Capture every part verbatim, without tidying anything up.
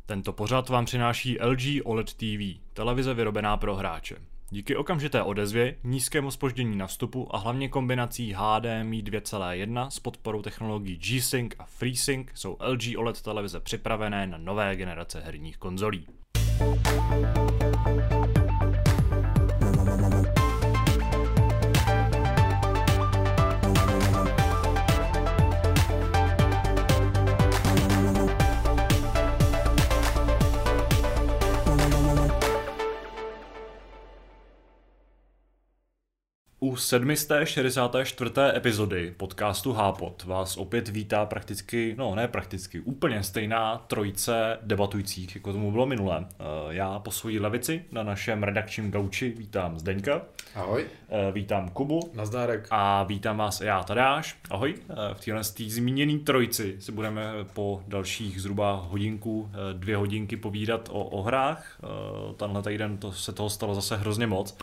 Tento pořad vám přináší L G O L E D T V, televize vyrobená pro hráče. Díky okamžité odezvě, nízkému zpoždění na vstupu a hlavně kombinací H D M I dva tečka jedna s podporou technologií G-Sync a FreeSync jsou L G O L E D televize připravené na nové generace herních konzolí. U sedmisté šedesáté čtvrté epizody podcastu Hápot vás opět vítá prakticky, no ne prakticky, úplně stejná trojice debatujících, jako tomu bylo minule. Já po svojí levici na našem redakčním gauči vítám Zdeňka. Ahoj. Vítám Kubu. Nazdárek. A vítám vás já, Tadáš. Ahoj. V téhle zmíněné trojici si budeme po dalších zhruba hodinku, dvě hodinky povídat o, o hrách. Tenhle týden to, se toho stalo zase hrozně moc.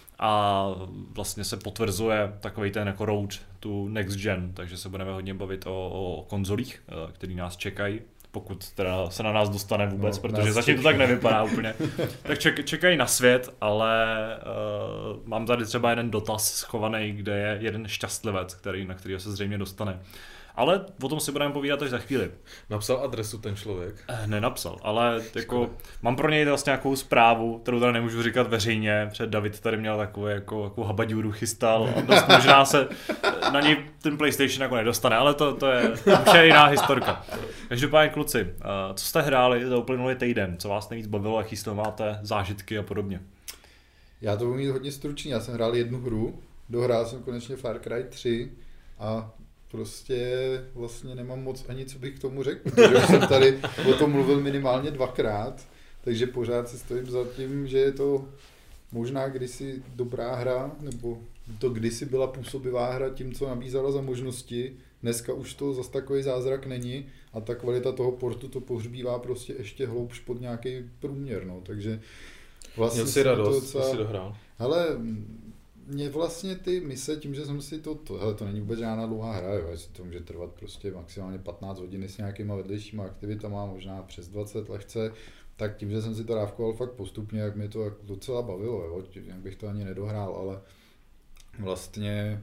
A vlastně se potvrzuje takový ten jako road to next gen, takže se budeme hodně bavit o, o konzolích, který nás čekají, pokud teda se na nás dostane vůbec, no, protože zatím to tak nevypadá úplně. Tak ček, čekají na svět, ale uh, mám tady třeba jeden dotaz schovaný, kde je jeden šťastlivec, který, na kterého se zřejmě dostane. Ale o tom si budeme povídat až za chvíli. Napsal adresu ten člověk? Eh, nenapsal, ale jako, mám pro něj vlastně nějakou zprávu, kterou tady nemůžu říkat veřejně, protože David tady měl takovou jako, jako habaďůru chystal a dost možná se na něj ten PlayStation jako nedostane, ale to, to je už je jiná historka. Každopádně kluci, co jste hráli za uplynulý týden, co vás nejvíc bavilo, jaký z toho máte zážitky a podobně? Já to budu mít hodně stručný, já jsem hrál jednu hru, dohrál jsem konečně Far Cry tři a prostě vlastně nemám moc ani co bych k tomu řekl, protože už jsem tady o tom mluvil minimálně dvakrát, takže pořád si stojím za tím, že je to možná kdysi dobrá hra, nebo to kdysi byla působivá hra tím, co nabízela za možnosti. Dneska už to zas takový zázrak není a ta kvalita toho portu to pohřbívá prostě ještě hloubš pod nějaký průměr, no, takže vlastně měl si radost, docela... co jsi dohrál. Ale mě vlastně ty mise, tím, že jsem si to, to, hele, to není vůbec žádná dlouhá hra, jo, jestli to může trvat prostě maximálně patnáct hodin s nějakýma vedlejšíma aktivitama, možná přes dvacet lehce, tak tím, že jsem si to dávkoval fakt postupně, jak mě to docela bavilo, jo, jak bych to ani nedohrál, ale vlastně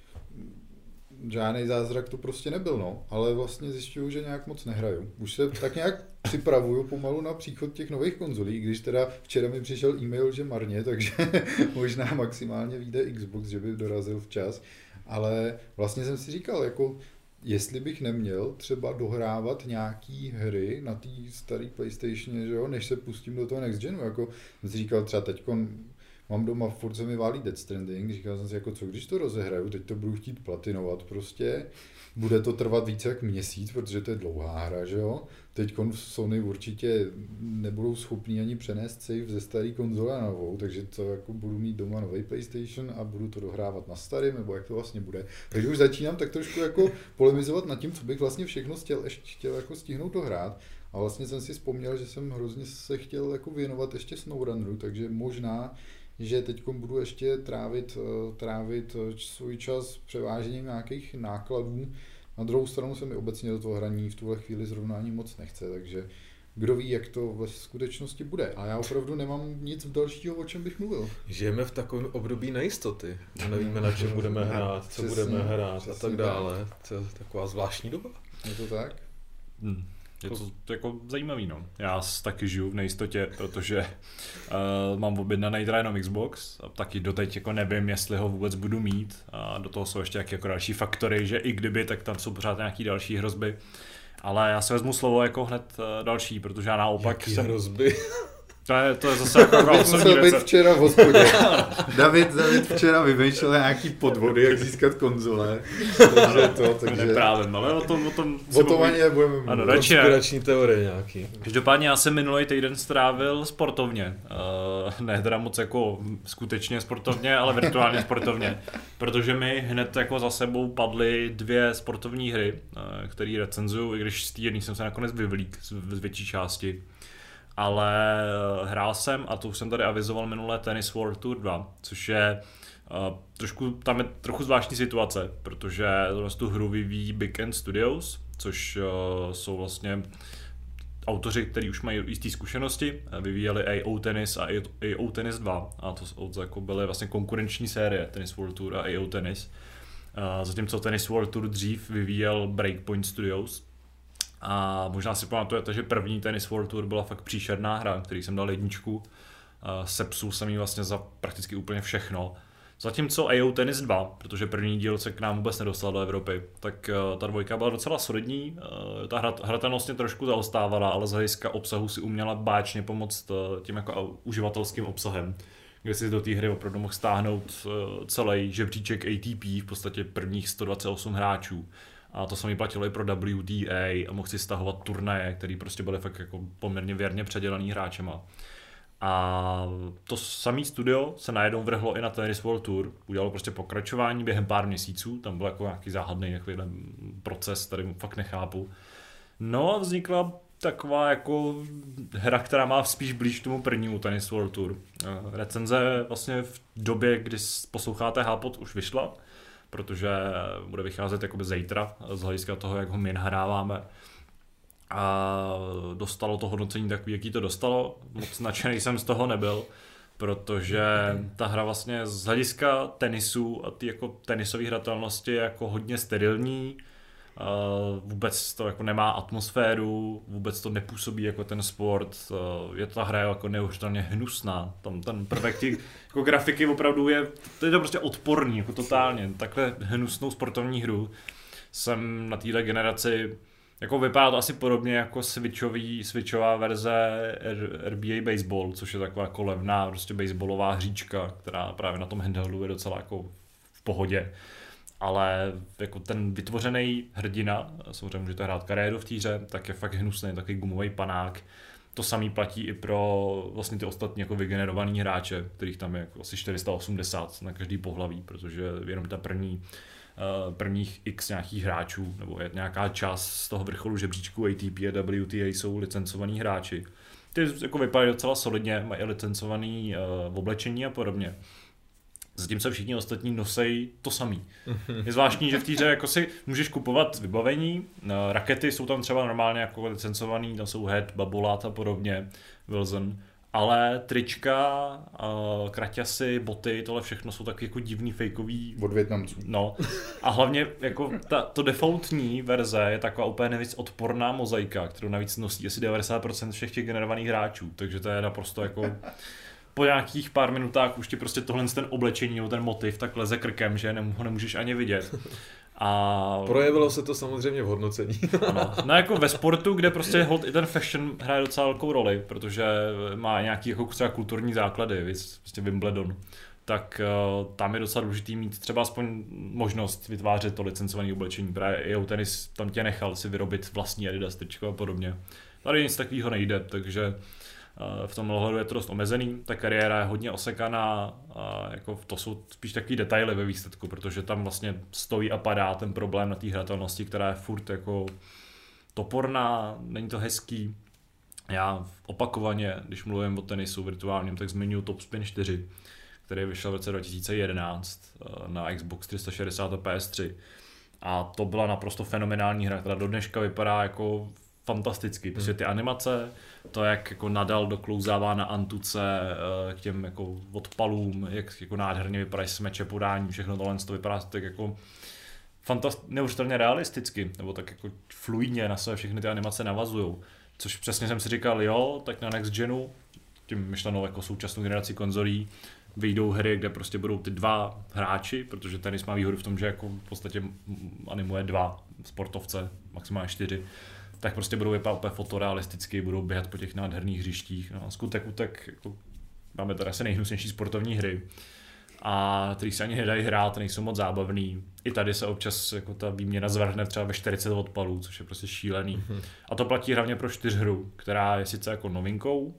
žádný zázrak to prostě nebyl, no, ale vlastně zjišťuju, že nějak moc nehraju. Už se tak nějak připravuju pomalu na příchod těch nových konzolí, když teda včera mi přišel e-mail, že marně, takže možná maximálně vyjde Xbox, že by dorazil včas, ale vlastně jsem si říkal, jako jestli bych neměl třeba dohrávat nějaký hry na té staré PlayStation, že jo, než se pustím do toho Next Genu, jako jsem si říkal třeba teďko mám doma, furt se mi válí Death Stranding, říkal jsem si, jako co když to rozehraju, teď to budu chtít platinovat prostě, bude to trvat více jak měsíc, protože to je dlouhá hra, že jo. Teď Sony určitě nebudou schopní ani přenést save ze staré konzole na novou, takže to jako budu mít doma nový PlayStation a budu to dohrávat na starém, nebo jak to vlastně bude. Takže už začínám tak trošku jako polemizovat nad tím, co bych vlastně všechno chtěl, ještě chtěl jako stihnout dohrát. A vlastně jsem si vzpomněl, že jsem hrozně se chtěl jako věnovat ještě SnowRunneru, takže možná že teď budu ještě trávit, trávit svůj čas převážením nějakých nákladů. Na druhou stranu se mi obecně do toho hraní v tuhle chvíli zrovna ani moc nechce, takže kdo ví, jak to ve skutečnosti bude. A já opravdu nemám nic dalšího, o čem bych mluvil. Žijeme v takovém období nejistoty. Nevíme, na čem budeme hrát, co přesně, budeme hrát a tak dále. To je taková zvláštní doba. Je to tak? Hmm. Je to jako zajímavý, no. Já taky žiju v nejistotě, protože uh, mám objednaný teda jenom Xbox a taky doteď jako nevím, jestli ho vůbec budu mít a do toho jsou ještě nějaké jako další faktory, že i kdyby, tak tam jsou pořád nějaký další hrozby. Ale já si vezmu slovo jako hned uh, další, protože já naopak Jaký jsem... hrozby? To je, to je zase jako osobní věc. Musel být včera v hospodě. David, David včera vymýšlel nějaký podvody, jak získat konzole. Takže to, takže... Neprávem, ale o tom... O tom, o tom ani nebudeme mluvit. Ano, konspirační teorie nějaký. Každopádně já jsem minulý týden strávil sportovně. Uh, ne teda moc jako skutečně sportovně, ale virtuálně sportovně. Protože mi hned jako za sebou padly dvě sportovní hry, uh, které recenzuju, i když z té jedné jsem se nakonec vyvlík z, z větší části. Ale hrál jsem, a to už jsem tady avizoval minulé, Tennis World Tour dva, což je uh, trošku, tam je trochu zvláštní situace, protože tu hru vyvíjí Big End Studios, což uh, jsou vlastně autoři, kteří už mají jisté zkušenosti, vyvíjeli A O Tennis a A O Tennis dva a to jako byly vlastně konkurenční série Tennis World Tour a A O Tennis. Zatímco Tennis World Tour dřív vyvíjel Breakpoint Studios. A možná si pamatujete, že první Tennis World Tour byla fakt příšerná hra, který jsem dal jedničku. Sepsul jsem ji vlastně za prakticky úplně všechno. Zatímco A O Tennis dva, protože první díl se k nám vůbec nedostal do Evropy, tak ta dvojka byla docela solidní. Ta hra, hratelnost mě trošku zaostávala, ale z hlediska obsahu si uměla báječně pomoct tím jako uživatelským obsahem, kde si do té hry opravdu mohl stáhnout celý žebříček A T P, v podstatě prvních sto dvacet osm hráčů. A to samé platilo i pro W T A a mohl si stahovat turnaje, které prostě byly fakt jako poměrně věrně předělaný hráčema. A to samý studio se najednou vrhlo i na Tennis World Tour, udělalo prostě pokračování během pár měsíců, tam byl jako nějaký záhadný takovýhle proces, který fakt nechápu. No a vznikla taková jako hra, která má spíš blíž k tomu prvnímu Tennis World Tour. Recenze vlastně v době, kdy posloucháte Hápot, už vyšla, protože bude vycházet jakoby zítra z hlediska toho, jak ho my nahráváme. A dostalo to hodnocení takový, jaký to dostalo. Moc nadšený jsem z toho nebyl, protože ta hra vlastně z hlediska tenisu a ty jako tenisové hratelnosti je jako hodně sterilní. Vůbec to jako nemá atmosféru, vůbec to nepůsobí jako ten sport. Je ta hra jako neuvěřitelně hnusná. Tam ten prvek těch jako grafiky opravdu je, to je to prostě odporný, jako totálně. Takhle hnusnou sportovní hru jsem na téhle generaci. Jako vypadá to asi podobně jako switchový, switchová verze R B A Baseball, což je taková jako levná prostě baseballová hříčka, která právě na tom handheldu je docela jako v pohodě. Ale jako ten vytvořený hrdina, samozřejmě můžete hrát kariéru v té hře, tak je fakt hnusný, takový gumový panák. To samý platí i pro vlastně ty ostatní jako vygenerovaný hráče, kterých tam je jako asi čtyři sta osmdesát na každý pohlaví, protože jenom ta první prvních x nějakých hráčů, nebo je nějaká část z toho vrcholu žebříčku A T P a W T A jsou licencovaní hráči. Ty jako vypadají docela solidně, mají licencovaný uh, oblečení a podobně. Zatímco všichni ostatní nosejí to samý. Je zvláštní, že v té hře jako si můžeš kupovat vybavení, uh, rakety jsou tam třeba normálně jako licencovaný, tam jsou Head, Babolat a podobně, Wilson. Ale trička, uh, kraťasy, boty, tohle všechno jsou taky jako divný, fejkový. Od Vietnamců. No. A hlavně jako ta, to defaultní verze je taková úplně nejvíc odporná mozaika, kterou navíc nosí asi devadesát procent všech těch generovaných hráčů. Takže to je naprosto jako po nějakých pár minutách už ti prostě tohle ten oblečení nebo ten motiv tak leze krkem, že ho nemůžeš ani vidět. A projevilo se to samozřejmě v hodnocení. Ano. No jako ve sportu, kde prostě hold i ten fashion hraje docela velkou roli, protože má nějaký jako třeba kulturní základy, víc, prostě Wimbledon, tak uh, tam je docela důležitý mít třeba aspoň možnost vytvářet to licencované oblečení. Právě A O Tennis tam tě nechal si vyrobit vlastní Adidas tričko a podobně. Tady nic takového nejde, takže v tom ohledu je to dost omezený, ta kariéra je hodně osekaná a jako to jsou spíš takový detaily ve výsledku, protože tam vlastně stojí a padá ten problém na té hratelnosti, která je furt jako toporná, není to hezký. Já opakovaně, když mluvím o tenisu virtuálním, tak zmiňuji Top Spin čtyři, který vyšel v roce dva tisíce jedenáct na Xbox tři sta šedesát a P S tři. A to byla naprosto fenomenální hra, která do dneška vypadá jako fantasticky, prostě ty animace, to jak jako Nadal doklouzává na antuce k těm jako odpalům, jak jako nádherně vypadají smeče, podání, všechno tohle to vypadá tak jako fantast- neuvěřitelně realisticky, nebo tak jako fluidně na sebe všechny ty animace navazujou, což přesně jsem si říkal, jo, tak na Next Genu, tím myšlenou jako současnou generaci konzolí, vyjdou hry, kde prostě budou ty dva hráči, protože tenis má výhodu v tom, že jako v podstatě animuje dva sportovce, maximálně čtyři, tak prostě budou vypadat úplně fotorealisticky, budou běhat po těch nádherných hřištích. No, skutek utek, jako, máme tady asi nejhnusnější sportovní hry, a který se ani nedají hrát, nejsou moc zábavný. I tady se občas jako ta výměna zvrhne třeba ve čtyřicet odpalů, což je prostě šílený. Mm-hmm. A to platí hlavně pro čtyřhru, která je sice jako novinkou,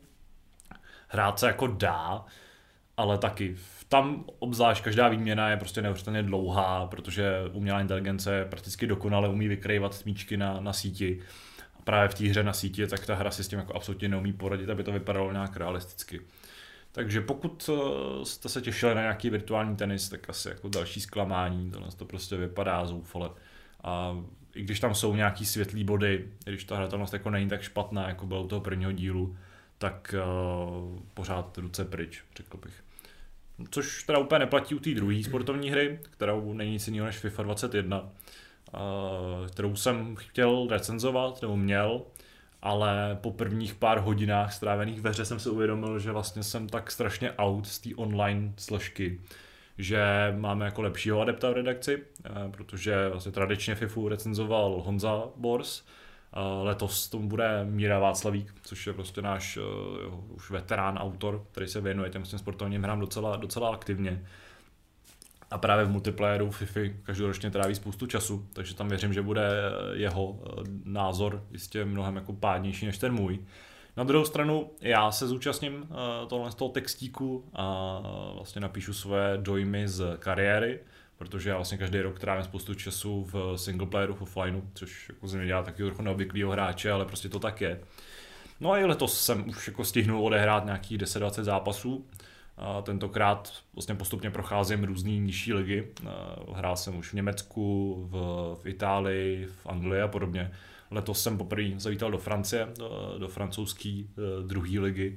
hrát se jako dá, ale taky tam obzvlášť každá výměna je prostě neuvěřitelně dlouhá, protože umělá inteligence prakticky dokonale umí vykrývat smíčky na, na síti. A právě v té hře na síti, tak ta hra si s tím jako absolutně neumí poradit, aby to vypadalo nějak realisticky. Takže pokud jste se těšili na nějaký virtuální tenis, tak asi jako další zklamání, tohle to prostě vypadá zoufale. A i když tam jsou nějaký světlý body, když ta hratelnost jako není tak špatná, jako bylo u toho prvního dílu, tak uh, pořád ruce pryč, řekl bych. Což teda úplně neplatí u té druhé sportovní hry, kterou není nic jiného než FIFA dvacet jedna, uh, kterou jsem chtěl recenzovat, nebo měl, ale po prvních pár hodinách strávených ve hře jsem si uvědomil, že vlastně jsem tak strašně out z té online složky, že máme jako lepšího adepta v redakci, protože vlastně tradičně FIFU recenzoval Honza Bors, letos tomu bude Míra Václavík, což je prostě náš jo, už veterán autor, který se věnuje těm sportovním hrám docela, docela aktivně. A právě v multiplayeru FIFA každoročně tráví spoustu času, takže tam věřím, že bude jeho názor jistě mnohem jako pádnější než ten můj. Na druhou stranu já se zúčastním tohle z toho textíku a vlastně napíšu svoje dojmy z kariéry, protože já vlastně každý rok trávím spoustu času v singleplayeru, v offlineu, což jako ze mě dělá taky trochu neobvyklýho hráče, ale prostě to tak je. No a i letos jsem už jako stihnul odehrát nějakých deset dvacet zápasů. A tentokrát vlastně postupně procházím různý nižší ligy. Hrál jsem už v Německu, v, v Itálii, v Anglii a podobně. Letos jsem poprvé zavítal do Francie, do, do francouzské druhé ligy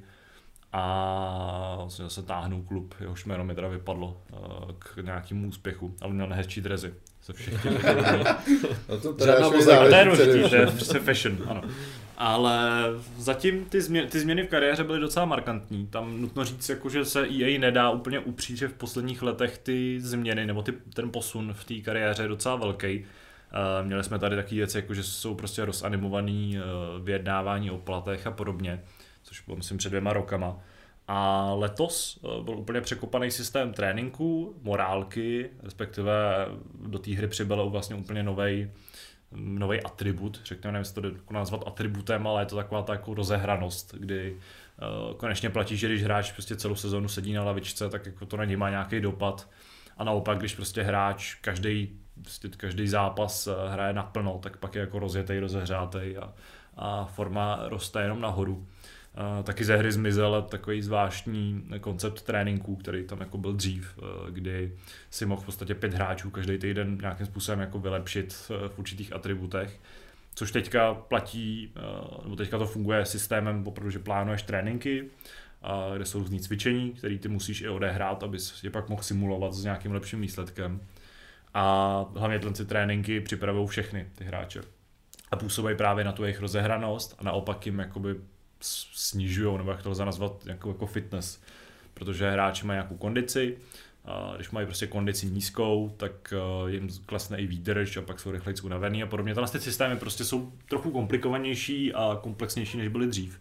a vlastně zase táhnu klub, jehož jméno mi teda vypadlo k nějakému úspěchu, ale měl nehezčí drezy ze všech těch no to teda to je důležitý, to je prostě fashion, ano. Ale zatím ty změny, ty změny v kariéře byly docela markantní. Tam nutno říct, jako, že se E A nedá úplně upřít, že v posledních letech ty změny nebo ty, ten posun v té kariéře je docela velký. Uh, měli jsme tady takové věci, jako, že jsou prostě rozanimovaný uh, vyjednávání o platech a podobně, což bylo myslím před dvěma rokama. A letos uh, byl úplně překopaný systém tréninku, morálky, respektive do té hry přibyl vlastně úplně novej nový atribut, řekněme, nevím, jestli to jde nazvat atributem, ale je to taková ta jako rozehranost, kdy uh, konečně platí, že když hráč prostě celou sezonu sedí na lavičce, tak jako to na něj má nějaký dopad. A naopak, když prostě hráč každý, prostě každý zápas uh, hraje naplno, tak pak je jako rozjetej, rozehřátej a, a forma roste jenom nahoru. Uh, taky ze hry zmizel takový zvláštní koncept tréninků, který tam jako byl dřív, uh, kdy si mohl v podstatě pět hráčů každý týden nějakým způsobem jako vylepšit uh, v určitých atributech, což teďka platí, uh, nebo teďka to funguje systémem, opravdu, že plánuješ tréninky, uh, kde jsou různý cvičení, které ty musíš i odehrát, abys je pak mohl simulovat s nějakým lepším výsledkem. A hlavně tyhle tréninky připravují všechny ty hráče. A působí právě na tu jejich rozehranost a naopak jim jakoby snižujou, nebo jak to lze nazvat, jako, jako fitness, protože hráči mají nějakou kondici, a když mají prostě kondici nízkou, tak jim klesne i výdrž a pak jsou rychleji unavený a podobně. Tyhle systémy prostě jsou trochu komplikovanější a komplexnější, než byly dřív.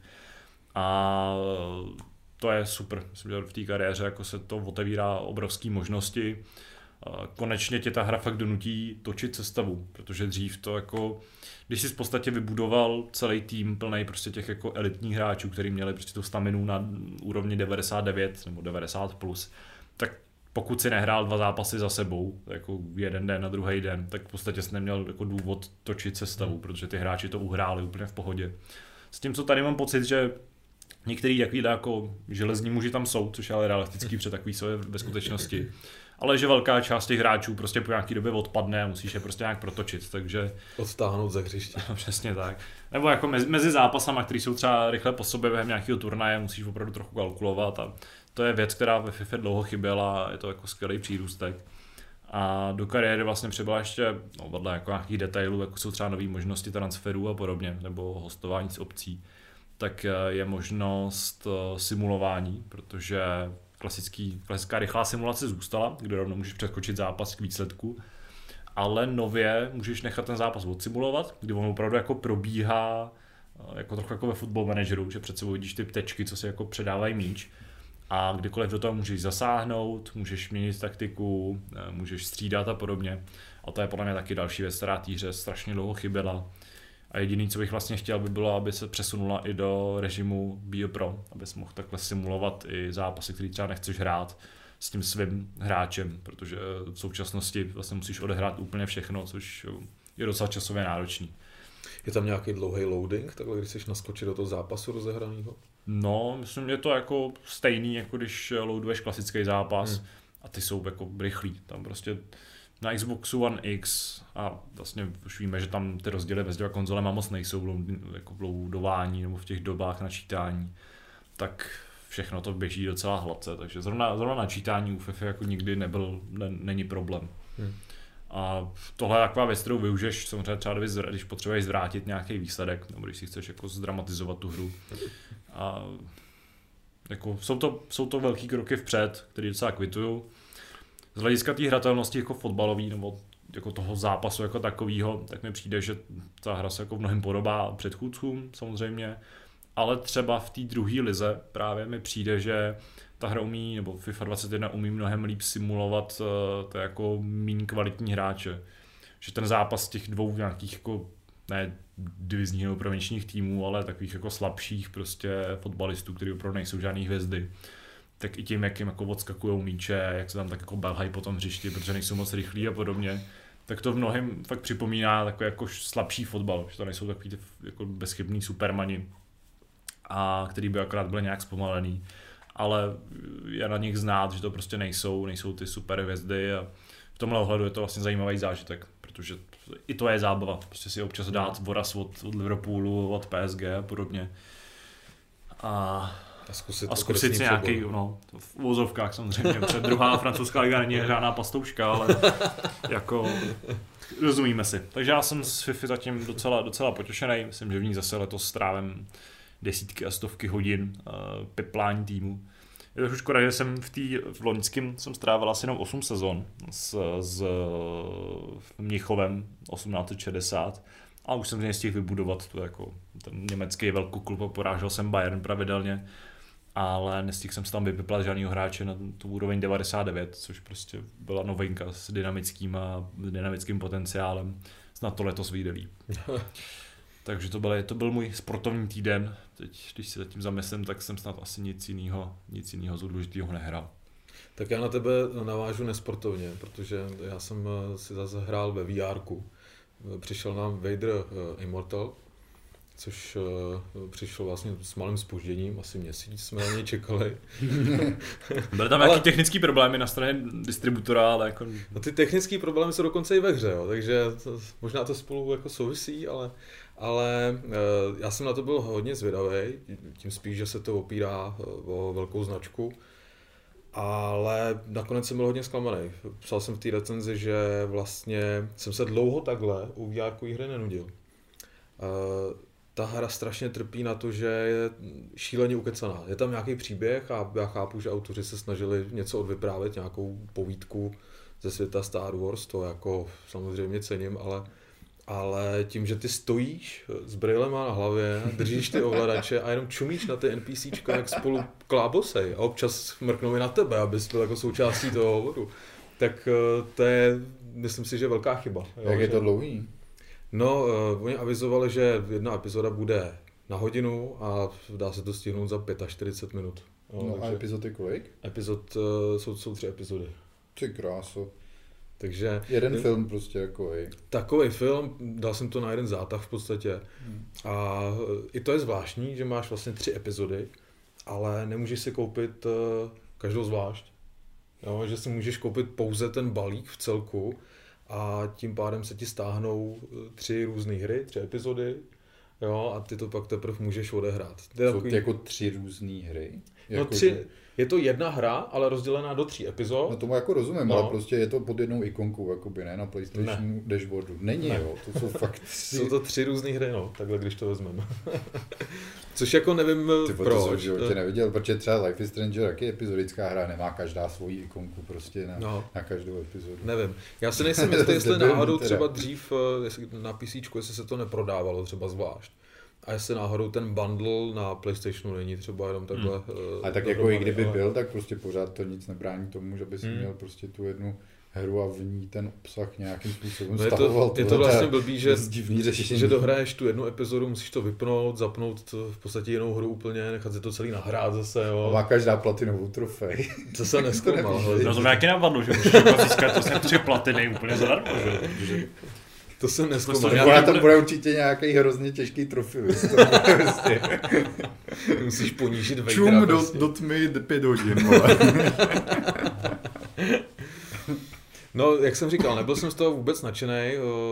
A to je super, myslím, že v té kariéře jako se to otevírá obrovské možnosti. Konečně tě ta hra fakt donutí točit sestavu, protože dřív to jako, když jsi v podstatě vybudoval celý tým plný prostě těch jako elitních hráčů, kteří měli prostě tu staminu na úrovni devadesát devět nebo devadesát plus, tak pokud si nehrál dva zápasy za sebou, jako jeden den a druhý den, tak v podstatě jsi neměl jako důvod točit sestavu, protože ty hráči to uhráli úplně v pohodě. S tím, co tady mám pocit, že některý takový jako železní muži tam jsou, což je ale realistický, protože takový jsou ve skutečnosti. Ale že velká část těch hráčů prostě po nějaký době odpadne a musíš je prostě nějak protočit, takže... Odtáhnout ze hřiště. Přesně tak. Nebo jako mezi, mezi zápasama, které jsou třeba rychle po sobě během nějakého turnaje, musíš opravdu trochu kalkulovat a to je věc, která ve FIFA dlouho chyběla, je to jako skvělý přírůstek. A do kariéry vlastně přibyla ještě, no vedle jako nějakých detailů, jako jsou třeba nové možnosti transferů a podobně, nebo hostování z obcí, tak je možnost simulování, protože klasický, klasická rychlá simulace zůstala, kde rovnou můžeš přeskočit zápas k výsledku, ale nově můžeš nechat ten zápas odsimulovat, kdy on opravdu jako probíhá jako trochu jako ve Football Manageru, že před sebou vidíš ty tečky, co si jako předávají míč a kdykoliv do toho můžeš zasáhnout, můžeš měnit taktiku, můžeš střídat a podobně. A to je podle mě taky další věc, která té hře strašně dlouho chyběla. A jediný, co bych vlastně chtěl, by bylo, aby se přesunula i do režimu Be a Pro, abys mohl takhle simulovat i zápasy, který třeba nechceš hrát s tím svým hráčem, protože v současnosti vlastně musíš odehrát úplně všechno, což je docela časově náročný. Je tam nějaký dlouhý loading, takhle když chceš naskočit do toho zápasu rozehraného? No, myslím, že je to jako stejný, jako když loaduješ klasický zápas hmm. a ty jsou jako rychlí. Tam prostě na Xboxu One X a vlastně už víme, že tam ty rozdíly mezi konzolema moc nejsou v, jako v loadování nebo v těch dobách načítání, tak všechno to běží docela hladce, takže zrovna, zrovna načítání u FIFA jako nikdy nebyl, ne, není problém. Hmm. A tohle je taková věc, kterou využiješ samozřejmě třeba, když potřebuješ zvrátit nějaký výsledek, nebo když si chceš jako zdramatizovat tu hru. A jako jsou to, jsou to velký kroky vpřed, který docela kvituju. Z hlediska té hratelnosti jako fotbalový nebo jako toho zápasu jako takového, tak mi přijde, že ta hra se jako v mnohem podobá předchůdcům samozřejmě, ale třeba v té druhé lize právě mi přijde, že ta hra umí, nebo FIFA dvacet jedna umí mnohem líp simulovat uh, to jako méně kvalitní hráče. Že ten zápas těch dvou nějakých jako ne divizních nebo provinčních týmů, ale takových jako slabších prostě fotbalistů, kteří opravdu nejsou žádný hvězdy, tak i tím, jak jim jako odskakujou míče, jak se tam tak jako belhají po tom hřišti, protože nejsou moc rychlí a podobně, tak to v mnohem fakt připomíná takový jako slabší fotbal, že to nejsou takový ty jako bezchybný supermani, a který by akorát byly nějak zpomalený, ale je na nich znát, že to prostě nejsou, nejsou ty super hvězdy a v tomhle ohledu je to vlastně zajímavý zážitek, protože i to je zábava, prostě si občas dát voraz od, od Liverpoolu, od P S G a podobně. A, a zkusit, a zkusit si nějaký, no, v uvozovkách samozřejmě, protože druhá francouzská liga není žádná pastouška, ale jako rozumíme si. Takže já jsem s FIFA zatím docela, docela potěšený, myslím, že v ní zase letos strávím desítky a stovky hodin uh, piplání týmu. Je to už škoda, že jsem v, tý, v loňském jsem strávil asi jenom osm sezon s, s Mnichovem osmnáct set šedesát a už jsem z něj stihl vybudovat tu jako ten německý velkoklub a porážel jsem Bayern pravidelně, ale nestihl jsem se tam vypiplat žádnýho hráče na tu úroveň devadesát devět, což prostě byla novinka s dynamickým a dynamickým potenciálem. Snad to letos vyjde líp. Takže to byl, to byl můj sportovní týden. Teď, když si zatím zamyslím, tak jsem snad asi nic jiného, nic jiného z důležitého nehrál. Tak já na tebe navážu nesportovně, protože já jsem si zase hrál ve V R ku. Přišel nám Vader Immortal, což přišlo vlastně s malým zpožděním, asi měsíc jsme na něj čekali. Byly tam ale... nějaké technické problémy na straně distributora, ale jako... No ty technické problémy jsou dokonce i ve hře, jo, takže to, možná to spolu jako souvisí, ale, ale já jsem na to byl hodně zvědavý, tím spíš, že se to opírá o velkou značku, ale nakonec jsem byl hodně zklamaný. Psal jsem v té recenzi, že vlastně jsem se dlouho takhle u V R ku hry nenudil. Ta hra strašně trpí na to, že je šíleně ukecaná. Je tam nějaký příběh a já chápu, že autoři se snažili něco odvyprávět, nějakou povídku ze světa Star Wars, to jako samozřejmě cením, ale, ale tím, že ty stojíš s brýlema na hlavě, držíš ty ovladače a jenom čumíš na ty NPCčka, jak spolu klábosej a občas mrknou i na tebe, abys byl jako součástí toho hovoru, tak to je, myslím si, že velká chyba. Jak jo, je to dlouhý? No, uh, oni avizovali, že jedna epizoda bude na hodinu a dá se to stihnout za čtyřicet pět minut. Jo, no takže a epizody kolik? Epizod uh, jsou, jsou tři epizody. Ty kráso. Takže... Jeden film prostě takovej. Takovej film, dal jsem to na jeden zátah v podstatě. Hmm. A i to je zvláštní, že máš vlastně tři epizody, ale nemůžeš si koupit uh, každou zvlášť. Jo, že si můžeš koupit pouze ten balík v celku, a tím pádem se ti stáhnou tři různé hry, tři epizody, jo, a ty to pak teprve můžeš odehrát. Jsou takový... jako tři různé hry? No jako tři, že... je to jedna hra, ale rozdělená do tří epizod. No tomu jako rozumím, no. Ale prostě je to pod jednou ikonkou, jakoby, ne na PlayStationu ne. Dashboardu. Není, ne. Jo, to jsou fakt tři... Jsou to tři různé hry, no, takhle když to vezmeme. Což jako nevím Ty, proč. To jsem v životě neviděl, protože třeba Life is Strange, taky epizodická hra, nemá každá svoji ikonku prostě na, no. na každou epizodu. Nevím. Já si nejsem jistý, jestli náhodou třeba dřív na PCčku, jestli se to neprodávalo třeba zvlášť. A jestli náhodou ten bundle na PlayStationu není třeba jenom takhle... Hmm. Ale tak jako i kdyby ale... byl, tak prostě pořád to nic nebrání tomu, že by si hmm. měl prostě tu jednu hru a v ní ten obsah nějakým způsobem no stahoval. Je to, je to vlastně blbý, že, že dohraješ tu jednu epizodu, musíš to vypnout, zapnout v podstatě jinou hru úplně, nechat si to celý nahrát zase, jo. A má každá platinovou trofej. To se neskoumal. No to mě jaký napadlo, že můžeš získat vlastně tři platiny úplně zadarmo, že? To jsem neskoumal. Ona tam bude určitě nějaký hrozně těžký trofej. Musíš ponížit Vadera. Čum do, do tmy pět hodin. No, jak jsem říkal, nebyl jsem z toho vůbec nadšený.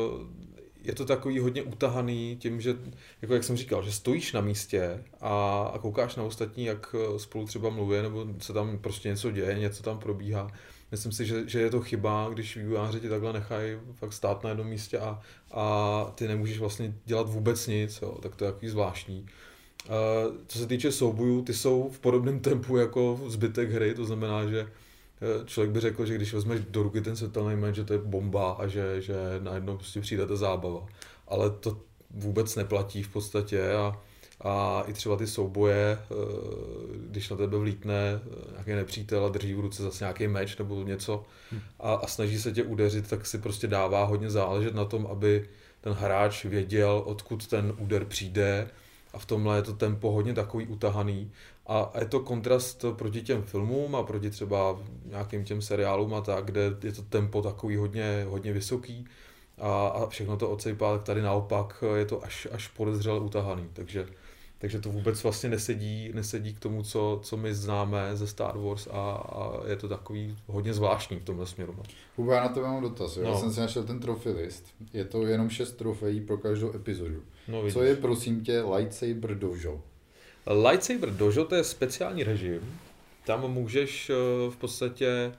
Je to takový hodně utahaný tím, že, jako jak jsem říkal, že stojíš na místě a, a koukáš na ostatní, jak spolu třeba mluví, nebo se tam prostě něco děje, něco tam probíhá. Myslím si, že, že je to chyba, když vývojáři ti takhle nechají fakt stát na jednom místě a, a ty nemůžeš vlastně dělat vůbec nic, jo, tak to je takový zvláštní. Uh, co se týče soubojů, ty jsou v podobném tempu jako zbytek hry, to znamená, že člověk by řekl, že když vezmeš do ruky ten světelný meč, že to je bomba a že, že najednou prostě přijde ta zábava. Ale to vůbec neplatí v podstatě a, a i třeba ty souboje, když na tebe vlítne nějaký nepřítel a drží v ruce zase nějaký meč nebo něco a, a snaží se tě udeřit, tak si prostě dává hodně záležet na tom, aby ten hráč věděl, odkud ten úder přijde a v tomhle je to tempo hodně takový utahaný. A je to kontrast proti těm filmům a proti třeba nějakým těm seriálům a tak, kde je to tempo takový hodně, hodně vysoký a, a všechno to odsejpá, tak tady naopak je to až, až podezřele utahaný. Takže, takže to vůbec vlastně nesedí, nesedí k tomu, co, co my známe ze Star Wars a, a je to takový hodně zvláštní v tomhle směru. Kuba, já na to mám dotaz. Jo? No. Já jsem si našel ten trophy list. Je to jenom šest trofejí pro každou epizodu. No, co je, prosím tě, Lightsaber Dojo? Lightsaber Dojo, to je speciální režim. Tam můžeš v podstatě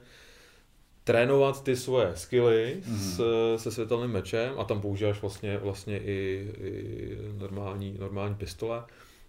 trénovat ty svoje skilly mm. s, se světelným mečem a tam používáš vlastně, vlastně i, i normální, normální pistole.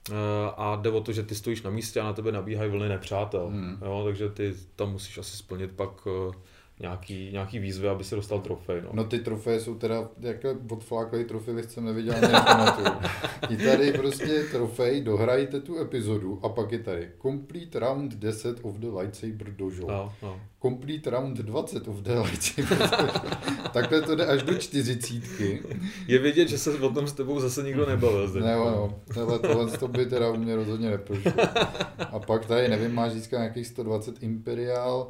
A jde o to, že ty stojíš na místě a na tebe nabíhají vlny nepřátel. Mm. Jo, takže ty tam musíš asi splnit pak nějaký, nějaký výzvy, aby se dostal trofej. No, no ty trofeje jsou teda, jaké odfláklej trofej jsem neviděl, nepamatuju. I tady prostě trofej, dohrajte tu epizodu a pak je tady Complete Round deset of the Lightsaber Dojo. No, no. Complete Round dvacet of the Lightsaber Dojo. Takhle to jde až do čtyřicítky. Je vidět, že se o tom s tebou zase nikdo nebavil. Zde. Ne, no, tohle, tohle to by teda u mě rozhodně neprošlo. A pak tady, nevím, máš získat nějakých sto dvacet Imperial,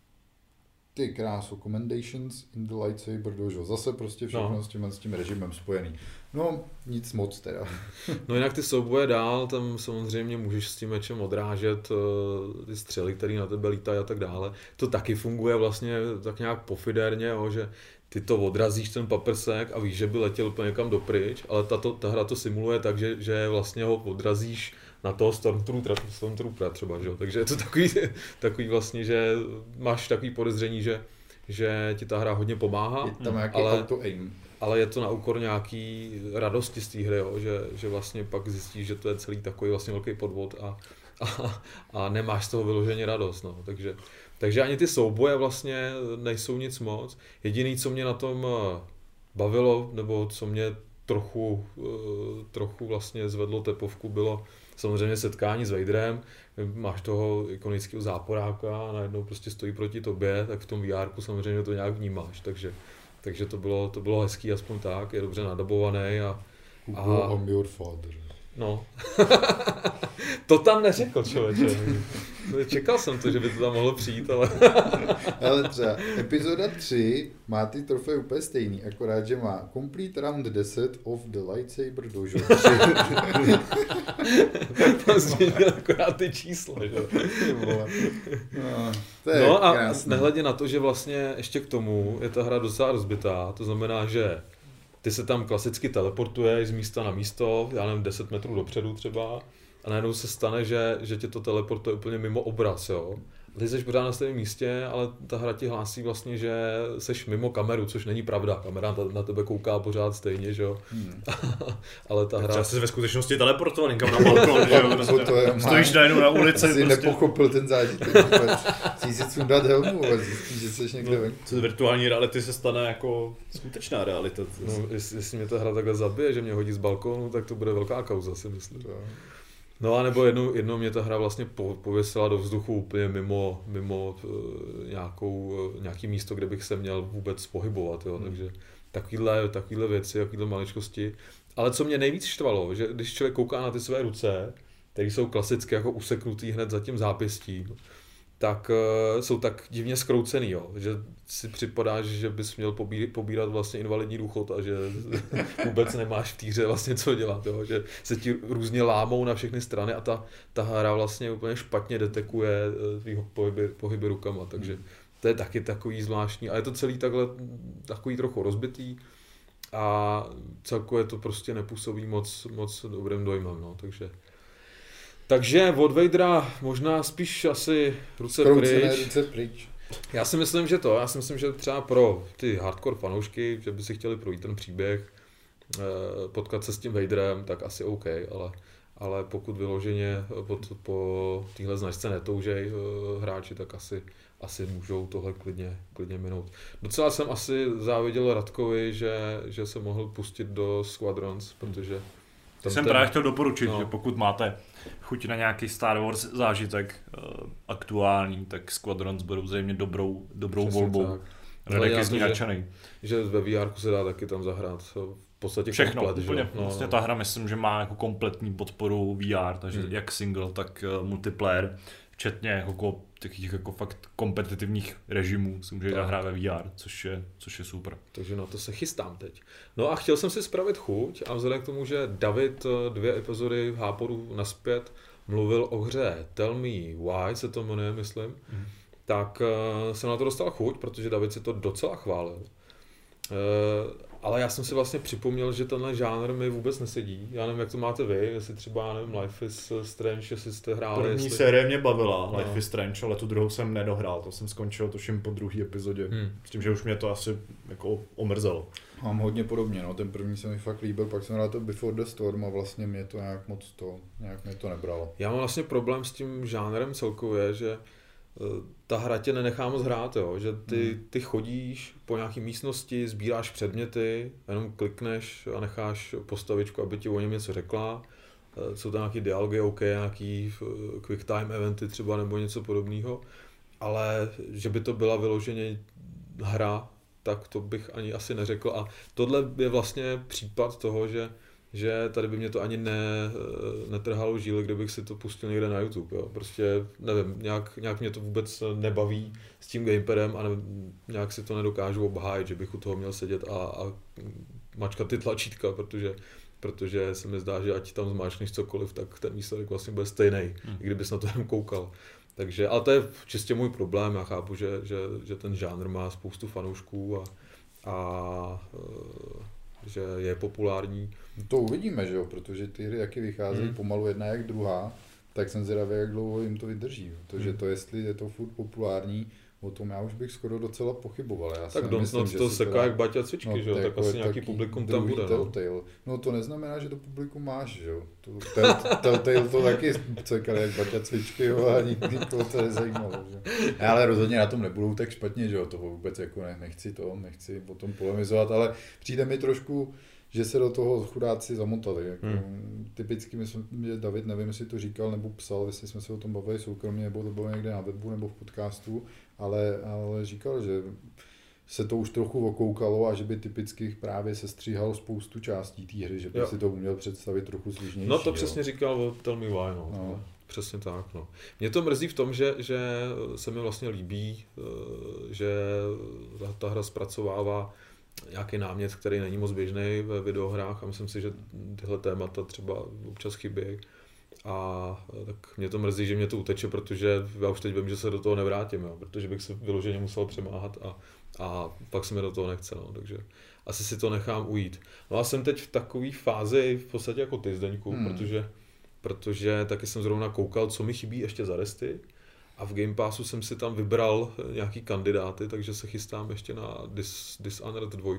ty krásu, Commendations in the Lightsaber Dojo. Zase prostě všechno no. s, tím, s tím režimem spojený. No, nic moc teda. No jinak ty souboje dál, tam samozřejmě můžeš s tím mečem odrážet uh, ty střely, které na tebe lítají a tak dále. To taky funguje vlastně tak nějak pofiderně, jo, že ty to odrazíš ten paprsek a víš, že by letěl úplně někam dopryč, ale tato, ta hra to simuluje tak, že, že vlastně ho odrazíš na toho Stormtroopera, Stormtroopera třeba, že? Takže je to takový, takový vlastně, že máš takový podezření, že, že ti ta hra hodně pomáhá, je tam nějaký ale, auto-aim. ale je to na úkor nějaký radosti z té hry, jo? Že, že vlastně pak zjistíš, že to je celý takový vlastně velký podvod a, a, a nemáš z toho vyloženě radost, no. takže, takže ani ty souboje vlastně nejsou nic moc. Jediný, co mě na tom bavilo, nebo co mě trochu, trochu vlastně zvedlo tepovku, bylo samozřejmě setkání s Vaderem, máš toho ikonického záporáka a najednou prostě stojí proti tobě, tak v tom V R ku samozřejmě to nějak vnímáš, takže, takže to bylo, to bylo hezký aspoň tak, je dobře nadabovaný a... a I'm your father. No. To tam neřekl, člověče. Čekal jsem to, že by to tam mohlo přijít, ale... Ale třeba epizoda tři má ty trofeje úplně stejný, akorát, že má Complete Round deset of the Lightsaber Dojo tři. Tam změnil akorát ty čísla, že? No, no a krásný. nehledě na to, že vlastně ještě k tomu je ta hra docela rozbitá, to znamená, že ty se tam klasicky teleportuješ z místa na místo, já nevím, deset metrů dopředu třeba, a najednou se stane, že, že tě to teleportuje úplně mimo obraz, jo. Ty jsi pořád na stejném místě, ale ta hra ti hlásí vlastně, že seš mimo kameru, což není pravda. Kamera na tebe kouká pořád stejně, že jo. Hmm. Ale ta hra... Třeba jsi ve skutečnosti teleportoval někam na balkon, že jo. To, to je, stojíš najednou na ulici. Jsi prostě... nepochopil ten zážitek vůbec. Chci si sundat helmu a zjistíš, že jsi někde no, ven. Co z virtuální reality se stane jako skutečná realita. No, jestli, jestli mě ta hra takhle zabije, že mě hodí z balkónu, tak to bude velká kauza, si myslím. No a nebo jednou, jednou mě ta hra vlastně po, pověsila do vzduchu úplně mimo, mimo uh, nějakou, uh, nějaký místo, kde bych se měl vůbec pohybovat, jo, hmm. takže takovýhle, takovýhle věci, takovýhle maličkosti. Ale co mě nejvíc štvalo, že když člověk kouká na ty své ruce, které jsou klasicky jako useknutý hned za tím zápěstím, tak uh, jsou tak divně zkroucený, jo, že si připadáš, že bys měl pobí, pobírat vlastně invalidní důchod a že vůbec nemáš v té hře vlastně co dělat, jo, že se ti různě lámou na všechny strany a ta, ta hra vlastně úplně špatně detekuje tvýho pohyby, pohyby rukama, takže, to je taky takový zvláštní, a je to celý takhle takový trochu rozbitý a celkově to prostě nepůsobí moc, moc dobrým dojmem, no, takže takže od Vadera možná spíš asi ruce pryč. ruce pryč. Já si myslím, že to, já si myslím, že třeba pro ty hardcore fanoušky, že by si chtěli projít ten příběh, potkat se s tím Vaderem, tak asi OK, ale, ale pokud vyloženě po, po téhle značce netoužej hráči, tak asi, asi můžou tohle klidně, klidně minout. Docela jsem asi záviděl Radkovi, že, že se mohl pustit do Squadrons, protože jsem ten... právě chtěl doporučit, no. že pokud máte chuť na nějaký Star Wars zážitek uh, aktuální, tak Squadrons budou zřejmě dobrou, dobrou volbou. Radek je z ní nadšenej. Že ve vé erku se dá taky tam zahrát v podstatě všechno, komplet, úplně. No, vlastně no. Ta hra myslím, že má jako kompletní podporu V R, takže hmm. jak single, tak uh, multiplayer, včetně jako takových jako fakt kompetitivních režimů si může zahrát ve V R, což je, což je super. Takže na to se chystám teď. No a chtěl jsem si spravit chuť a vzhledem k tomu, že David dvě epizody Háporu nazpět mluvil o hře Tell Me Why, se to jmenuje, myslím, hmm. tak uh, jsem na to dostal chuť, protože David si to docela chválil. Uh, ale já jsem si vlastně připomněl, že tenhle žánr mi vůbec nesedí. Já nevím, jak to máte vy, jestli třeba, nevím, Life is Strange, jestli jste hráli. První jestli... série mě bavila, no. Life is Strange, ale tu druhou jsem nedohrál, to jsem skončil tuším po druhé epizodě. Hmm. S tím, že už mě to asi jako omrzelo. Mám hodně podobně, no, ten první se mi fakt líbil, pak jsem hrál to Before the Storm a vlastně mě to nějak moc to, nějak mě to nebralo. Já mám vlastně problém s tím žánrem celkově, že ta hra tě nenechá moc hrát, jo? Že ty, ty chodíš po nějaké místnosti, sbíráš předměty, jenom klikneš a necháš postavičku, aby ti o něm něco řekla. Jsou tam nějaké dialogy, OK, nějaký quick time eventy třeba nebo něco podobného, ale že by to byla vyloženě hra, tak to bych ani asi neřekl. A tohle je vlastně případ toho, že že tady by mě to ani ne, netrhalo žíly, kdybych si to pustil někde na YouTube. Jo. Prostě nevím, nějak, nějak mě to vůbec nebaví s tím gamepadem a ne, nějak si to nedokážu obhájit, že bych u toho měl sedět a, a mačkat ty tlačítka, protože, protože se mi zdá, že ať tam zmáčkneš cokoliv, tak ten výsledek vlastně bude stejný, hmm. i kdybys na to jenom koukal. Takže, ale to je čistě můj problém, já chápu, že, že, že ten žánr má spoustu fanoušků a, a že je populární. To uvidíme, že jo, protože ty hry taky vycházejí hmm. pomalu jedna jak druhá, tak jsem zvědavý, jak dlouho jim to vydrží. Protože hmm. to, jestli je to furt populární, o tom já už bych skoro docela pochyboval. Já tak Dontnod to seká jak baťa cvičky, no, že jo, tak asi nějaký publikum tam bude. Telltale. No to neznamená, že to publikum máš, že jo. Telltale to taky sekali jak baťa cvičky, jo, a nikoho to nezajímalo, že. Ale rozhodně na tom nebudou tak špatně, že jo, toho vůbec jako ne, nechci to, nechci o tom polemizovat, ale přijde mi trošku, že se do toho chudáci zamotali. Jako, hmm. Typicky myslím, že David, nevím, jestli to říkal nebo psal, jestli jsme se o tom bavili soukromně, nebo to bylo někde na webu nebo v podcastu, ale, ale říkal, že se to už trochu okoukalo a že by typicky právě se stříhalo spoustu částí té hry, že by jo. si to uměl představit trochu složitější. No to přesně jo. říkal o Tell Me Why, no. no. Přesně tak, no. Mě to mrzí v tom, že, že se mi vlastně líbí, že ta hra zpracovává nějaký námět, který není moc běžný ve videohrách a myslím si, že tyhle témata třeba občas chybí. A tak mě to mrzí, že mě to uteče, protože já už teď vím, že se do toho nevrátím, jo, protože bych se vyloženě musel přemáhat a, a pak se mi do toho nechce, no, takže asi si to nechám ujít. No a jsem teď v takové fázi v podstatě jako ty, Zdeňku, hmm. protože, protože taky jsem zrovna koukal, co mi chybí ještě za resty. A v Game Passu jsem si tam vybral nějaký kandidáty, takže se chystám ještě na Dis, Dishonored dva,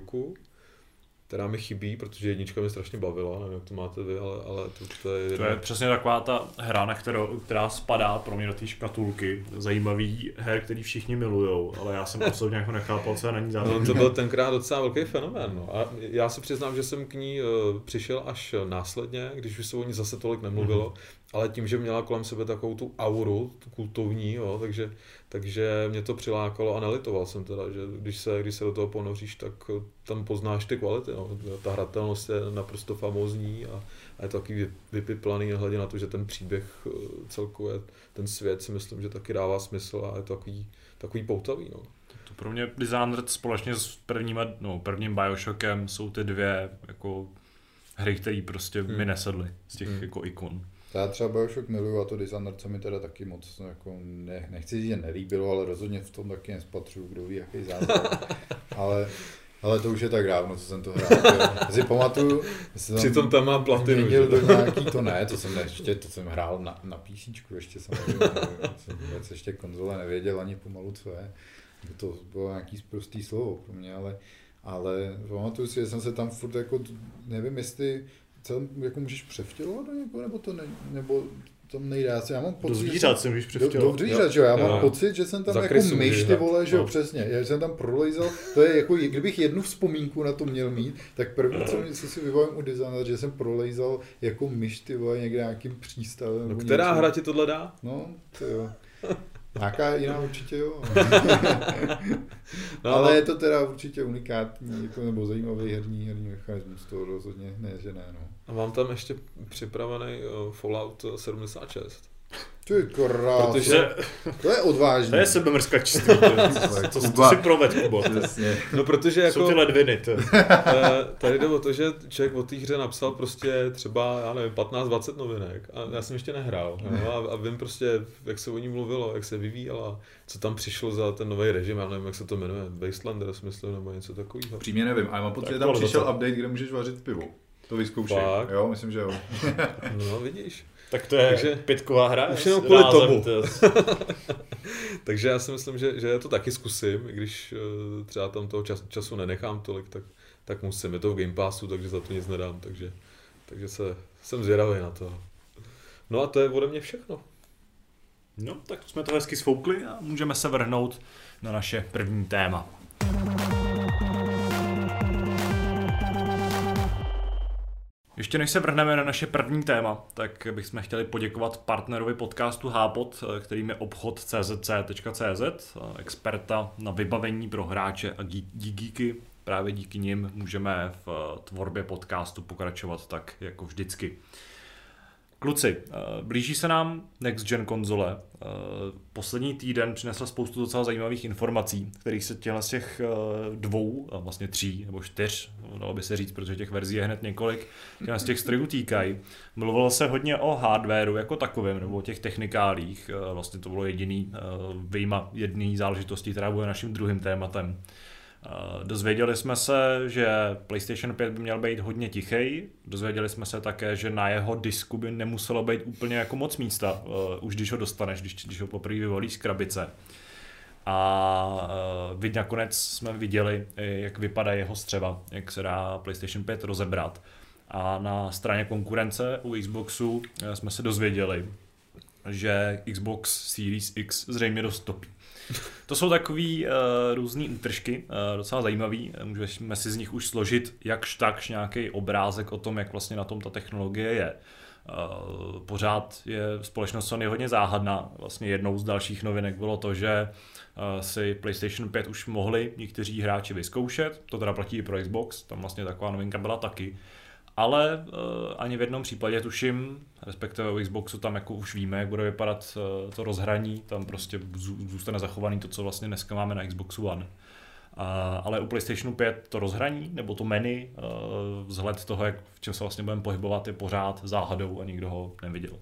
která mi chybí, protože jednička mě strašně bavila, nevím, jak to máte vy, ale, ale to, to je... Jedna... To je přesně taková ta hra, na kterou, která spadá pro mě do té škatulky zajímavý her, který všichni milujou, ale já jsem absolutně jako nechápal, co je na ní zároveň. No, to byl tenkrát docela velký fenomén, no. A já si přiznám, že jsem k ní uh, přišel až následně, když už se o ní zase tolik nemluvilo, mm-hmm. ale tím, že měla kolem sebe takovou tu auru, tu kultovní, jo, takže, takže mě to přilákalo a nelitoval jsem teda, že když se, když se do toho ponoříš, tak tam poznáš ty kvality, no. Ta hratelnost je naprosto famózní a, a je to taky vypiplaný nehledě na to, že ten příběh celkově, ten svět si myslím, že taky dává smysl a je to takový, takový poutavý, no. To pro mě Dishonored společně s prvním, no, prvním Bioshockem jsou ty dvě jako hry, které prostě hmm. mi nesedly z těch hmm. jako ikon. Já třeba Bioshock miluju a to Dishonored se mi teda taky moc, jako ne, nechci říct, že nelíbilo, ale rozhodně v tom taky nespatřuju, kdo ví, jaký zázrak. ale, ale to už je tak dávno, co jsem to hrál. Já si pamatuju, jsem přitom tam mám platinu. Měl to nějaký, to ne, to jsem ještě, to jsem hrál na, na PCčku ještě samozřejmě, jsem vůbec ještě konzole nevěděl ani pomalu, co je. To bylo nějaký prostý slovo pro mě, ale, ale pamatuju si, že jsem se tam furt jako, nevím, jestli celý, jako můžeš převtělovat do někoho, nebo to ne, nebo to nejde. Já mám pocit, do zvířat se můžeš převtělovat. Do, do zvířat, že jo, já mám jo. pocit, že jsem tam Za jako myš, ty vole, že jo, no. Přesně. Já jsem tam prolejzal, to je jako, kdybych jednu vzpomínku na to měl mít, tak první, co, co si vybavím u Dishonored, že jsem prolejzal jako myš, ty vole, někde nějakým přístavem. No která něco. Hra ti tohle dá? No, to jo. Nějaká jiná určitě jo. no, ale no. Je to teda určitě unikátní, jako, nebo zajímavý herní, herní mechanismus, to rozhodně ne, že ne. No. A mám tam ještě připravený uh, Fallout sedmdesát šest. Ty krás, protože to je odvážný. To je sebemrskačství, to, to, to si proved, Kubo. No protože jako... Jsou ty ledviny, to. Tady jde o to, že člověk o té hře napsal prostě třeba, já nevím, patnáct dvacet novinek a já jsem ještě nehrál. No, a, a vím prostě, jak se o ní mluvilo, jak se vyvíjela, co tam přišlo za ten nový režim, já nevím, jak se to jmenuje, Wastelanders, myslím, nebo něco takového. Přímě nevím, ale mám pocit, že tam přišel update, kde můžeš vařit pivo. To vyzkoušej, jo, myslím, že jo. No, vidíš. Tak to je takže pětková hra. Už jenom kvůli tomu. Takže já si myslím, že, že to taky zkusím, i když uh, třeba tam toho čas, času nenechám tolik, tak, tak musím. Je to v Game Passu, takže za to nic nedám, takže, takže se, jsem zvědavý na to. No a to je ode mě všechno. No, tak jsme to hezky sfoukli a můžeme se vrhnout na naše první téma. Ještě než se vrhneme na naše první téma, tak bychom chtěli poděkovat partnerovi podcastu Hápod, kterým je obchod tečka c z c tečka c z, experta na vybavení pro hráče a geeky. Právě díky nim můžeme v tvorbě podcastu pokračovat tak jako vždycky. Kluci, blíží se nám Next Gen konzole. Poslední týden přinesla spoustu docela zajímavých informací, kterých se těchto z těch dvou, vlastně tří nebo čtyř, dalo by se říct, protože těch verzí je hned několik, těchto z těch strojů týkají. Mluvilo se hodně o hardwareu jako takovém, nebo o těch technikálích. Vlastně to bylo jediný, vyjma jedné záležitosti, která bude naším druhým tématem. Dozvěděli jsme se, že PlayStation pět by měl být hodně tichej, dozvěděli jsme se také, že na jeho disku by nemuselo být úplně jako moc místa, už když ho dostaneš, když, když ho poprvé vyvolíš z krabice. A vy nakonec jsme viděli, jak vypadá jeho střeva, jak se dá PlayStation pět rozebrat. A na straně konkurence u Xboxu jsme se dozvěděli, že Xbox Series X zřejmě dost topí. To jsou takový uh, různý útržky, uh, docela zajímavý, můžeme si z nich už složit jakž takž nějaký obrázek o tom, jak vlastně na tom ta technologie je. Uh, pořád je společnost Sony hodně záhadná, vlastně jednou z dalších novinek bylo to, že uh, si PlayStation pět už mohli někteří hráči vyzkoušet, to teda platí i pro Xbox, tam vlastně taková novinka byla taky. Ale uh, ani v jednom případě tuším, respektive u Xboxu tam jako už víme, jak bude vypadat uh, to rozhraní, tam prostě zůstane zachovaný to, co vlastně dneska máme na Xboxu One. Uh, ale u PlayStationu pět to rozhraní, nebo to menu, uh, vzhled toho, jak, v čem se vlastně budeme pohybovat, je pořád záhadou a nikdo ho neviděl.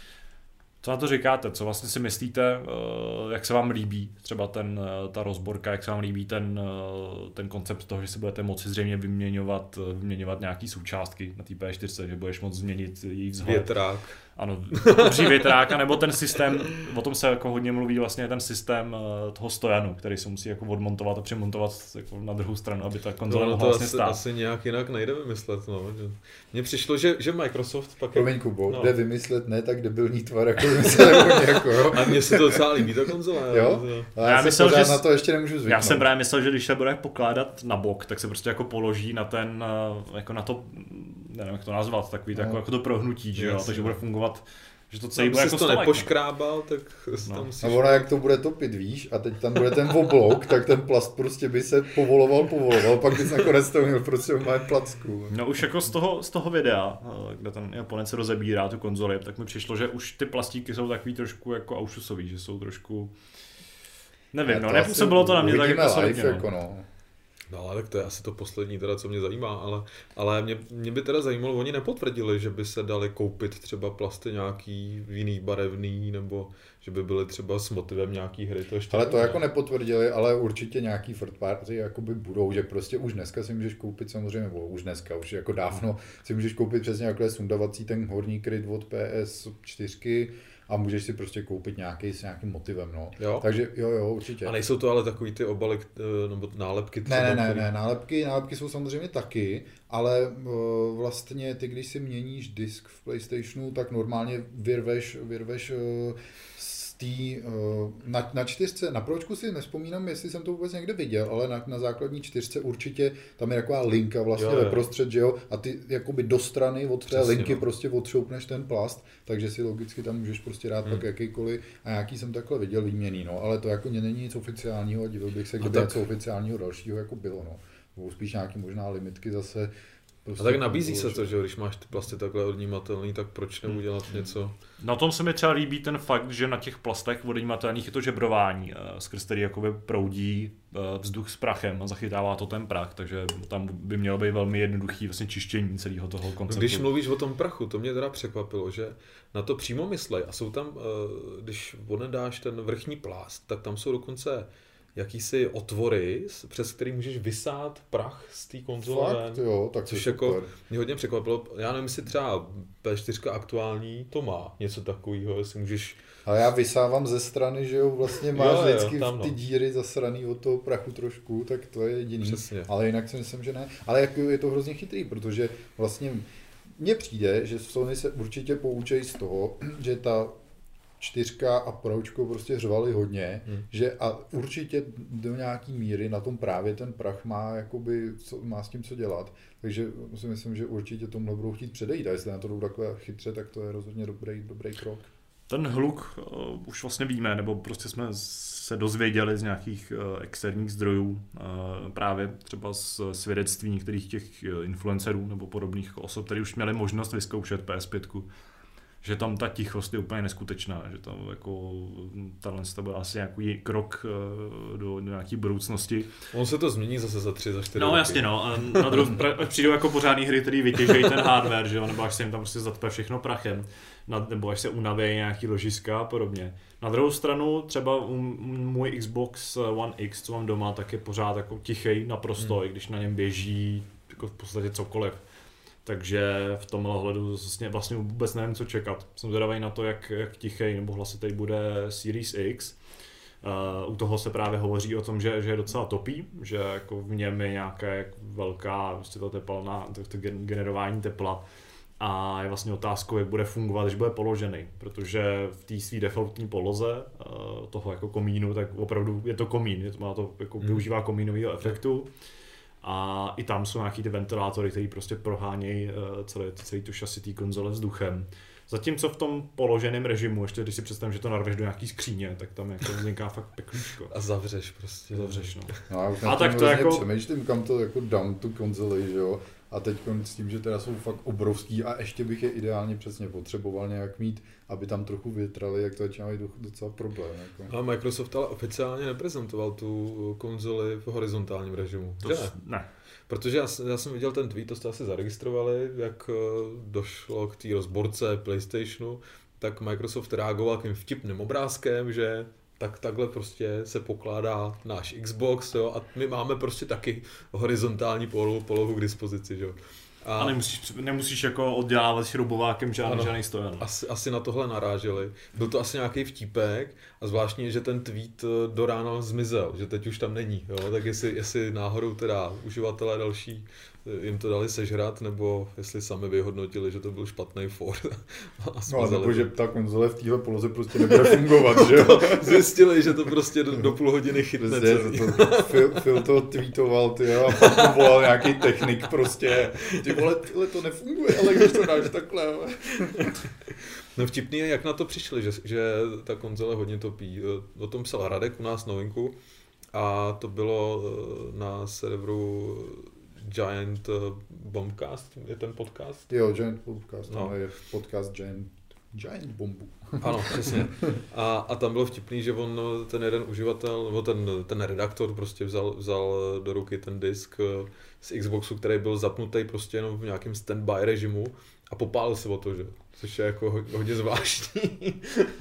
Co na to říkáte? Co vlastně si myslíte, jak se vám líbí třeba ten, ta rozborka, jak se vám líbí ten, ten koncept toho, že si budete moci zřejmě vyměňovat, vyměňovat nějaký součástky na té P čtyři, že budeš moct změnit její vzhled. Větrák. Ano, obří větrák, nebo ten systém, o tom se jako hodně mluví, vlastně ten systém toho stojanu, který se musí jako odmontovat a přimontovat jako na druhou stranu, aby ta konzole no, mohla vlastně asi, stát. asi nějak jinak nejde vymyslet. No. Mně přišlo, že, že Microsoft pak... Promiň, Kubo, no. Jde vymyslet ne tak debilní tvar, jako vymyslet jako, jo. A mně se to docela líbí, ta konzole. Jo? Já, já myslel, že na to ještě nemůžu zvyknout. Já jsem právě myslel, že když se bude pokládat na bok, tak se prostě jako položí na ten, jako na to, nevím jak to nazvat, takový no. jako to prohnutí, že jo, takže bude fungovat, že to celý no, bude jako to stolek. nepoškrábal, tak no. tam musíš... A ono jak to bude topit, víš, a teď tam bude ten oblouk, tak ten plast prostě by se povoloval, povoloval, pak bys nakonec to měl prostě v mém placku. No už jako z toho, z toho videa, kde ten Japonec se rozebírá tu konzoli, tak mi přišlo, že už ty plastíky jsou takový trošku jako aušusový, že jsou trošku... Nevím, no nepůsobilo to na mě tak jako solidně. Jako no. No ale tak to je asi to poslední teda, co mě zajímá, ale, ale mě, mě by teda zajímalo, oni nepotvrdili, že by se dali koupit třeba plasty nějaký jiný barevný, nebo že by byly třeba s motivem nějaký hry, to ještě ale to ne. jako nepotvrdili, ale určitě nějaký third party jakoby budou, že prostě už dneska si můžeš koupit samozřejmě, nebo už dneska, už jako dávno si můžeš koupit přesně jakhle sundavací ten horní kryt od P S čtyři a můžeš si prostě koupit nějaký s nějakým motivem, no. Jo? Takže jo, jo, určitě. A nejsou to ale takový ty obaly, nebo nálepky třeba? Ne, ne, ne, ne, nálepky, nálepky jsou samozřejmě taky, ale uh, vlastně ty, když si měníš disk v PlayStationu, tak normálně vyrveš, vyrveš uh, z tý, uh, na, na čtyřce, na pročku si nespomínám, jestli jsem to vůbec někde viděl, ale na, na základní čtyřce určitě tam je taková linka vlastně jo, jo. ve prostřed, že jo, a ty jakoby do strany od té Přesně, linky no. prostě odšoupneš ten plast, takže si logicky tam můžeš prostě dát hmm. pak jakýkoliv a nějaký jsem takhle viděl výměný, no, ale to jako není nic oficiálního a divil bych se, kdyby tak... něco oficiálního dalšího jako bylo, no. Budou spíš nějaký možná limitky zase. Prostě a tak nabízí se to, že když máš ty plasty takhle odnímatelný, tak proč neudělat hmm. něco? Na tom se mi třeba líbí ten fakt, že na těch plastech odnímatelných je to žebrování, skrz který jakoby proudí vzduch s prachem a zachytává to ten prach, takže tam by mělo být velmi jednoduchý vlastně čištění celého toho konceptu. Když mluvíš o tom prachu, to mě teda překvapilo, že na to přímo myslej a jsou tam, když odnedáš ten vrchní plast, tak tam jsou dokonce jakýsi otvory, přes který můžeš vysát prach z té konzole. Fakt, jo, tak což jako mě hodně překvapilo. Já nevím, jestli třeba P čtyři aktuální to má něco takového, jestli můžeš... Ale já vysávám ze strany, že jo, vlastně máš jo, jo, vždycky tam, no. ty díry zasraný od toho prachu trošku, tak to je jediný. Přesně. Ale jinak si myslím, že ne. Ale jako je to hrozně chytrý, protože vlastně mně přijde, že Sony se určitě poučejí z toho, že ta čtyřka a pročko prostě řvali hodně, hmm. že a určitě do nějaký míry na tom právě ten prach má, jakoby, co, má s tím co dělat. Takže si myslím, že určitě tomu budou chtít předejít a jestli na to jdou takhle chytře, tak to je rozhodně dobrý, dobrý krok. Ten hluk uh, už vlastně víme, nebo prostě jsme se dozvěděli z nějakých uh, externích zdrojů, uh, právě třeba z svědectví některých těch uh, influencerů nebo podobných osob, kteří už měli možnost vyzkoušet P S pět, že tam ta tichost je úplně neskutečná, že tam jako tahle to byl asi nějaký krok uh, do, do nějaké budoucnosti. On se to změní zase za tři, za čtyři No roky. jasně no, a na druhou, až přijdou jako pořádný hry, který vytěžují ten hardware, že jo, nebo až se jim tam prostě zatpe všechno prachem, nebo až se unavějí nějaký ložiska a podobně. Na druhou stranu třeba můj Xbox One X, co mám doma, tak je pořád jako tichej naprosto, hmm. i když na něm běží jako v podstatě cokoliv. Takže v tomhle ohledu vlastně, vlastně vůbec nevím, co čekat. Jsem zvědavý na to, jak, jak tichej nebo hlasitý bude Series X. Uh, u toho se právě hovoří o tom, že, že je docela topý, že jako v něm je nějaká velká prostě ta tepelná, to, to generování tepla. A je vlastně otázkou, jak bude fungovat, když bude položený, protože v té své defaultní poloze uh, toho jako komínu, tak opravdu je to komín, je to, má to, jako hmm. využívá komínového efektu. A i tam jsou nějaký ty ventilátory, které prostě prohánějí uh, celý, celý tu šasi té konzole vzduchem. Zatímco v tom položeném režimu, ještě když si představím, že to narveš do nějaký skříně, tak tam jako vzniká fakt peklíčko. A zavřeš prostě. Zavřeš, no. No a už a tak to jako... přemýšlím, kam to jako dám tu konzoli, že jo. A teď s tím, že teda jsou fakt obrovský a ještě bych je ideálně přesně potřeboval nějak mít, aby tam trochu větrali, jak to začíná být docela problém. Jako. A Microsoft ale oficiálně neprezentoval tu konzoli v horizontálním režimu. To ne? s... ne. Protože já, já jsem viděl ten tweet, to jste asi zaregistrovali, jak došlo k té rozborce PlayStationu, tak Microsoft reagoval tím vtipným obrázkem, že tak takhle prostě se pokládá náš Xbox, jo, a my máme prostě taky horizontální polohu, polohu k dispozici, jo. A, a nemusíš, nemusíš jako oddělávat šroubovákem žádný, ano, žádný stojan. Asi, asi na tohle naráželi. Byl to asi nějaký vtípek a zvláštně, že ten tweet do rána zmizel, že teď už tam není, jo, tak jestli, jestli náhodou teda uživatelé další jim to dali sežrat, nebo jestli sami vyhodnotili, že to byl špatný for. No, nebo že ta konzole v téhle poloze prostě nebude fungovat, že jo? Zjistili, že to prostě do, do půl hodiny chytne celý. To, Phil, Phil to tweetoval, ty jo, a pak volal nějaký technik prostě. Ty vole, tyhle to nefunguje, ale když to dáš takhle, jo. No vtipný je, jak na to přišli, že, že ta konzole hodně topí. O tom psal Radek u nás novinku a to bylo na serveru Giant Bombcast, je ten podcast? Jo, Giant Bombcast, no. je podcast Giant Giant bombu. Ano, přesně. A, a tam bylo vtipný, že on, ten jeden uživatel, nebo ten, ten redaktor prostě vzal, vzal do ruky ten disk z Xboxu, který byl zapnutý prostě jenom v nějakém standby režimu a popálil se o to, že? Což je jako hodně zvláštní.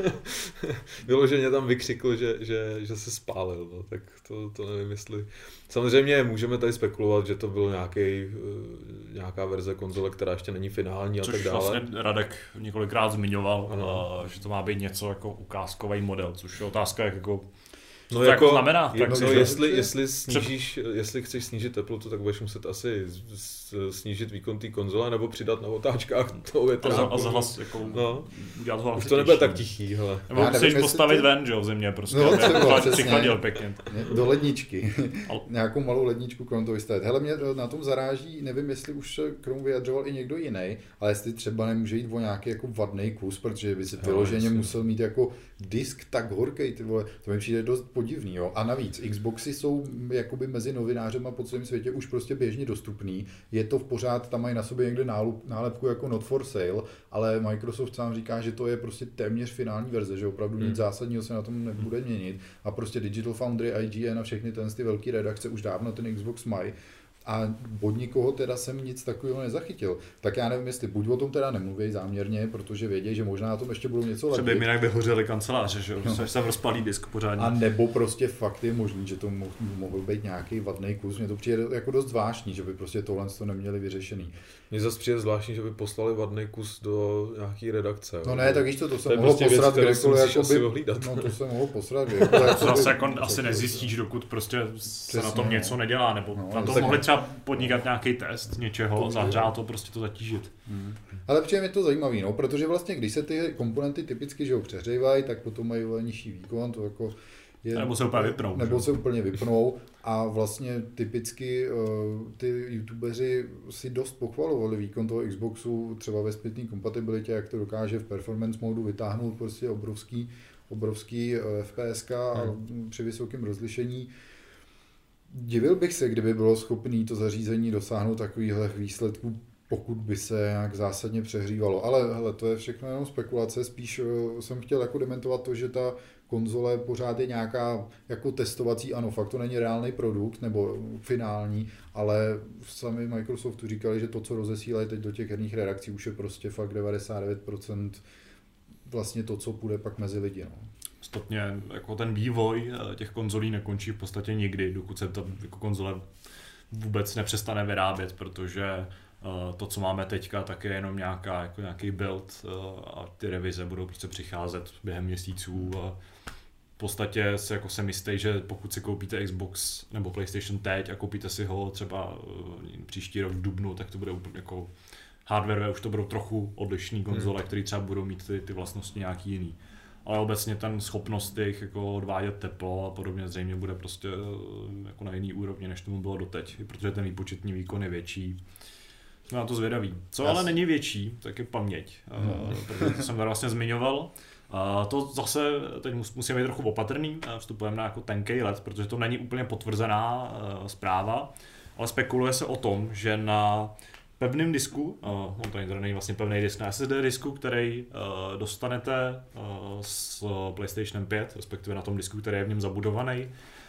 Vyloženě tam vykřikl, že, že, že se spálil, no. Tak to, to nevím, jestli... Samozřejmě můžeme tady spekulovat, že to byl nějaký, nějaká verze konzole, která ještě není finální a což tak dále. Což vlastně Radek několikrát zmiňoval, ano. že to má být něco jako ukázkový model, což je otázka, jak jako... Co No to jako, jako znamená? No, no, jestli, jestli, snížíš, jestli chceš snížit teplotu, tak budeš muset asi snížit výkon té konzole nebo přidat na otáčkách toho větránku. A zahlas jako no. udělat ho už to nebude tak tichý, hele. Nebo chceš postavit ty... ven, že jo, v zimě prostě, no, aby přichladil pěkně. Do ledničky. Nějakou malou ledničku krom toho vystavit. Hele, mě na tom zaráží, nevím, jestli už se k tomu vyjadřoval i někdo jiný, ale jestli třeba nemůže jít o nějaký jako vadný kus, protože by si vyloženě musel mít jako disk tak horkej, ty vole, to mi přijde dost podivný, jo. A navíc Xboxy jsou jakoby mezi novinářema po celém světě už prostě běžně dostupný. Je to v pořád, tam mají na sobě někde nálup, nálepku jako not for sale, ale Microsoft sám říká, že to je prostě téměř finální verze, že opravdu nic hmm. zásadního se na tom nebude měnit. A prostě Digital Foundry, I G N a všechny ten, ty velké redakce už dávno ten Xbox mají. A od nikoho teda jsem nic takového nezachytil. Tak já nevím, jestli buď o tom teda nemluví záměrně, protože vědí, že možná na tom ještě budou něco lepší. Třeba jim jinak vyhořely kanceláře, že jo, no. se rozpálí disk pořádně. A nebo prostě fakt je možný, že to mohl, mohl být nějaký vadný kus. Mně to přijde jako dost zvláštní, že by prostě tohle to neměli vyřešený. Mně zase přijde zvláštní, že by poslali vadný kus do nějaký redakce. No ne, tak víš to, to se to mohlo prostě posrat kdekoliv, jakoby, no to se mohlo posrat. To zase jako asi nezjistíš, dokud prostě se Přesně, na tom něco nedělá, nebo no, na to mohli třeba podnikat nějaký test něčeho, zahřát to, prostě to zatížit. Hmm. Ale přijde mi to zajímavý, no, protože vlastně když se ty komponenty typicky že ho přehřívají, tak potom mají nižší výkon, to jako je, nebo se úplně vypnou. Nebo že? se úplně vypnou a vlastně typicky uh, ty youtubeři si dost pochvalovali výkon toho Xboxu třeba ve zpětné kompatibilitě, jak to dokáže v performance modu vytáhnout prostě obrovský, obrovský uh, F P S ka hmm. a při vysokém rozlišení. Divil bych se, kdyby bylo schopné to zařízení dosáhnout takovýchhle výsledků, pokud by se nějak zásadně přehřívalo. Ale hele, to je všechno jenom spekulace, spíš uh, jsem chtěl jako dementovat to, že ta konzole pořád je nějaká jako testovací, ano, fakt to není reálný produkt nebo finální, ale sami Microsoftu říkali, že to, co rozesílají teď do těch herních redakcí, už je prostě fakt devadesát devět procent vlastně to, co půjde pak mezi lidi. No. Stopně jako ten vývoj těch konzolí nekončí v podstatě nikdy, dokud se ta jako konzole vůbec nepřestane vyrábět, protože to, co máme teďka, tak je jenom nějaká, jako nějaký build a ty revize budou prostě přicházet během měsíců. A v podstatě se jako jsem jistý, že pokud si koupíte Xbox nebo PlayStation teď a koupíte si ho třeba příští rok v dubnu, tak to bude úplně jako hardware, už to budou trochu odlišný konzole, hmm. které třeba budou mít ty, ty vlastnosti nějaký jiný. Ale obecně ten schopnost těch jako odvádět teplo a podobně zřejmě bude prostě jako na jiný úrovni, než tomu bylo doteď, protože ten výpočetní výkon je větší. Jsme na to zvědaví. Co ale není větší, tak je paměť, mm. protože to jsem tady vlastně zmiňoval. A to zase teď musíme být trochu opatrný, vstupujeme na jako tenkej let, protože to není úplně potvrzená uh, zpráva, ale spekuluje se o tom, že na pevném disku, uh, on to není vlastně pevný disk, na S S D disku, který uh, dostanete uh, s PlayStation pět, respektive na tom disku, který je v něm zabudovaný,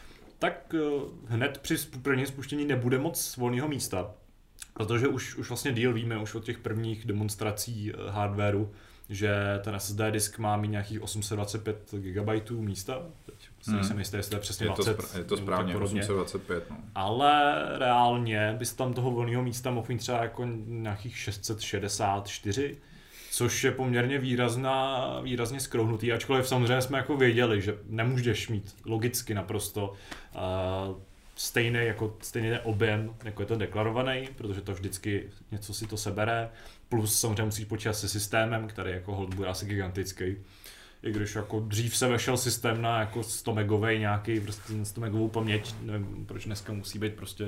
tak uh, hned při prvním spuštění nebude moc volného místa. Protože už, už vlastně díl víme už od těch prvních demonstrací hardwareu, že ten S S D disk má mít nějakých osm set dvacet pět gigabajtů místa. Teď hmm. nejsem jistý, jestli to je přesně je to dvacet. Spra- je to správně, osm set dvacet pět. No. Ale reálně bys tam toho volného místa mohl mít třeba jako nějakých šest set šedesát čtyři, což je poměrně výrazná, výrazně skrouhnutý, ačkoliv samozřejmě jsme jako věděli, že nemůžeš mít logicky naprosto uh, stejný jako stejný objem, jako je to deklarovaný, protože to vždycky něco si to sebere, plus samozřejmě musíš počítat se systémem, který jako hold bude asi gigantický. I když jako dřív se vešel systém na jako sto megový nějaký, prostě sto megovou paměť, nevím, proč dneska musí být prostě,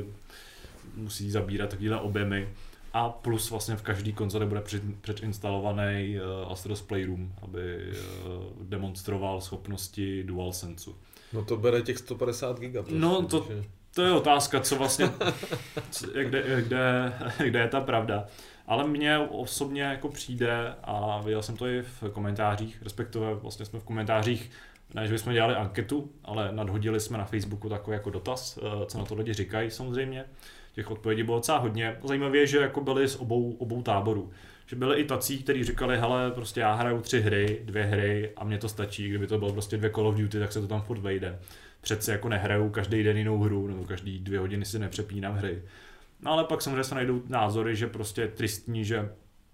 musí zabírat takovýhle objemy. A plus vlastně v každé konzoli bude předinstalovaný uh, Astro's Playroom, aby uh, demonstroval schopnosti DualSenseu. No to bere těch sto padesát giga. No to, To je otázka, co vlastně, co, kde, kde, kde je ta pravda. Ale mně osobně jako přijde, a viděl jsem to i v komentářích, respektive vlastně jsme v komentářích, ne, že bychom dělali anketu, ale nadhodili jsme na Facebooku takový jako dotaz, co na to lidi říkají samozřejmě. Těch odpovědí bylo docela hodně. Zajímavé je, že jako byli z obou, obou táborů. Že byli i tací, kteří říkali, hele, prostě já hraju tři hry, dvě hry a mně to stačí, kdyby to bylo prostě dvě Call of Duty, tak se to tam furt vejde. Přece jako nehraju každý den jinou hru, nebo každý dvě hodiny si nepřepínám hry. No ale pak samozřejmě se najdou názory, že prostě je tristní, že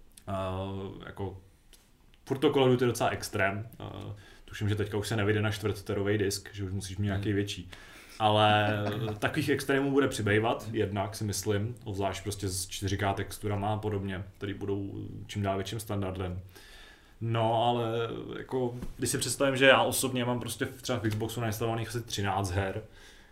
uh, jako furt to Call of Duty je docela extrém. Uh, tuším, že teďka už se nevyjde na čtvrtterový disk, že už musíš mít nějaký hmm. větší. Ale takových extrémů bude přibývat, jednak si myslím, obzvlášť prostě s čtyři ká texturama a podobně, které budou čím dál větším standardem. No ale jako, když si představím, že já osobně mám prostě třeba v Xboxu nainstalovaných asi třináct her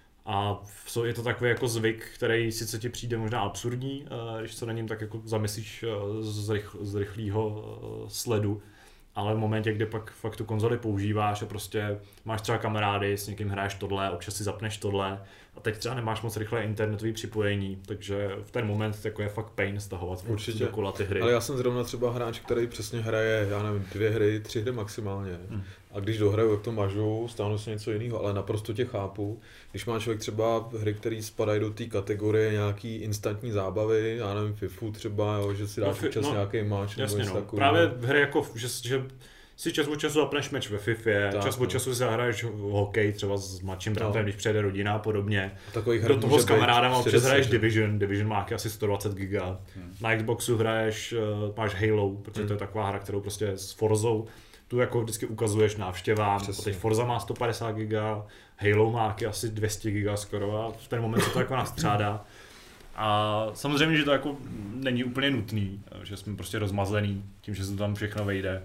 a je to takový jako zvyk, který sice ti přijde možná absurdní, když se na něm tak jako zamyslíš z, rych, z rychlého sledu, ale v momentě, kdy pak fakt tu konzoli používáš a prostě máš třeba kamarády, s někým hraješ tohle, občas si zapneš tohle a teď třeba nemáš moc rychlé internetové připojení, takže v ten moment jako je fakt pain stahovat určitě dokola ty hry. Ale já jsem zrovna třeba hráč, který přesně hraje, já nevím, dvě hry, tři hry maximálně. Hmm. A když dohraju, jak to mažu, stáhnu si něco jiného, ale naprosto tě chápu. Když má člověk třeba hry, které spadají do té kategorie nějaký instantní zábavy, já nevím, FIFU třeba, jo, že si dáš no, občas no, nějaký match nebo něco no. takového. Právě hry jako, že, že si čas od času zapneš meč ve Fifě, tak, čas od času si zahraješ hokej třeba s mladším bratrem, no. když přijede rodina a podobně. A do toho s kamarádama občas hraješ Division, Division má asi sto dvacet giga. Hmm. Na Xboxu hraješ, máš Halo, protože hmm. to je taková hra, kterou prostě s Forzou tu jako vždycky ukazuješ návštěvám. A teď Forza má sto padesát giga, Halo má asi dvě stě giga skoro a v ten moment se to jako nastřádá. A samozřejmě, že to jako není úplně nutný, že jsme prostě rozmazlený tím, že se to tam všechno vejde.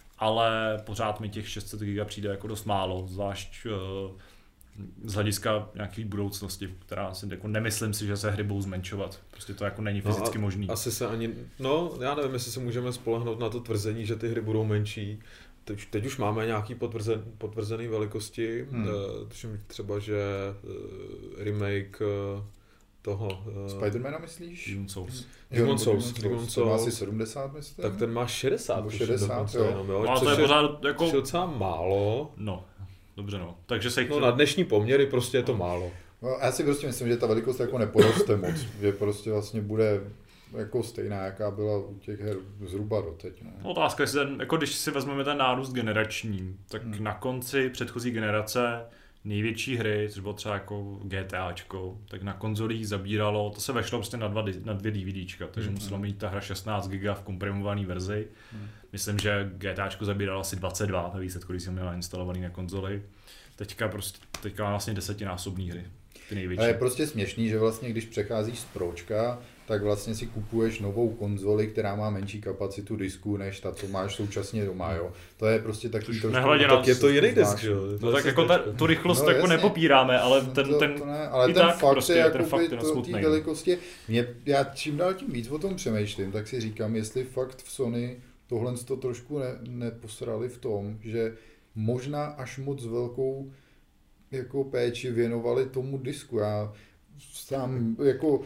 Ale pořád mi těch šest set giga přijde jako dost málo, zvlášť uh, z hlediska nějaké budoucnosti, která si jako nemyslím si, že se hry budou zmenšovat. Prostě to jako není fyzicky no možný. Asi se ani, no já nevím, jestli se můžeme spolehnout na to tvrzení, že ty hry budou menší. Teď, teď už máme nějaký potvrzen, potvrzený velikosti, hmm. uh, tuším třeba, že uh, remake uh, toho... Uh, Spidermana myslíš? Demon Souls. Demon Souls. Demon Souls. Má asi sedmdesát, myslím? Tak ten má šedesát. šedesát, jo. Jenom, jo. No, to je pořád jako... Což je docela málo. No, dobře no. Takže se... No na dnešní poměry prostě je to málo. No, já si prostě myslím, že ta velikost jako neporoste moc. Že prostě vlastně bude jako stejná, jaká byla u těch her zhruba doteď. Ne? Otázka, jestli ten, jako když si vezmeme ten nárůst generační, tak hmm. na konci předchozí generace největší hry, což bylo třeba jako GTAčko, tak na konzolích zabíralo, to se vešlo prostě na, dva, na dvě DVDčka, takže mm. muselo mít ta hra šestnáct giga v komprimované verzi. Mm. Myslím, že GTAčko zabíralo asi dvacet dva ve výsledku, když jsem měl instalovaný na konzoli. Teďka prostě, teďka mám vlastně desetinásobný hry, ty největší. A je prostě směšný, že vlastně když přecházíš z Pročka, tak vlastně si kupuješ novou konzoli, která má menší kapacitu disku, než ta, co máš současně doma, jo. To je prostě takový trošku... Nehledě no, tak je to jiný disk, jo. No tak jako ta, tu rychlost no, jako jasně, nepopíráme, ale ten, to, ten, to ne, ale ten fakt prostě, je ten fakt jakoby to, té velikosti. Mě, já čím dál tím víc o tom přemýšlím, tak si říkám, jestli fakt v Sony tohle to trošku ne, neposrali v tom, že možná až moc velkou jako péči věnovali tomu disku. Já sám jako...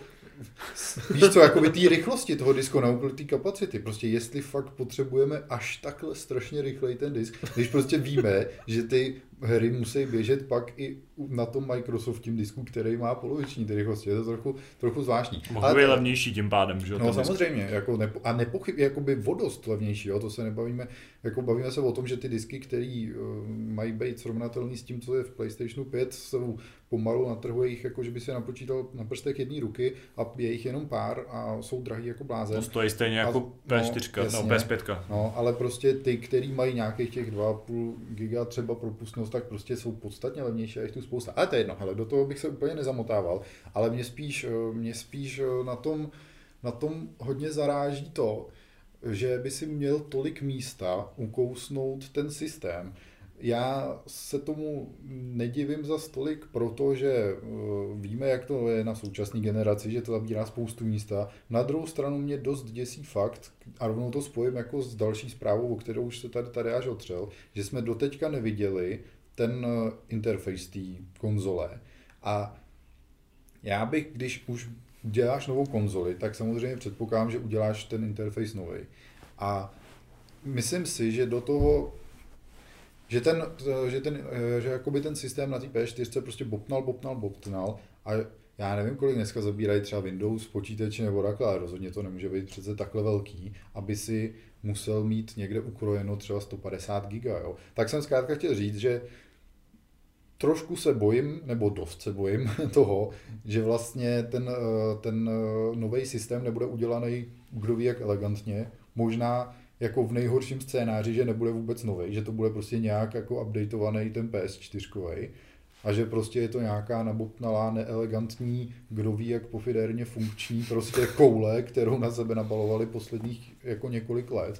Víš co, jakoby té rychlosti toho disku na úkol té kapacity, prostě jestli fakt potřebujeme až takhle strašně rychlej ten disk, když prostě víme, že ty hry musí běžet pak i na tom Microsoftím disku, který má poloviční ty rychlosti, je to trochu, trochu zvláštní. Mohl být levnější tím pádem, že? No samozřejmě, jako nepo, a nepochyb, jakoby vodost levnější, jo, to se nebavíme, jako bavíme se o tom, že ty disky, které uh, mají být srovnatelné s tím, co je v PlayStationu pět, jsou pomalu na trhu, jich jako, že by se napočítal na prstech jedné ruky a je jich jenom pár a jsou drahý jako blázen. To stojí stejně jako a, P čtyři, no, no P S pět. No, ale prostě ty, který mají nějakých těch dva a půl giga třeba propustnost, tak prostě jsou podstatně levnější a je tu spousta. Ale to je jedno, hele, do toho bych se úplně nezamotával, ale mě spíš, mě spíš na tom, na tom hodně zaráží to, že by si měl tolik místa ukousnout ten systém. Já se tomu nedivím za stolik, protože víme, jak to je na současné generaci, že to zabírá spoustu místa. Na druhou stranu mě dost děsí fakt, a rovnou to spojím jako s další zprávou, o kterou už se tady, tady až otřel, že jsme doteďka neviděli ten interface té konzole. A Já bych, když už uděláš novou konzoli, tak samozřejmě předpokládám, že uděláš ten interface nový. A myslím si, že do toho, že ten, že ten, že jakoby ten systém na té P S čtyři prostě bopnal, bopnal, bopnal a já nevím, kolik dneska zabírají třeba Windows, počítače nebo takhle, ale rozhodně to nemůže být přece takhle velký, aby si musel mít někde ukrojeno třeba sto padesát giga, jo. Tak jsem zkrátka chtěl říct, že trošku se bojím, nebo dost se bojím toho, že vlastně ten, ten nový systém nebude udělaný kdo ví jak elegantně, možná jako v nejhorším scénáři, že nebude vůbec nový, že to bude prostě nějak jako updateovaný ten P S čtyři a že prostě je to nějaká nabopnalá, neelegantní, kdo ví jak pofidérně funkční prostě koule, kterou na sebe nabalovali posledních jako několik let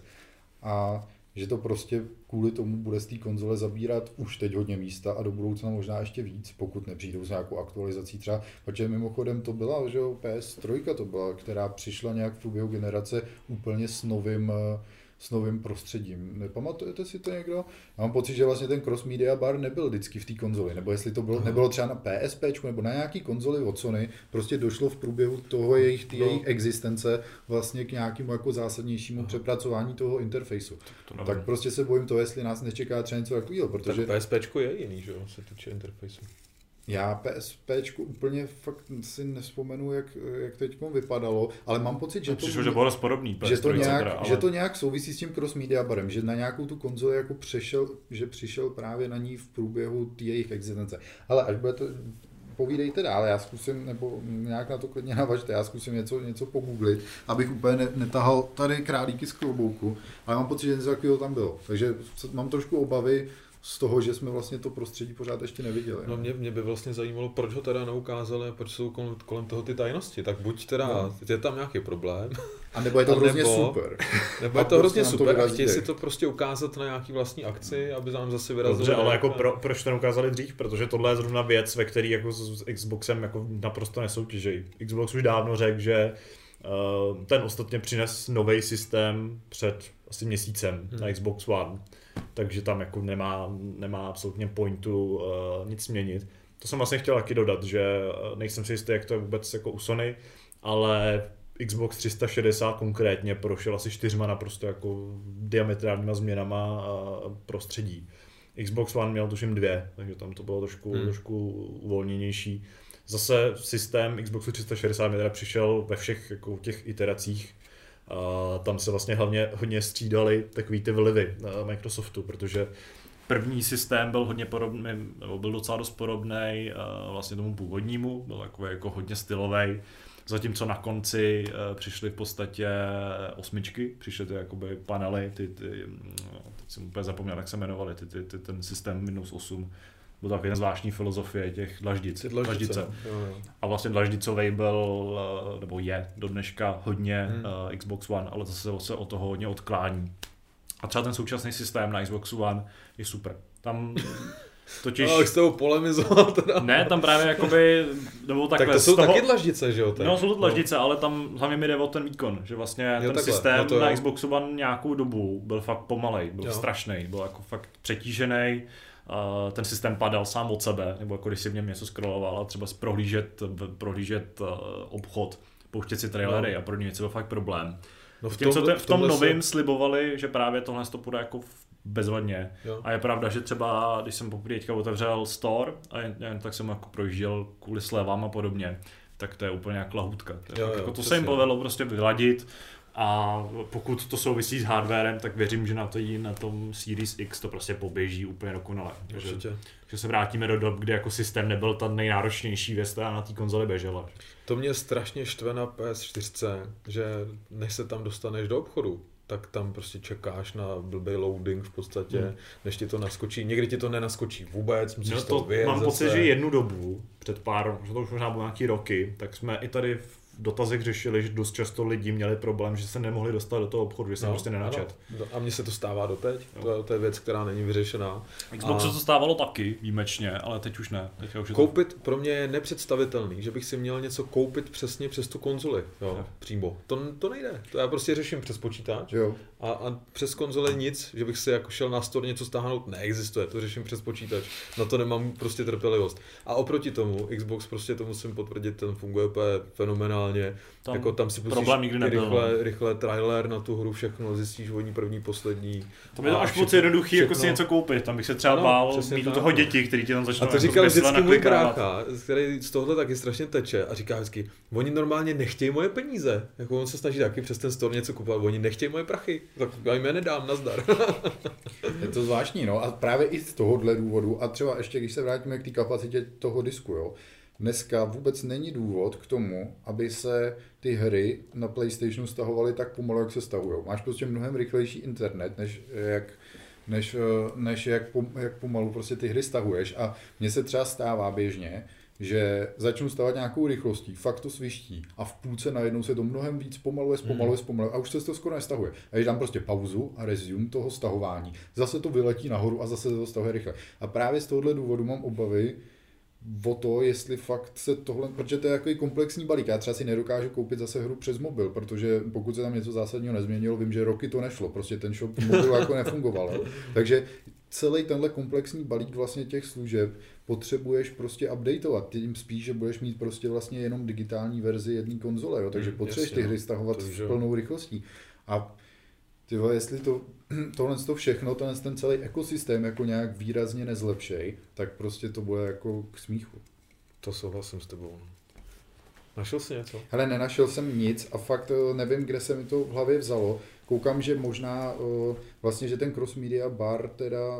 a že to prostě kvůli tomu bude z té konzole zabírat už teď hodně místa a do budoucna možná ještě víc, pokud nepřijdou s nějakou aktualizací třeba, protože mimochodem to byla, že jo, P S tři to byla, která přišla nějak v průběhu generace úplně s novým, s novým prostředím. Nepamatujete si to někdo? Já mám pocit, že vlastně ten cross media bar nebyl vždycky v té konzoli, nebo jestli to bylo, nebylo třeba na PSPčku nebo na nějaký konzoli od Sony, prostě došlo v průběhu toho jejich, no. jejich existence vlastně k nějakému jako zásadnějšímu Aha. přepracování toho interfejsu. Tak, tak prostě se bojím toho, jestli nás nečeká třeba něco takového, protože... Tak PSPčko je jiný, že jo, se týče interfejsu. Já PSPčku úplně fakt si nevzpomenu, jak, jak teď vypadalo, ale mám pocit, že to, přišlo, že bylo podobný, že to, nějak, teda, ale... že to nějak souvisí s tím cross media barem, že na nějakou tu konzoli jako přešel, že přišel právě na ní v průběhu jejich existence. Ale až budete, povídejte dál, já zkusím, nebo nějak na to klidně navažte, já zkusím něco, něco pogooglit, abych úplně ne, netahal tady králíky z klobouku, ale mám pocit, že něco takového tam bylo, takže mám trošku obavy z toho, že jsme vlastně to prostředí pořád ještě neviděli. No mě, mě by vlastně zajímalo, proč ho teda neukázali, proč jsou kolem, kolem toho ty tajnosti. Tak buď teda no. je tam nějaký problém, a nebo je to hrozně nebo, super. Nebo je to hrozně super a chtějí si to prostě ukázat na nějaký vlastní akci, aby nám zase vyrazili. Dobře, ale jako pro, proč to neukázali dřív? Protože tohle je zrovna věc, ve které jako s Xboxem jako naprosto nesoutěží. Xbox už dávno řekl, že uh, ten ostatně přines nový systém před asi měsícem hmm. na Xbox One. Takže tam jako nemá, nemá absolutně pointu uh, nic měnit. To jsem vlastně chtěl taky dodat, že nejsem si jistý, jak to je vůbec jako u Sony, ale Xbox tři sta šedesát konkrétně prošel asi čtyřma naprosto jako diametrálníma změnama uh, prostředí. Xbox One měl tuším dvě, takže tam to bylo trošku, hmm. trošku uvolněnější. Zase systém Xboxu tři sta šedesát mi teda přišel ve všech jako těch iteracích. Uh, tam se vlastně hlavně hodně střídali takový ty vlivy uh, Microsoftu, protože první systém byl hodně podobný, nebo byl docela dost podobný uh, vlastně tomu původnímu, byl takový jako hodně stylový, zatímco na konci uh, přišly v podstatě osmičky, přišly ty jakoby panely, ty, ty, teď jsem úplně zapomněl, jak se jmenovaly, ty, ty, ty, ten systém Windows osm. Byl takový jedna zvláštní filozofie těch dlaždic, dlaždice. Jo, jo. A vlastně dlaždicovej byl, nebo je do dneška hodně hmm. uh, Xbox One, ale zase se od toho hodně odklání. A třeba ten současný systém na Xbox One je super. Tam totiž... No, jak jste ho polemizoval teda. Ne, tam právě jakoby, nebo takhle. Tak to jsou toho... taky dlaždice, že jo? Tak? No, jsou to dlaždice, no. Ale tam hlavně mi jde o ten výkon, že vlastně jo, ten takhle. Systém no na Xbox One nějakou dobu byl fakt pomalej, byl jo. strašný, byl jako fakt přetížený. Uh, ten systém padal sám od sebe, nebo jako když si v něm něco scrolloval a třeba prohlížet, prohlížet uh, obchod, pouštět si trailery no. a pro ně něco byl fakt problém. No v, tom, Tím, te, v tom novém se... slibovali, že právě tohle to půjde jako bezvadně. Jo. A je pravda, že třeba, když jsem poprvé teďka otevřel store a jen, jen tak jsem jako projížděl kvůli slevám a podobně, tak to je úplně jak lahůdka. Jo, jo, jako to se jim povedlo prostě vyladit. A pokud to souvisí s hardwarem, tak věřím, že na, to, na tom Series X to prostě poběží úplně dokonale. Že, že se vrátíme do dob, kdy jako systém nebyl ta nejnáročnější věc, která na té konzoli běžela. To mě strašně štve na P S čtyři, že než se tam dostaneš do obchodu, tak tam prostě čekáš na blbý loading v podstatě, hmm. než ti to naskočí. Někdy ti to nenaskočí vůbec, musíš no to vyjet Mám zase. pocit, že jednu dobu, před pár, že to už možná bylo nějaký roky, tak jsme i tady v dotazech řešili, že dost často lidi měli problém, že se nemohli dostat do toho obchodu, že se no, prostě nenačet. Ano. A mně se to stává doteď, to, to je věc, která není vyřešená. Xboxu a... to stávalo taky výjimečně, ale teď už ne. Teď už koupit to... pro mě je nepředstavitelný, že bych si měl něco koupit přesně přes tu konzoli, jo, přímo. To, to nejde, to já prostě řeším přes počítač jo. A, a přes konzoli nic, že bych si jako šel na store něco stáhnout, neexistuje, to řeším přes počítač, na to nemám prostě trpělivost. A oproti tomu, Xbox prostě to musím potvrdit, ten funguje úplně fenomenálně, tam, jako tam si pustíš rychle, rychle trailer na tu hru, všechno, zjistíš oni první, poslední. To je to až moc jednoduchý, jako si něco koupit, tam bych se třeba ano, bál mít do toho děti, který ti tam začnou. A to říkal vždycky můj brácha, který z tohohle taky strašně teče a říká vždycky, oni normálně nechtějí moje peníze, jako on se snaží taky přes ten store něco kupovat, oni nechtějí moje prachy, tak já jim je nedám, nazdar. Je to zvláštní, no a právě i z tohohle důvodu a třeba ještě když se vrátíme k té kapacitě toho disku, jo, dneska vůbec není důvod k tomu, aby se ty hry na PlayStationu stahovaly tak pomalu, jak se stahujou. Máš prostě mnohem rychlejší internet, než jak, než, než jak, jak pomalu prostě ty hry stahuješ a mně se třeba stává běžně, že začnu stavat nějakou rychlostí, fakt to sviští a v půlce najednou se to mnohem víc pomaluje, zpomaluje, zpomaluje a už se to skoro nestahuje. A když dám prostě pauzu a resume toho stahování, zase to vyletí nahoru a zase to stahuje rychle. A právě z tohohle důvodu mám obavy o to, jestli fakt se tohle, protože to je takový komplexní balík. Já třeba si nedokážu koupit zase hru přes mobil, protože pokud se tam něco zásadního nezměnilo, vím, že roky to nešlo, prostě ten shop mobilu jako nefungoval. Takže celý tenhle komplexní balík vlastně těch služeb potřebuješ prostě updateovat, tím spíš, že budeš mít prostě vlastně jenom digitální verzi jedné konzole, jo? Takže mm, potřebuješ jasně, ty hry stahovat s plnou rychlostí. A ty vole, jestli to, tohle to všechno, tenhle ten celý ekosystém jako nějak výrazně nezlepšej, tak prostě to bude jako k smíchu. To souhlasím s tebou. Našel jsi něco? Hele, nenašel jsem nic a fakt nevím, kde se mi to v hlavě vzalo. Koukám, že možná vlastně, že ten Cross Media Bar teda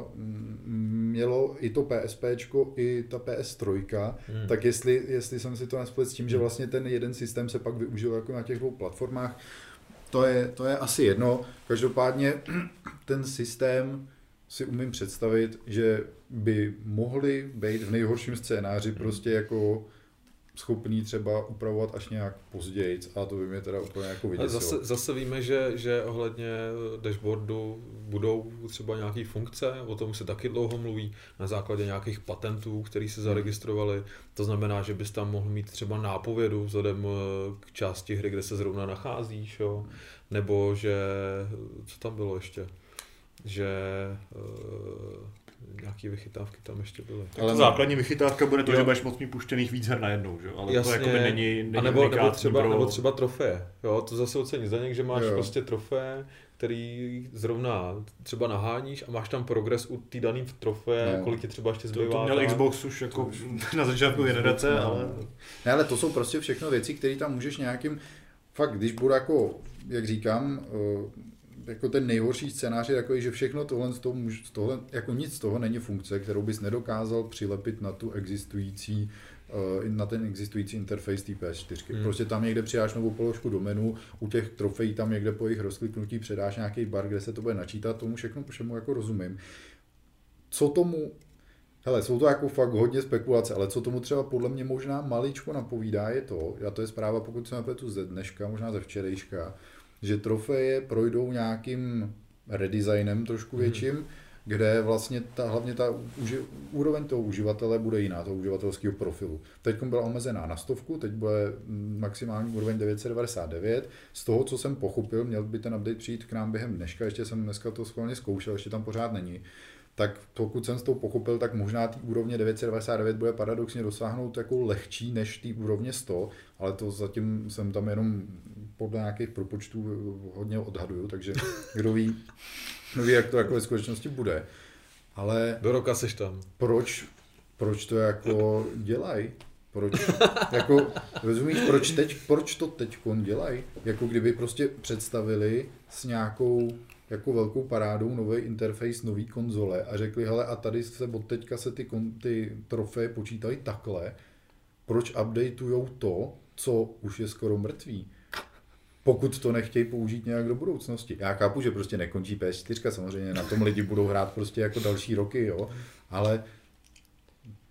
mělo i to PSPčko, i ta P S tři, hmm. tak jestli, jestli jsem si to nesplet s tím, že vlastně ten jeden systém se pak využil jako na těch dvou platformách, to je, to je asi jedno. Každopádně ten systém si umím představit, že by mohli být v nejhorším scénáři prostě jako schopný třeba upravovat až nějak později a to by mě teda úplně jako vyděsilo. Zase, zase víme, že, že ohledně dashboardu budou třeba nějaké funkce, o tom se taky dlouho mluví, na základě nějakých patentů, které se zaregistrovali. To znamená, že bys tam mohl mít třeba nápovědu vzhledem k části hry, kde se zrovna nacházíš, jo? Nebo že, co tam bylo ještě, že nějaký vychytávky tam ještě byly. Ale ta základní vychytávka bude to, jo. že budeš moc mít puštěných víc her najednou, že? Ale jasně, to jakoby není, není a nebo, nebo, třeba, pro... nebo třeba trofeje. Jo, to zase ocení za něk, že máš jo. prostě trofeje, který zrovna třeba naháníš a máš tam progres u té daný trofeje, no. kolik ti třeba ještě zbývá. To, to měl ta... Xbox už jako na začátku generace, no. ale... Ne, ale to jsou prostě všechno věci, které tam můžeš nějakým... Fakt, když budu jako, jak říkám, jako ten nejhorší scénář je takový, že všechno tohle, z toho, tohle, jako nic z toho není funkce, kterou bys nedokázal přilepit na tu existující, na ten existující interface té P S čtyři. Hmm. Prostě tam někde přidáš novou položku do menu, u těch trofejí tam někde po jejich rozkliknutí předáš nějaký bar, kde se to bude načítat, tomu všechno všemu jako rozumím. Co tomu, hele, jsou to jako fakt hodně spekulace, ale co tomu třeba podle mě možná maličko napovídá je to, a to je zpráva, pokud se nepletu ze dneška, možná ze včerejška, že trofeje projdou nějakým redesignem trošku větším, hmm. kde vlastně ta, hlavně ta uži, úroveň toho uživatele bude jiná, toho uživatelského profilu. Teď byla omezená na stovku, teď bude maximální úroveň devět set devadesát devět. Z toho, co jsem pochopil, měl by ten update přijít k nám během dneška, ještě jsem dneska to schválně zkoušel, ještě tam pořád není. Tak pokud jsem s tou pochopil, tak možná ty úrovně devět set devadesát devět bude paradoxně dosáhnout jako lehčí než ty úrovně sto, ale to zatím jsem tam jenom podle nějakých propočtů hodně odhaduju, takže kdo ví, kdo ví, jak to jako ve skutečnosti bude. Ale do roka seš tam. Proč, proč to jako dělají? Proč, jako, rozumíš, proč, teď, proč to teďkon dělají? Jako kdyby prostě představili s nějakou jako velkou parádou nový interface, nový konzole a řekli, hele, a tady se od teďka se ty, ty trofeje počítají takhle, proč updateujou to, co už je skoro mrtvý? Pokud to nechtějí použít nějak do budoucnosti. Já chápu, že prostě nekončí P S čtyři, samozřejmě na tom lidi budou hrát prostě jako další roky, jo, ale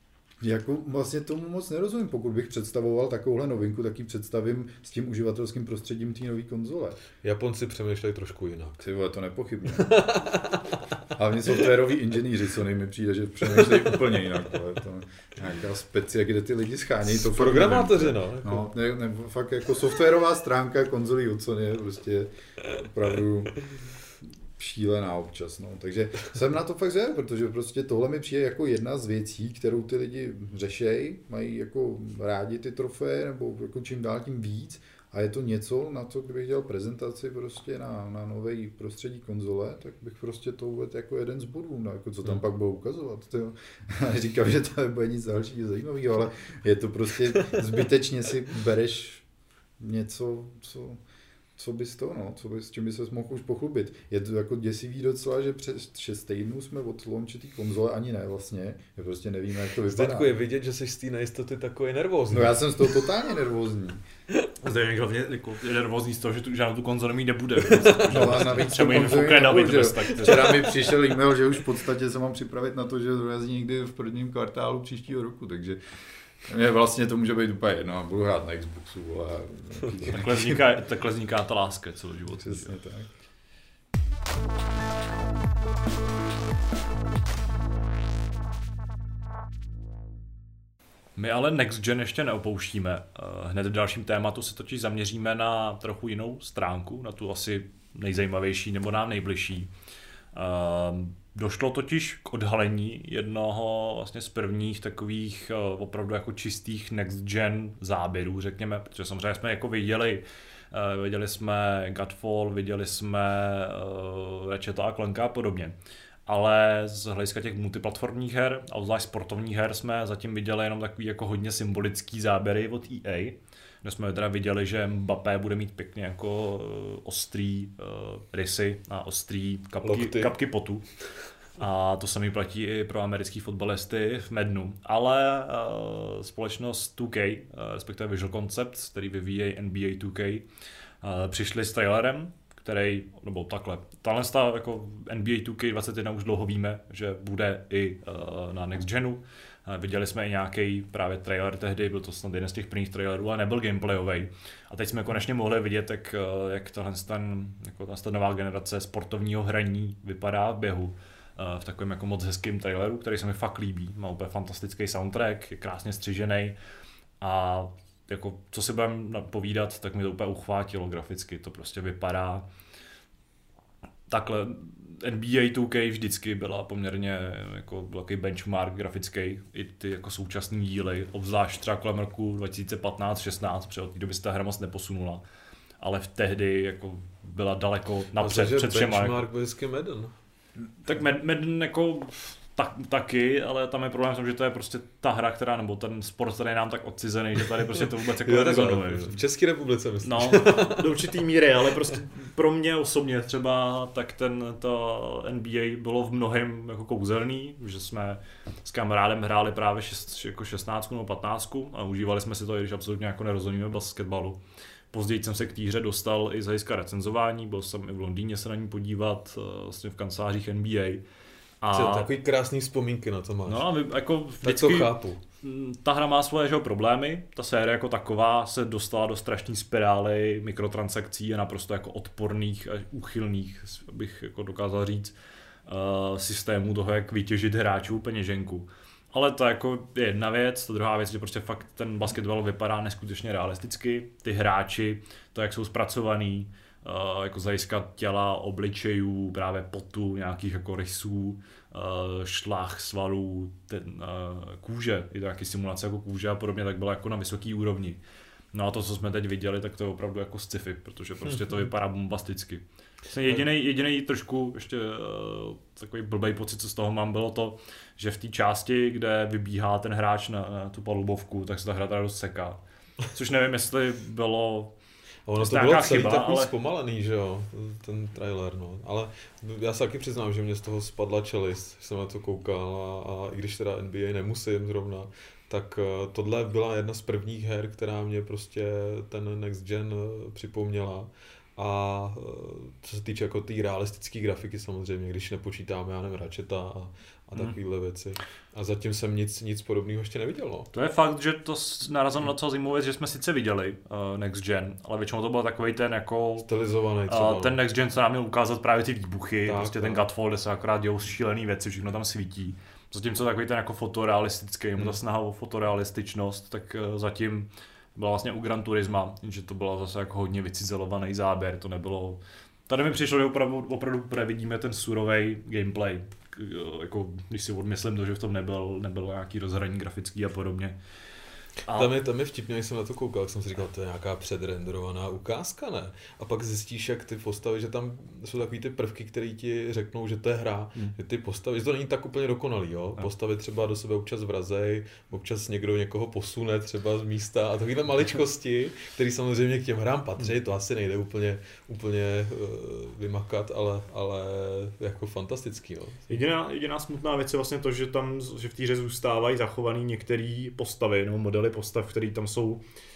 Jako vlastně tomu moc nerozumím. Pokud bych představoval takovouhle novinku, tak ji představím s tím uživatelským prostředím té nové konzole. Japonci přemýšlejí trošku jinak. Ty vole, to nepochybně. Hlavně softwaroví inženýři, co mi přijde, že přemýšlejí úplně jinak. Ale to nějaká specie, kde ty lidi schánějí. To programátoři, no. Jako. No, ne, ne, fakt jako softwarová stránka konzolí od Sony je prostě opravdu šílená občas, no. Takže jsem na to fakt zvědavý, protože prostě tohle mi přijde jako jedna z věcí, kterou ty lidi řešejí, mají jako rádi ty trofeje, nebo jako čím dál tím víc. A je to něco, na co kdybych dělal prezentaci prostě na, na nový prostředí konzole, tak bych prostě to uvedl jako jeden z bodů, no, jako co tam hmm. pak budou ukazovat. Tyjo. Říkám, že to nebude nic dalšího zajímavého, ale je to prostě zbytečně si bereš něco, co... Co bys to, no, co bys, s čím by ses mohl už pochlubit. Je to jako děsivý docela, že přes šest týdnů jsme od launche té konzole ani ne vlastně, že prostě nevíme, jak to vypadá. Zdeňku, je vidět, že jsi z té nejistoty takový nervózní. No já jsem z toho totálně nervózní. Zdeněk hlavně jako, je nervózní z toho, že tu žádnou tu konzoli mít nebude. No a navíc třeba jim fukne David bez tak. Včera mi přišel e-mail, že už v podstatě se mám připravit na to, že dorazí někdy v prvním kvartálu příštího roku, takže mě vlastně to může být úplně jedno, budu hrát na Xboxu. Ale... takhle, vzniká, takhle vzniká ta láska celý život. Přesně tak. My ale Next Gen ještě neopouštíme. Hned v dalším tématu se totiž zaměříme na trochu jinou stránku, na tu asi nejzajímavější nebo nám nejbližší. Došlo totiž k odhalení jednoho vlastně z prvních takových opravdu jako čistých next gen záběrů, řekněme, protože samozřejmě jsme jako viděli, viděli jsme Godfall, viděli jsme Ratchet a Clanka a podobně. Ale z hlediska těch multiplatformních her a zvlášť sportovních her jsme zatím viděli jenom takový jako hodně symbolický záběry od E A, kde jsme teda viděli, že Mbappé bude mít pěkně jako ostrý uh, rysy a ostrý kapky, kapky potu. A to samý platí i pro americký fotbalisty v Maddenu. Ale uh, společnost two K, uh, respektive Visual Concepts, který vyvíjejí N B A two K, uh, přišli s trailerem, který, nebo takhle, tahle stav, jako N B A two K dvacet jedna už dlouho víme, že bude i uh, na Next Genu. Uh, viděli jsme i nějaký právě trailer tehdy, byl to snad jeden z těch prvních trailerů, ale nebyl gameplayový. A teď jsme konečně mohli vidět, jak, uh, jak tahle ten, jako ta nová generace sportovního hraní vypadá v běhu. Uh, v takovém jako moc hezkým traileru, který se mi fakt líbí. Má úplně fantastický soundtrack, je krásně střižený a jako, co si budeme povídat, tak mi to úplně uchvátilo graficky, to prostě vypadá takhle. N B A two K vždycky byla poměrně jako velký benchmark grafický, i ty jako současný díly, obzvlášť třeba kolem roku dva tisíce patnáct šestnáct, protože od té doby se ta hra moc neposunula, ale v tehdy jako byla daleko napřed před všema. Benchmark byl vždycky Madden. Tak Madden jako tak, taky, ale tam je problém v tom, že to je prostě ta hra, která, nebo ten sport, který je nám tak odcizený, že tady prostě to vůbec jako nerezonuje. V České republice myslím. No, do určitý míry, ale prostě pro mě osobně třeba tak ten, to N B A bylo v mnohem jako kouzelný, že jsme s kamarádem hráli právě šest, jako šestnáct nebo patnáct a užívali jsme si to, i když absolutně jako nerozumíme basketbalu. Později jsem se k té hře dostal i z hlediska recenzování, byl jsem i v Londýně se na ní podívat, vlastně v kancelářích N B A. A takový krásný vzpomínky na to máš. No a jako vždycky, tak to chápu. Ta hra má svoje že, problémy, ta série jako taková se dostala do strašné spirály mikrotransakcí a naprosto jako odporných a úchylných, bych jako dokázal říct, uh, systémů toho, jak vytěžit hráčů peněženku. Ale to jako je jedna věc, ta druhá věc, že prostě fakt ten basketbal vypadá neskutečně realisticky, ty hráči, to jak jsou zpracovaný, Uh, jako z hlediska těla, obličejů, právě potu, nějakých jako rysů, uh, šlach, svalů, ten, uh, kůže, i to nějaký simulace jako kůže a podobně, tak byla jako na vysoký úrovni. No a to, co jsme teď viděli, tak to je opravdu jako sci-fi, protože prostě to vypadá bombasticky. Jedinej, jedinej trošku ještě uh, takový blbej pocit, co z toho mám, bylo to, že v té části, kde vybíhá ten hráč na, na tu palubovku, tak se ta hra teda dost seká. Což nevím, jestli bylo... A ono to bylo celý takový ale... zpomalený, že jo, ten trailer, no. Ale já se taky přiznám, že mě z toho spadla čelist, jsem na to koukal a, a i když teda N B A nemusím zrovna, tak tohle byla jedna z prvních her, která mě prostě ten Next Gen připomněla. A co se týče jako té tý realistické grafiky samozřejmě, když nepočítáme, já nevím, Ratcheta a, a takovéhle hmm. věci. A zatím jsem nic, nic podobného ještě neviděl. No. To je fakt, že to narazil na docela zajímavou věc, že jsme sice viděli uh, Next Gen, ale většinou to byl takový ten jako... Stylizovaný třeba. Uh, ten Next Gen se nám měl ukázat právě ty výbuchy, tak, prostě tak. Ten Godfall, kde se akorát dělou šílený věci, všechno tam svítí. Zatímco takový ten jako fotorealistický, hmm. ta snaha o fotorealističnost, tak uh, zatím byla vlastně u Gran Turisma, že to bylo zase jako hodně vycizelovaný záběr, to nebylo... Tady mi přišlo, že opravdu, opravdu vidíme ten surovej gameplay, jako když si odmyslím to, že v tom nebyl, nebylo nějaký rozhraní grafický a podobně. A... Tam, je, tam je vtipně, když jsem na to koukal, jak jsem si říkal, to je nějaká předrenderovaná ukázka, ne? A pak zjistíš, jak ty postavy, že tam jsou takový ty prvky, které ti řeknou, že to je hra, hmm. že ty postavy, že to není tak úplně dokonalý, jo? Postavy třeba do sebe občas vrazej, občas někdo někoho posune třeba z místa a takovýhle maličkosti, které samozřejmě k těm hrám patří, to asi nejde úplně, úplně uh, vymakat, ale, ale jako fantastický, no. Jediná, jediná smutná věc je vlastně to, že tam, že v té hře zůstávají zachovaný některé postavy, nebo modely postav, které tam jsou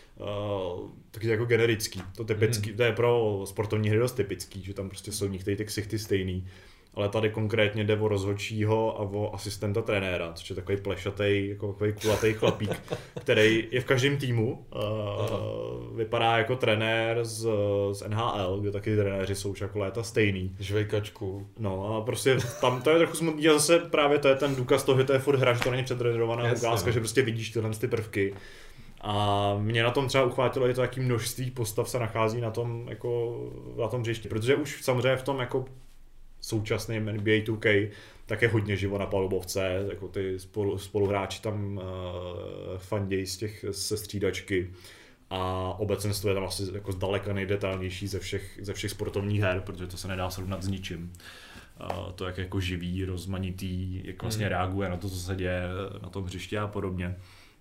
uh, taky jako generický. To typický, mm. to je pro sportovní hry dost typický, že tam prostě jsou některé ty ksichty stejný. Ale tady konkrétně jde o rozhodčího a o asistenta trenéra, což je takový plešatý, jako takový kulatý chlapík, který je v každém týmu. Uh, vypadá jako trenér z, z N H L, kde taky trenéři jsou už jako léta stejný. Žvejkačku. No a prostě tam to je trochu smutný a zase právě to je ten důkaz toho, že to je furt hra, že to není předrenderovaná ukázka, že prostě vidíš tyhle ty prvky. A mě na tom třeba uchvátilo i to, jaký množství postav se nachází na tom, jako, na tom hřišti, protože už samozřejmě v tom jako současným N B A two K tak je hodně živo na palubovce, jako ty spolu, spoluhráči tam uh, fandějí z těch se střídačky a obecenstvo je tam asi jako zdaleka nejdetailnější ze všech, ze všech sportovních her, protože to se nedá srovnat s ničím. Uh, to, jak jako živý, rozmanitý, jak vlastně mm. reaguje na to, co se děje na tom hřišti a podobně.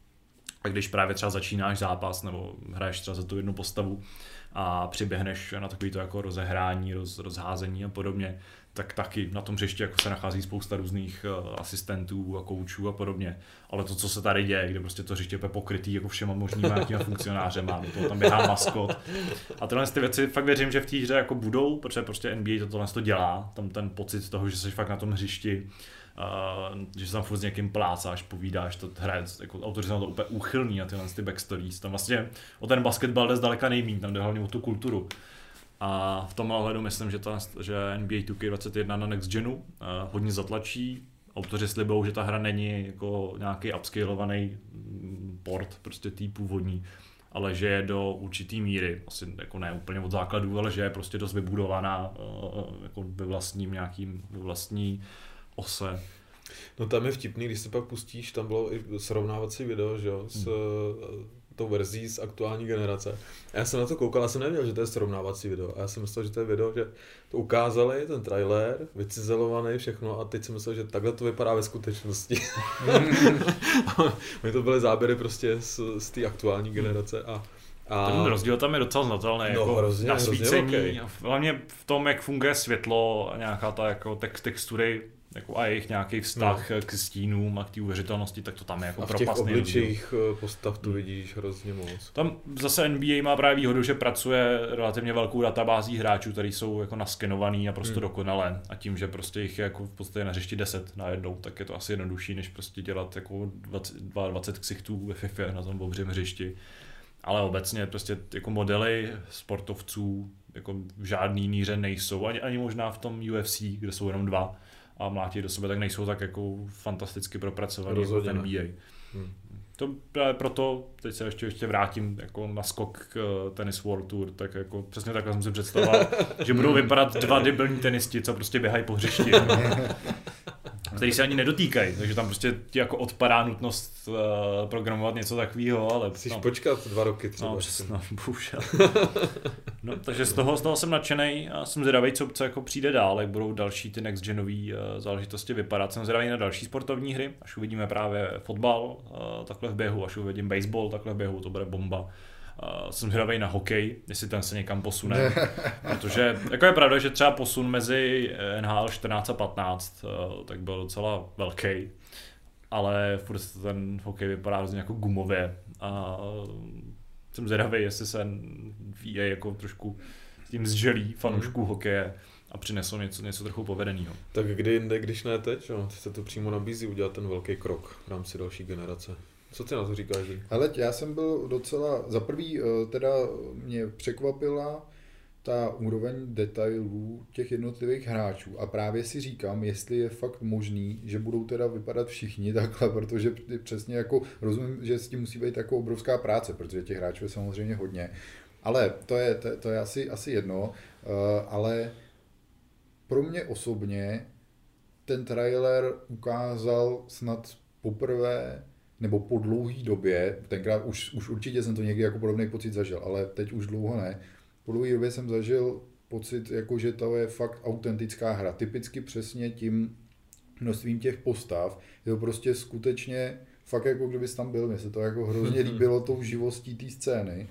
A když právě třeba začínáš zápas nebo hraješ třeba za tu jednu postavu a přiběhneš na takovýto jako rozehrání, roz, rozházení a podobně, tak taky na tom hřišti jako se nachází spousta různých uh, asistentů a koučů a podobně. Ale to, co se tady děje, kde prostě to hřiště je pokrytý jako všema možnýma těma funkcionářema, do toho tam běhá maskot. A tyhle ty věci fakt věřím, že v té hře jako budou, protože prostě N B A to tohle to dělá, tam ten pocit toho, že jsi fakt na tom hřišti, Uh, že se tam furt s někým plácáš, povídáš, to hraje, jako autoři jsou na to úplně úchylný, na tyhle ty backstories. Tam vlastně o ten basketbal jde zdaleka nejmíň, tam jde hlavně o tu kulturu. A v tom ohledu myslím, že, ta, že N B A two K twenty one na Next Genu uh, hodně zatlačí. Autoři slibou, že ta hra není jako nějaký upscalovaný port, prostě tý původní, ale že je do určitý míry, asi jako ne úplně od základů, ale že je prostě dost vybudovaná uh, jako ve vlastním nějakým, ve vlastní ose. No tam je vtipný, když se pak pustíš, tam bylo i srovnávací video, že jo, s hmm. tou verzí z aktuální generace. A já jsem na to koukal, já jsem nevěděl, že to je srovnávací video. A já jsem myslel, že to je video, že to ukázali, ten trailer, vycizelovaný, všechno, a teď jsem myslel, že takhle to vypadá ve skutečnosti. Oni to byly záběry prostě z, z té aktuální generace a A... Ten rozdíl tam je docela znatelný, no, jako hrozně, nasvícení, hrozně, okay. Hlavně v tom, jak funguje světlo a nějaká ta jako text, textury jako a jejich nějaký vztah no. k stínům a k té uvěřitelnosti, tak to tam je jako propastný. A v těch obličejích postav tu vidíš hrozně moc. Tam zase N B A má právě výhodu, že pracuje relativně velkou databází hráčů, kteří jsou jako naskenovaný naprosto hmm. dokonale, a tím, že prostě jich je jako v podstatě na hřišti deset najednou, tak je to asi jednodušší, než prostě dělat jako dvacet, dvacet ksichtů ve FIFA na tom obřím hřišti. Ale obecně prostě jako modely sportovců jako v žádný míře nejsou, ani, ani možná v tom U F C, kde jsou jenom dva a mlátí do sebe, tak nejsou tak jako fantasticky propracovaný jako ten N B A. Hmm. To právě proto, teď se ještě, ještě vrátím jako na skok k Tennis World Tour, tak jako přesně takhle jsem si představoval, že budou vypadat dva debilní tenisti, co prostě běhají po hřišti. Který se ani nedotýkají, takže tam prostě ti jako odpadá nutnost uh, programovat něco takového, ale... Musíš no, počkat dva roky třeba. No, přes, no, bohužel. No, takže z toho, z toho jsem nadšenej a jsem zvědavý, co, co jako přijde dál, jak budou další ty next genový uh, záležitosti vypadat. Jsem zvědavý na další sportovní hry, až uvidíme právě fotbal uh, takhle v běhu, až uvidím baseball takhle v běhu, to bude bomba. Uh, jsem zvědavý na hokej, jestli ten se někam posune, protože jako je pravda, že třeba posun mezi N H L čtrnáct a patnáct uh, tak byl docela velký, ale furt ten hokej vypadá hrozně jako gumově a uh, jsem zvědavý, jestli se V A jako trošku tím zželí fanoušků hmm. hokeje a přinesou něco, něco trochu povedeného. Tak kdy jinde, když ne teď, jo? Teď se to přímo nabízí udělat ten velký krok v rámci další generace. Co ty na to říkáš? Ale já jsem byl docela, za prvý teda mě překvapila ta úroveň detailů těch jednotlivých hráčů a právě si říkám, jestli je fakt možný, že budou teda vypadat všichni takhle, protože přesně jako rozumím, že s tím musí být jako obrovská práce, protože těch hráčů je samozřejmě hodně, ale to je, to, to je asi, asi jedno, ale pro mě osobně ten trailer ukázal snad poprvé nebo po dlouhý době, tenkrát už, už určitě jsem to někdy jako podobný pocit zažil, ale teď už dlouho ne, po dlouhé době jsem zažil pocit, jako že to je fakt autentická hra. Typicky přesně tím množstvím těch postav. Je to prostě skutečně fakt jako kdybys tam byl. Mně se to jako hrozně líbilo tou živostí té scény.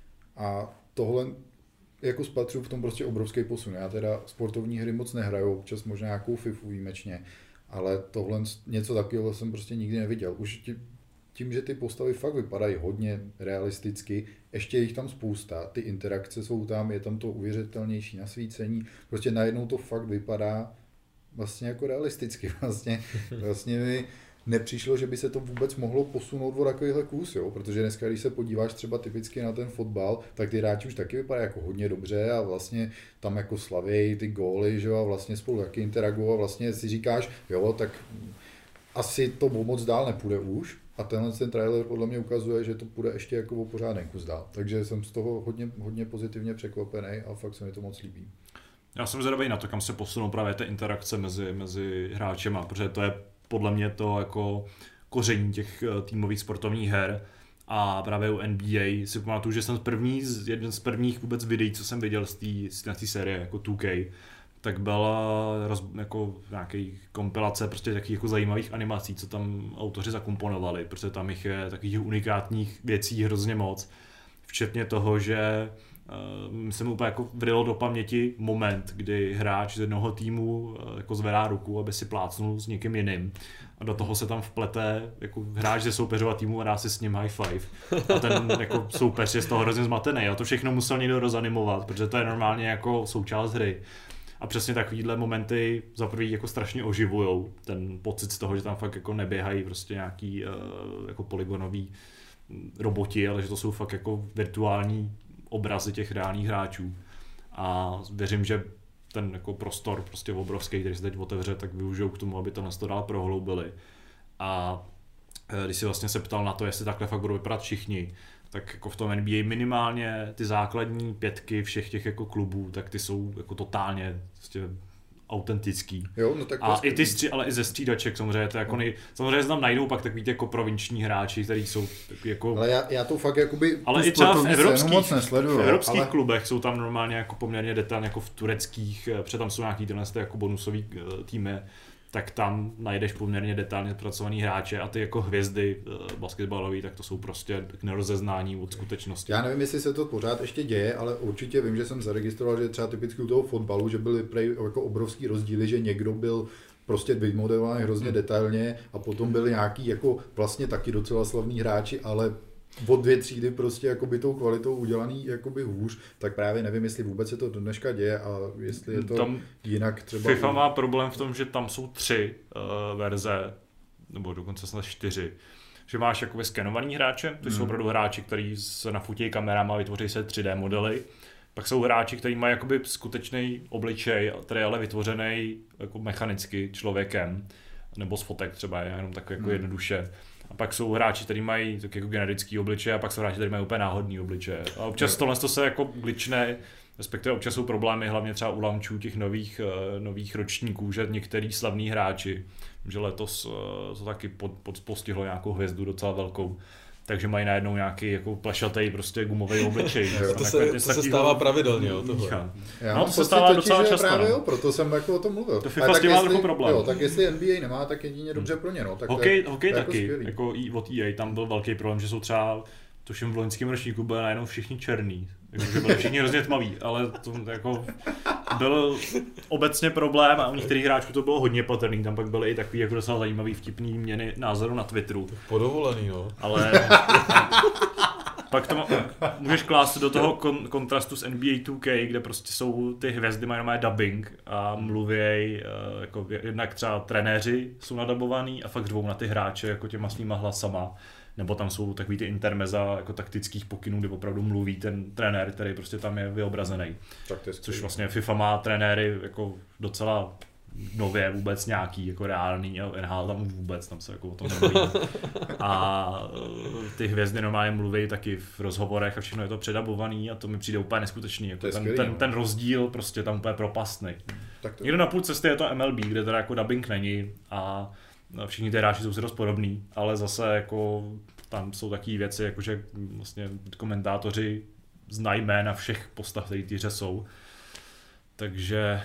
A tohle jako spatřuju v tom prostě obrovský posun. Já teda sportovní hry moc nehraju, občas možná nějakou FIFU výjimečně, ale tohle něco takového jsem prostě nikdy neviděl. Už tí, tím, že ty postavy fakt vypadají hodně realisticky, ještě jich tam spousta, ty interakce jsou tam, je tam to uvěřitelnější nasvícení, prostě najednou to fakt vypadá vlastně jako realisticky. Vlastně, vlastně mi nepřišlo, že by se to vůbec mohlo posunout o takovýhle kus, jo? Protože dneska, když se podíváš třeba typicky na ten fotbal, tak ty hráči už taky vypadají jako hodně dobře a vlastně tam jako slavějí ty góly, že jo? A vlastně spolu taky interagují a vlastně si říkáš, jo, tak asi to moc dál nepůjde už. A tenhle ten trailer podle mě ukazuje, že to půjde ještě jako o pořádný kus dál. Takže jsem z toho hodně, hodně pozitivně překvapený a fakt se mi to moc líbí. Já jsem zvědavý na to, kam se posunou právě ty interakce mezi, mezi hráčema, protože to je podle mě to jako koření těch týmových sportovních her. A právě u N B A si pamatuju, že jsem první, jeden z prvních vůbec videí, co jsem viděl z té série jako two K, tak byla roz, jako nějaký kompilace prostě takových jako zajímavých animací, co tam autoři zakomponovali, protože tam jich je takových unikátních věcí hrozně moc. Včetně toho, že uh, se mi úplně jako vrylo do paměti moment, kdy hráč z jednoho týmu uh, jako zvedá ruku, aby si plácnul s někým jiným. A do toho se tam vplete jako hráč ze soupeřova týmu a dá si s ním high five. A ten jako soupeř je z toho hrozně zmatený. A to všechno musel někdo rozanimovat, protože to je normálně jako součást hry. A přesně takovýhle momenty za prvý jako strašně oživujou ten pocit z toho, že tam fakt jako neběhají prostě nějaký uh, jako polygonový roboti, ale že to jsou fakt jako virtuální obrazy těch reálných hráčů. A věřím, že ten jako prostor prostě obrovský, který se teď otevře, tak využijou k tomu, aby to nás to dál prohloubili. A když si vlastně se ptal na to, jestli takhle fakt budou vypadat všichni, tak jako v tom N B A minimálně ty základní pětky všech těch jako klubů, tak ty jsou jako totálně prostě autentický. Jo, no tak a i ty stří, ale i ze střídaček samozřejmě, to jako nej, samozřejmě se tam najdou pak takový ty jako provinční hráči, kteří jsou jako... Ale já, já to fakt jakoby... Ale i třeba v evropských, moc nesleduju, v evropských ale... klubech jsou tam normálně jako poměrně detailně jako v tureckých, protože tam jsou nějaký tyhle jako bonusový týmy, tak tam najdeš poměrně detailně zpracovaný hráče a ty jako hvězdy basketbalový, tak to jsou prostě k nerozeznání od skutečnosti. Já nevím, jestli se to pořád ještě děje, ale určitě vím, že jsem zaregistroval, že třeba typicky u toho fotbalu, že byly prej jako obrovský rozdíly, že někdo byl prostě vymodelovaný hrozně hmm. detailně a potom byli nějaký jako vlastně taky docela slavní hráči, ale od dvě třídy prostě jakoby tou kvalitou udělaný jakoby hůř, tak právě nevím, jestli vůbec se to do dneška děje a jestli je to tam jinak třeba... FIFA má problém v tom, že tam jsou tři uh, verze, nebo dokonce snad čtyři. Že máš jakoby skenovaný hráče, to jsou hmm. opravdu hráči, kteří se nafutějí kamerama a vytvoří se tři dé modely. Pak jsou hráči, kteří mají jakoby skutečný obličej, který je ale vytvořený jako mechanicky člověkem, nebo z fotek třeba, jenom tak jako hmm. jednoduše. A pak jsou hráči, kteří mají tak jako generický obličeje a pak jsou hráči, kteří mají úplně náhodný obličeje. A občas tohle to se jako glitchne, respektive občas jsou problémy, hlavně třeba u launchů těch nových, nových ročníků, že některý slavní hráči, že letos to taky pod, pod, postihlo nějakou hvězdu docela velkou, takže mají najednou nějaký jako plešatej prostě gumový obličej. to, to, se, to se stává pravidelně, jo, tohle. Já no, to se stává docela často. Právě no. jo, proto jsem jako o tom mluvil. To FIFA s tím má trochu problém. Jo, tak jestli N B A nemá, tak jedině dobře pro ně. No, tak hokej, to je, hokej to je taky, jako, jako i od E A, tam byl velký problém, že jsou třeba, tuším v loňském ročníku byli najednou všichni černý. Takže byli všichni hrozně tmaví, ale to jako byl obecně problém a u některých hráčů to bylo hodně patrný, tam pak byly i takový jako docela zajímavý vtipný měny názoru na Twitteru. Podovolený, no. Ale pak to můžeš klást do toho kon, kontrastu s N B A two K, kde prostě jsou ty hvězdy, mají normálně dubbing a mluvěj, jako jednak třeba trenéři jsou nadabovaný a fakt řvou na ty hráče jako těma svýma hlasama. Nebo tam jsou takový ty intermeza jako taktických pokynů, kde opravdu mluví ten trenér, který prostě tam je vyobrazený. Což vlastně FIFA má trenéry jako docela nově vůbec nějaký, jako reálný, a N H L tam vůbec, tam se jako o tom nemluví. A ty hvězdy normálně mluví taky v rozhovorech a všechno je to předabovaný a to mi přijde úplně neskutečný. Jako ten, skvělý, ten, ten rozdíl prostě tam úplně propastný. Někdo na půl cesty je to M L B, kde teda jako dubbing není a všichni ty hráči jsou si dost podobný, ale zase jako tam jsou takové věci, jako že vlastně komentátoři znají jména všech postav, které ty hře jsou. Takže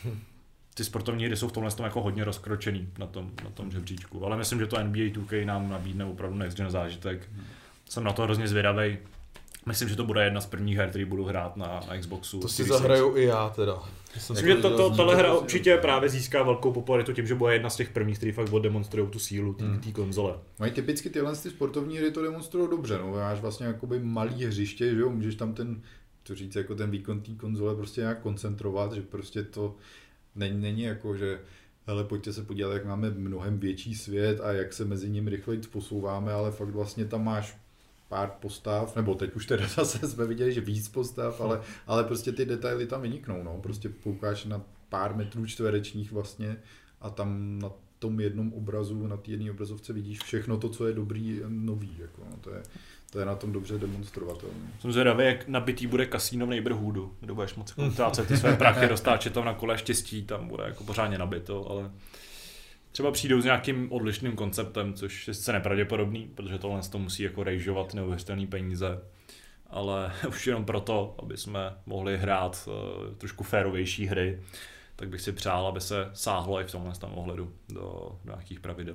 ty sportovní hry jsou v tomhle tom jako hodně rozkročený na tom, na tom žebříčku. Ale myslím, že to N B A two K nám nabídne opravdu next gen zážitek. Jsem na to hrozně zvědavej. Myslím, že to bude jedna z prvních her, které budu hrát na, na Xboxu. To si zahraju i já teda. Myslím, že to, to, tohle hra určitě právě získá velkou popularitu tím, že bude jedna z těch prvních, který fakt demonstrují tu sílu té hmm. konzole. Mají typicky tyhle ty sportovní hry to demonstrují dobře, no. Máš vlastně jakoby malý hřiště, že jo, můžeš tam ten, to říct, jako ten výkon té konzole prostě nějak koncentrovat, že prostě to není, není jako, že hele, pojďte se podívat, jak máme mnohem větší svět a jak se mezi ním rychleji posouváme, ale fakt vlastně tam máš pár postav, nebo teď už teda zase jsme viděli, že víc postav, ale, ale prostě ty detaily tam vyniknou, no. Prostě poukáš na pár metrů čtverečních vlastně a tam na tom jednom obrazu, na té jedné obrazovce vidíš všechno to, co je dobrý, nový, jako, no. To je, to je na tom dobře demonstrovatelné. Jsem zvědavý, jak nabitý bude kasíno v Neighborhoodu, kde budeš moc utrácet ty své prachy, roztáčet tam na kole štěstí, tam bude jako pořádně nabito, ale třeba přijdou s nějakým odlišným konceptem, což je sice nepravděpodobný, protože tohle to musí jako rejžovat neuvěřitelné peníze, ale už jenom proto, aby jsme mohli hrát uh, trošku férovější hry, tak bych si přál, aby se sáhlo i v tomhle tam ohledu do, do nějakých pravidel.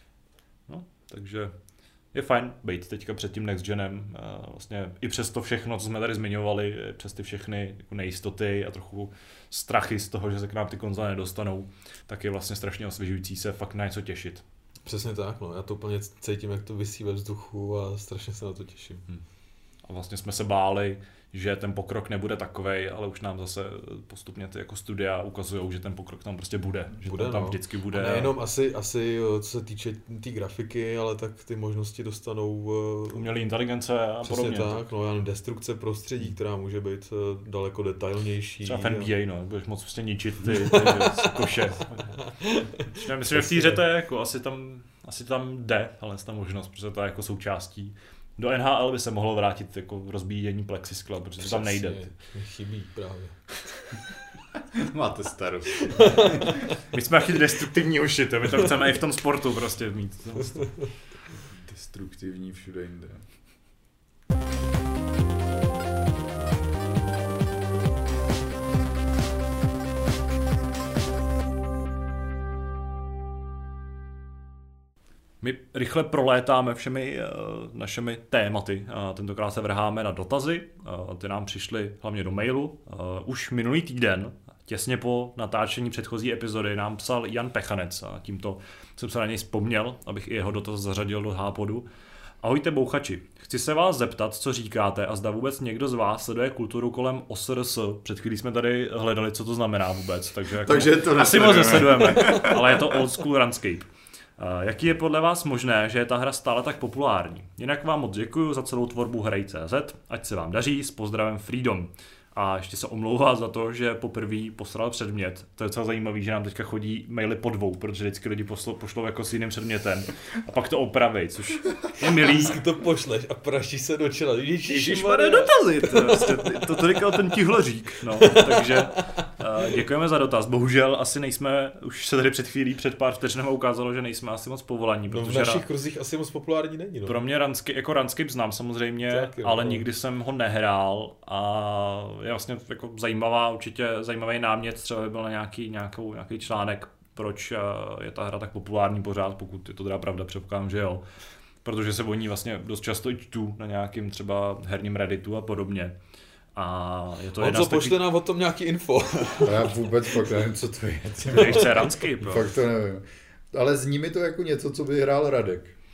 No, takže je fajn být teďka před tím next genem, vlastně i přes to všechno, co jsme tady zmiňovali, přes ty všechny jako nejistoty a trochu strachy z toho, že se k nám ty konzole nedostanou, tak je vlastně strašně osvěžující se fakt na něco těšit. Přesně tak, no, já to úplně cítím, jak to visí ve vzduchu a strašně se na to těším. Hmm. A vlastně jsme se báli, že ten pokrok nebude takovej, ale už nám zase postupně ty jako studia ukazují, že ten pokrok tam prostě bude, že bude, tam no. vždycky bude. A nejenom asi, asi, co se týče té tý grafiky, ale tak ty možnosti dostanou umělé inteligence a podobně. Přesně tak, no, já destrukce prostředí, která může být daleko detailnější. Třeba v N B A, no, budeš moc prostě ničit ty, ty koše. Myslím, že v té hře to je jako, asi tam, asi tam jde, ale ta možnost, protože to je jako součástí. Do N H L by se mohlo vrátit jako rozbíjení plexiskla, protože to tam nejde. Mi chybí právě. Máte starost. My jsme chyt destruktivní uši, my to chceme i v tom sportu prostě mít. Destruktivní všude jinde. My rychle prolétáme všemi uh, našimi tématy. Uh, tentokrát se vrháme na dotazy. Uh, ty nám přišly hlavně do mailu. Uh, už minulý týden, těsně po natáčení předchozí epizody, nám psal Jan Pechanec. A tímto jsem se na něj vzpomněl, abych i jeho dotaz zařadil do Hápodu. Ahojte bouchači, chci se vás zeptat, co říkáte a zda vůbec někdo z vás sleduje kulturu kolem O S R S. Před chvílí jsme tady hledali, co to znamená vůbec, takže, jako takže to asi moc nesledujeme, ale je to old school RuneScape. Jaký je podle vás možné, že je ta hra stále tak populární? Jinak vám moc děkuju za celou tvorbu hry tečka cé zet, ať se vám daří, s pozdravem Freedom. A ještě se omlouvá za to, že poprvé poslal předmět. To je docela zajímavé, že nám teďka chodí maily po dvou, protože vždycky lidi pošlou, pošlou jako s jiným předmětem a pak to opraví, což je milý. Vždycky to pošleš a praší se do čela. Ježišmarja, dotazy. To, to, to říkal ten tihlořík. No, takže uh, děkujeme za dotaz. Bohužel asi nejsme, už se tady před chvílí, před pár vteřinama ukázalo, že nejsme asi moc povolaní. No, v našich kruzích asi moc populární není. No. Pro mě Runescape, jako Runescape znám samozřejmě, tak, jo, ale no. nikdy jsem ho nehrál a je vlastně jako zajímavá, určitě zajímavý námět, třeba by byl na nějaký, nějakou, nějaký článek, proč je ta hra tak populární pořád, pokud je to teda pravda, předpokládám, že jo. Protože se o ní vlastně dost často i čtu na nějakým třeba herním Redditu a podobně. A je to jedna z takových... pošle nám o tom nějaký info. Já vůbec fakt nevím, co to je. Nechce Runescape, jo. Fakt to nevím. Ale zní mi to jako něco, co by hrál Radek.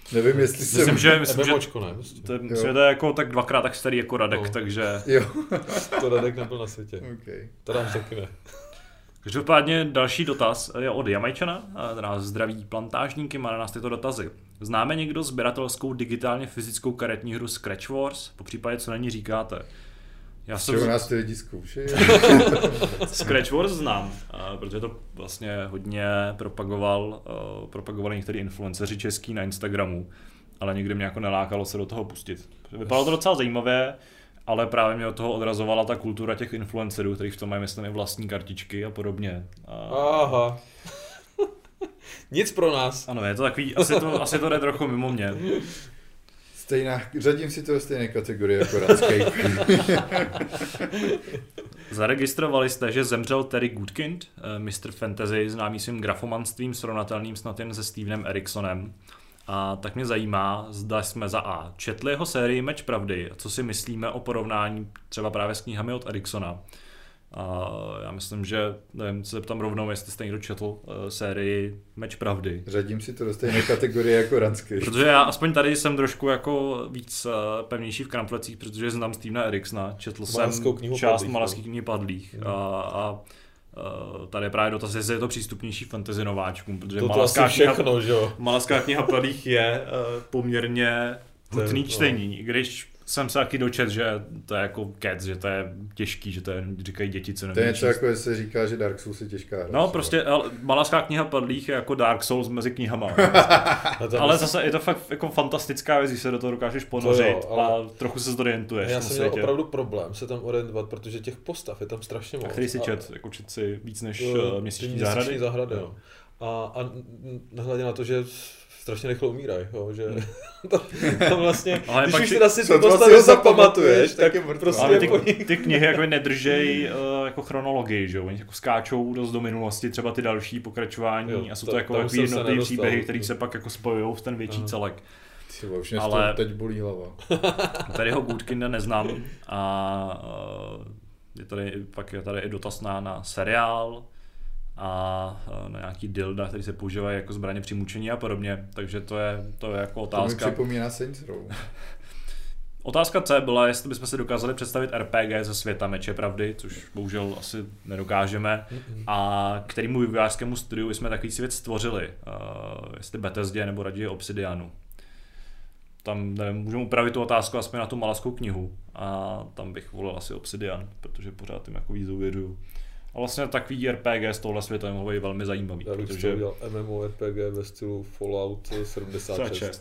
Nevím, jestli myslím, jsem... že, myslím, že, MMOčko, ne? to je, myslím, že to je jako tak dvakrát tak starý jako Radek, no. takže... Jo. To Radek nebyl na světě. Okay. To nám taky ne. Každopádně další dotaz je od Jamajčana, nás zdraví plantážníky, má na nás tyto dotazy. Známe někdo sběratelskou digitálně fyzickou karetní hru Scratch Wars? Po případě, co na ní říkáte? Já jsem... Čeho nás ty lidi zkoušejí? Scratch Wars znám, protože to vlastně hodně propagoval, propagovali některý influenceři český na Instagramu, ale nikdy mě jako nelákalo se do toho pustit. Vypadalo to docela zajímavé, ale právě mě od toho odrazovala ta kultura těch influencerů, kteří v tom mají, myslím, i vlastní kartičky a podobně. A... Aha. Nic pro nás. Ano, je to takový, asi to, asi to jde trochu mimo mě. Stejná, řadím si to ve stejné kategorii jako Radscape. Zaregistrovali jste, že zemřel Terry Goodkind, mistr fantasy, známý svým grafomanstvím, srovnatelným snad jen se Stevenem Eriksonem. A tak mě zajímá, zda jsme za A četli jeho sérii Meč pravdy a co si myslíme o porovnání třeba právě s knihami od Eriksona. A já myslím, že, nevím, se zeptám rovnou, jestli jste někdo četl uh, sérii Meč pravdy. Řadím si to do stejné kategorie jako Radscape. Protože já aspoň tady jsem trošku jako víc uh, pevnější v kramflecích, protože znám Stevena Eriksona, četl Malackou jsem část padlých, Malackých knih padlých mm. a, a Uh, tady je právě dotaz, jestli je to přístupnější fantasy nováčkům, protože to Malacká všechno, kniha, že jo? Malacká kniha padlých je uh, poměrně hutný no. čtení, když jsem se taky dočet, že to je jako kec, že to je těžký, že to je, říkají děti, co to je něco jako, jestli se říká, že Dark Souls je těžká hra. No prostě Malacká kniha padlých je jako Dark Souls mezi knihama. Ale zase je to fakt jako fantastická věc, když se do toho dokážeš ponořit jo, ale... a trochu se zorientuješ. Já jsem měl opravdu problém se tam orientovat, protože těch postav je tam strašně moc. A který si čet, jako čet si víc než uh, měsíční zahrady? zahrady no. A, a nehledě na to, že strašně rychle umírají, jo, že to, to vlastně, ale když už teda si tu postavy zapamatuješ, tak je prostě ale ty, ty knihy jako nedržej uh, jako chronologii, že jo, oni jako skáčou dost do minulosti, třeba ty další pokračování jo, a jsou to, to jako takový jednotlivý příběhy, které se pak jako spojujou v ten větší Aha. celek. Tyba, už mě ale teď bolí hlava. Tady ho Goodkinda neznám a uh, je tady, pak je tady i dotaz na, na seriál, a na nějaký dilda, který se používají jako zbraně při mučení a podobně, takže to je, to je jako otázka. To mi připomíná Saints Row. Otázka C byla, jestli bychom se dokázali představit R P G ze světa Meče pravdy, což bohužel asi nedokážeme, mm-hmm. a kterému vývojářskému studiu jsme takový svět stvořili, uh, jestli Bethesdě nebo raději Obsidianu. Tam nevím, můžeme upravit tu otázku aspoň na tu Malackou knihu a tam bych volil asi Obsidian, protože pořád tím jako víc uvěřuju. A vlastně takový R P G z tohle světa mohlo být velmi zajímavý. Já bych protože... udělal MMORPG ve stylu Fallout sedmdesát šest.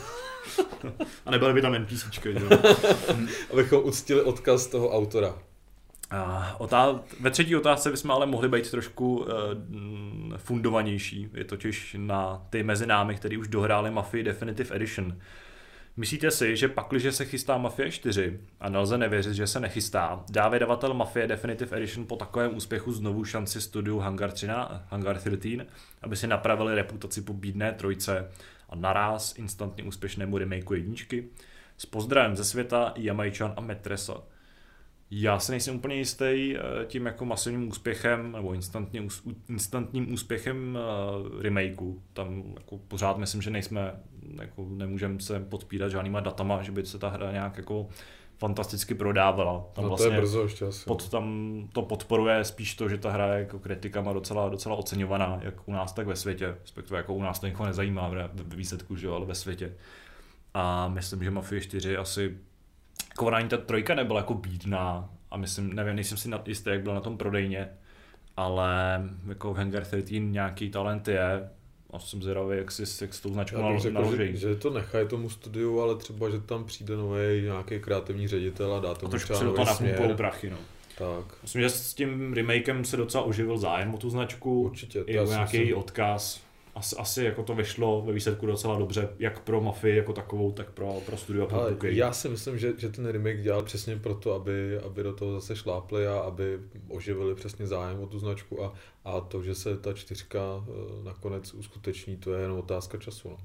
A nebyly by tam NPCčky, že? Abychom uctili odkaz toho autora. A otá... Ve třetí otázce bychom ale mohli být trošku uh, fundovanější. Je totiž na ty mezi námi, kteří už dohráli Mafii Definitive Edition. Myslíte si, že pakliže se chystá Mafie čtyři a nelze nevěřit, že se nechystá, dá vydavatel Mafie Definitive Edition po takovém úspěchu znovu šanci studiu Hangar třináct, Hangar třináct, aby si napravili reputaci po bídné trojce a naráz instantně úspěšnému remakeu jedničky? S pozdravem ze světa Jamajčan a Metresa. Já si nejsem úplně jistý tím jako masivním úspěchem nebo instantně, instantním úspěchem remakeu. Tam jako pořád myslím, že nejsme, jako nemůžeme se podpírat žádnýma datama, že by se ta hra nějak jako fantasticky prodávala. Tam no vlastně to je brzo ještě asi. Pod, tam to podporuje spíš to, že ta hra je jako kritikama docela, docela oceňovaná, jak u nás, tak ve světě. Respektive jako u nás to nikoho nezajímá ve výsledku, že jo, ale ve světě. A myslím, že Mafie čtyři asi konání ta trojka nebyla jako bídná a myslím, nevím, nejsem si jistý, jak byl na tom prodejně, ale jako v Hangar třináct nějaký talent je a jsem zvědavý, jak si jak s tou značkou naloží. Že, že to nechají tomu studiu, ale třeba, že tam přijde nový nějaký kreativní ředitel a dá tomu třeba nový směr. A to prachy, no. Tak. Myslím, že s tím remakem se docela oživil zájem o tu značku. Určitě. I o nějaký si... odkaz. Asi, asi jako to vyšlo ve výsledku docela dobře, jak pro Mafii jako takovou, tak pro, pro studio a pro two K. Já si myslím, že, že ten remake dělal přesně proto, aby, aby do toho zase šlápli a aby oživili přesně zájem o tu značku a, a to, že se ta čtyřka nakonec uskuteční, to je jenom otázka času. No.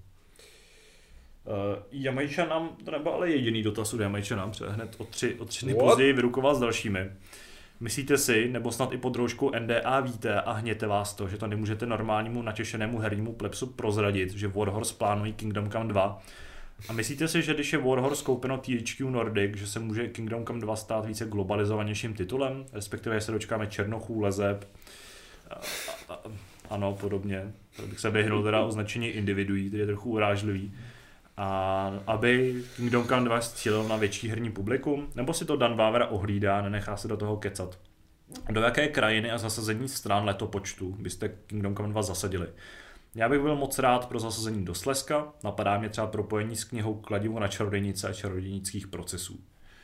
Uh, Jamajčan nám, to nebyl ale jediný dotaz od Jamajčana, protože hned o tři, o tři dny později vyrukoval s dalšími. Myslíte si, nebo snad i pod rouškou N D A víte a hněte vás to, že to nemůžete normálnímu natěšenému hernímu plebsu prozradit, že Warhorse plánují Kingdom Come dva? A myslíte si, že když je Warhorse koupeno T H Q Nordic, že se může Kingdom Come dva stát více globalizovanějším titulem, respektive se dočkáme černochů, lezeb, a, a, a, ano, podobně. To bych se vyhnul teda označení individuí, který je trochu urážlivý. A aby Kingdom Come dva cílil na větší herní publikum, nebo si to Dan Vávra ohlídá, nenechá se do toho kecat. Do jaké krajiny a zasazení stran letopočtu byste Kingdom Come dva zasadili? Já bych byl moc rád pro zasazení do Slezska, napadá mě třeba propojení s knihou Kladivo na čarodějnice a čarodějnických procesů.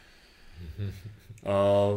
uh,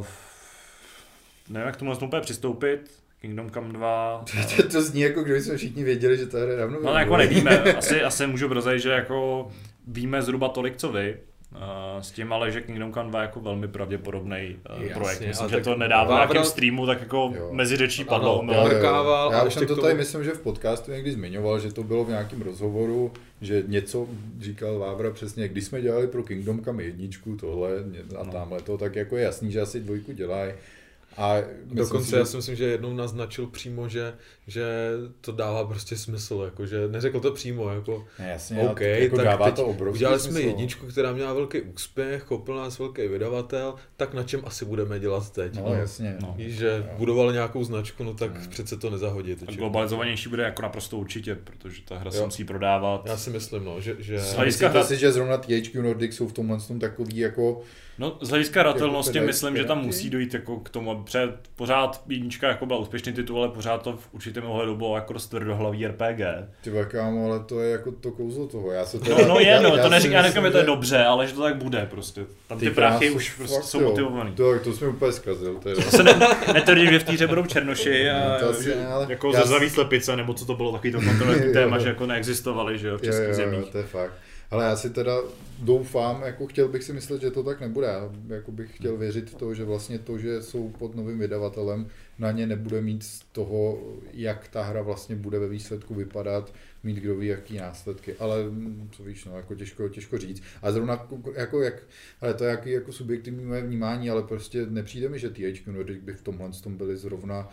nevím, jak tomu úplně přistoupit. Kingdom Come dva... to, to zní jako, kdyby jsme všichni věděli, že ta hra je dávno. No jako nevíme, asi, asi můžu prozradit, že jako víme zhruba tolik, co vy. Uh, s tím ale, že Kingdom Come dva je jako velmi pravděpodobný uh, projekt. Myslím, že to nedávno na nějakém streamu tak jako jo. mezi řečí padlo. Ano, jo, jo. Já už jsem to tomu... tady myslím, že v podcastu někdy zmiňoval, že to bylo v nějakém rozhovoru, že něco říkal Vávra přesně, když jsme dělali pro Kingdom Come jedničku, tohle a no. tamhle to, tak jako je jasný, že asi dvojku dělají. A dokonce si, já si myslím, že jednou naznačil přímo, že, že to dává prostě smysl, jako, že neřekl to přímo, jako jasně, OK, jako tak dává teď to obrovský udělali smysl. jsme jedničku, která měla velký úspěch, koupil nás velký vydavatel, tak na čem asi budeme dělat teď? No, no jasně. No. Víš, že no. budovali nějakou značku, no tak no. přece to nezahodit. A globalizovanější bude jako naprosto určitě, protože ta hra se musí prodávat. Já si myslím, no, že... že... Myslíte si, že zrovna T H Q Nordic jsou v tomhle tom takový jako... No z hlediska hratelnosti jako myslím, že tam musí dojít jako k tomu, před pořád jednička jako byla úspěšný titul, ale pořád to v určitém ohledu bylo jako dost tvrdohlavý R P G. Ty kámo, ale to je jako to kouzlo toho. Já se teda, no, no je, no, to neříkám, neříkám, že to je dobře, ale že to tak bude prostě. Tam ty, ty prachy už prostě jsou jo. motivovaný. To, to jsi mi úplně zkazil. To se ne, netvrdím, že v té hře budou černoši a to asi, ale jako ze zaví slepice, nebo co to bylo, takový to kontrolní téma, že jako neexistovaly, že jo, v českých zemích. To je fakt. Ale já si teda doufám, jako chtěl bych si myslet, že to tak nebude. Já jako bych chtěl věřit v to, že vlastně to, že jsou pod novým vydavatelem, na ně nebude mít z toho, jak ta hra vlastně bude ve výsledku vypadat, mít kdo ví, jaký následky. Ale co víš, no, jako těžko, těžko říct. A zrovna jako jak, ale to je jaký jako subjektivní moje vnímání, ale prostě nepřijde mi, že T H Q Nordic by v tomhle tom byli zrovna.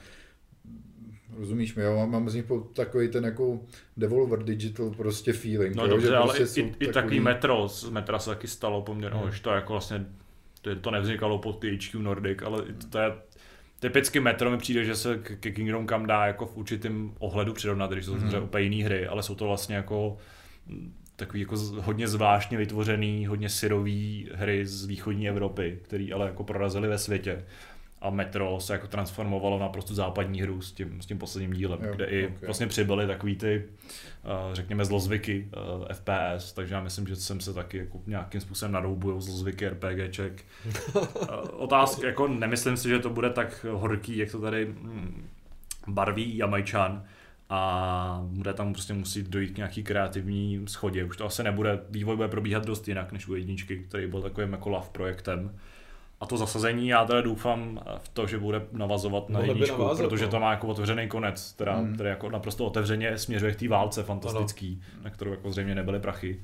Rozumíš mi, jo? Mám, mám z nich takový ten jako Devolver Digital prostě feeling. No jo? dobře, že ale prostě i, i takový... takový Metro, z Metra se taky stalo poměrně, hmm. to jako vlastně, to, to nevznikalo pod T H Q Nordic, ale to je typicky Metro mi přijde, že se ke Kingdom Come dá jako v určitém ohledu přirovnat, když jsou hmm. úplně jiný hry, ale jsou to vlastně jako takový jako hodně zvláštně vytvořený, hodně syrový hry z východní Evropy, který ale jako prorazily ve světě. A Metro se jako transformovalo na prostě západní hru s tím, s tím posledním dílem, jo, kde i okay. vlastně přibyly takový ty, uh, řekněme, zlozvyky uh, F P S, takže já myslím, že jsem se taky jako nějakým způsobem naroubujou zlozvyky RPGček. uh, otázka, jako nemyslím si, že to bude tak horký, jak to tady hm, barví Jamajčan, a bude tam prostě musí dojít k nějaký kreativní schodě. Už to asi nebude, vývoj bude probíhat dost jinak než u jedničky, který byl takovým jako love projektem. A to zasazení, já teda doufám v to, že bude navazovat na jedničku, navázat, protože no. to má jako otevřený konec, teda, hmm. který jako naprosto otevřeně směřuje k té válce fantastický, ano. na kterou jako zřejmě nebyly prachy.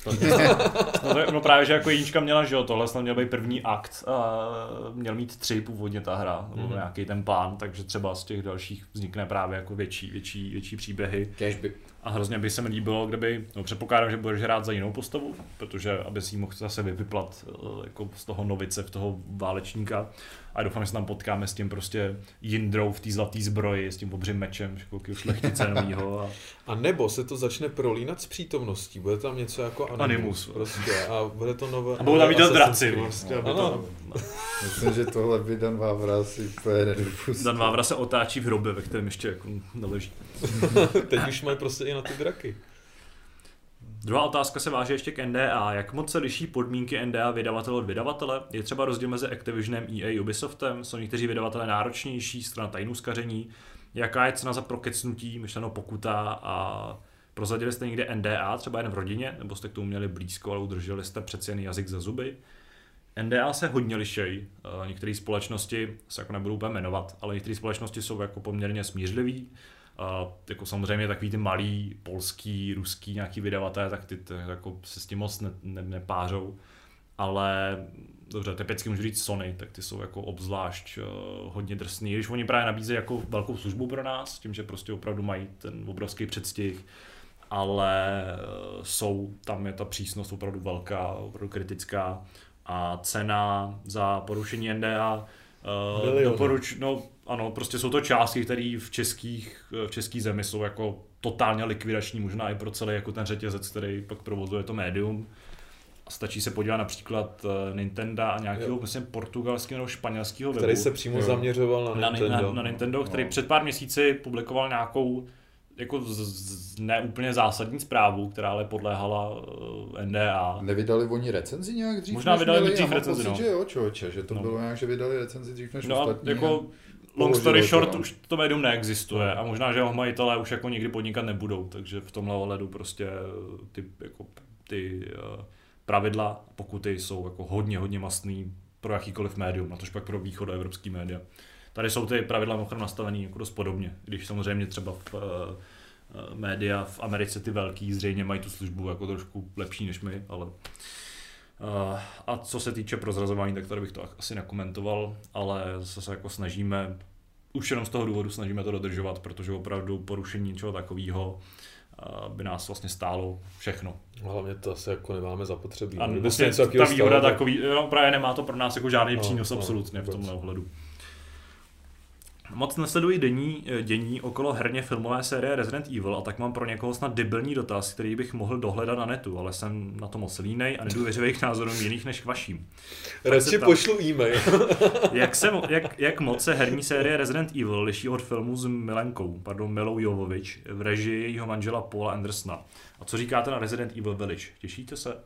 no, no právě, že jako jednička měla, že jo, tohle snad měl být první akt a měl mít tři původně ta hra, nebo hmm. nějaký ten plán, takže třeba z těch dalších vznikne právě jako větší, větší, větší příběhy. Kežby. A hrozně by se mi líbilo, kdyby, no předpokládám, že budeš hrát za jinou postavu, protože aby si ji mohl zase vypiplat jako z toho novice, v toho válečníka. A doufám, že se tam potkáme s tím prostě Jindrou v té zlaté zbroji, s tím obřím mečem, školky šlechtice novýho. A... a nebo se to začne prolínat s přítomností, bude tam něco jako Animus, Animus prostě, a bude to nové... A budou tam vidět draci, prostě, aby to... Myslím, že tohle by Dan Vávra si úplně nedopustil. Dan Vávra se otáčí v hrobě, ve kterém ještě jako neleží. Teď už mají prostě i na ty draky. Druhá otázka se váže ještě k N D A. Jak moc se liší podmínky N D A vydavatel od vydavatele? Je třeba rozdíl mezi Activisionem, E A, Ubisoftem? Jsou někteří vydavatelé náročnější, strana tajnůzkaření? Jaká je cena za prokecnutí, myšleno pokuta? A prozradili jste někde N D A, třeba jen v rodině? Nebo jste k tomu měli blízko, ale udrželi jste přeci jen jazyk za zuby? N D A se hodně lišejí. Některé společnosti se jako nebudu úplně jmenovat, ale některé společnosti jsou jako poměrně smířlivý. Uh, jako samozřejmě takový ty malý polský, ruský nějaký vydavatelé, tak ty, ty jako se s tím moc ne, ne, nepářou. ale dobře, typicky můžu říct Sony, tak ty jsou jako obzvlášť uh, hodně drsný, když oni právě nabízejí jako velkou službu pro nás, tím, že prostě opravdu mají ten obrovský předstih, ale uh, jsou, tam je ta přísnost opravdu velká, opravdu kritická a cena za porušení N D A uh, doporuč, no ano, prostě jsou to částky, které v českých, v český zemi jsou jako totálně likvidační, možná i pro celý jako ten řetězec, který pak provozuje to médium. A stačí se podívat například Nintendo a nějakého myslím, portugalského nebo španělského webu. Který se přímo jo. zaměřoval na, na Nintendo. Na, na Nintendo, který no. před pár měsíci publikoval nějakou jako z, z, neúplně zásadní zprávu, která ale podléhala uh, N D A. Nevydali oni recenzi nějak dřív? Možná vydali dřív recenzi, no. že jo, člověče, že to no. bylo nějak, že vydali recenzi dřív než no, ostatní. Jako, long story short, to, už to médium neexistuje a možná, že ho majitelé už jako nikdy podnikat nebudou, takže v tomhle ohledu prostě ty, jako, ty uh, pravidla, pokuty jsou jako hodně, hodně mastný pro jakýkoliv médium, natož pak pro východoevropský média. Tady jsou ty pravidla mimochodem nastavený jako dost podobně, když samozřejmě třeba v uh, média v Americe ty velký zřejmě mají tu službu jako trošku lepší než my, ale uh, a co se týče prozrazování, tak tady bych to asi nekomentoval, ale zase se jako snažíme, už jenom z toho důvodu snažíme to dodržovat, protože opravdu porušení něčeho takového by nás vlastně stálo všechno. Hlavně to asi jako nemáme zapotřebí. A vlastně ta výhoda takový, no, právě nemá to pro nás jako žádný no, přínos no, absolutně no, v tomhle ohledu. Moc nesleduji denní, dění okolo herně filmové série Resident Evil a tak mám pro někoho snad debilní dotaz, který bych mohl dohledat na netu, ale jsem na to moc línej a nedůvěřivý k názorům jiných než k vaším. Radši pošlu e-mail. jak, se, jak, jak moc se herní série Resident Evil liší od filmu s Milenkou, pardon, Milou Jovovič v režii jejího manžela Paula Andersona? A co říkáte na Resident Evil Village? Těšíte se?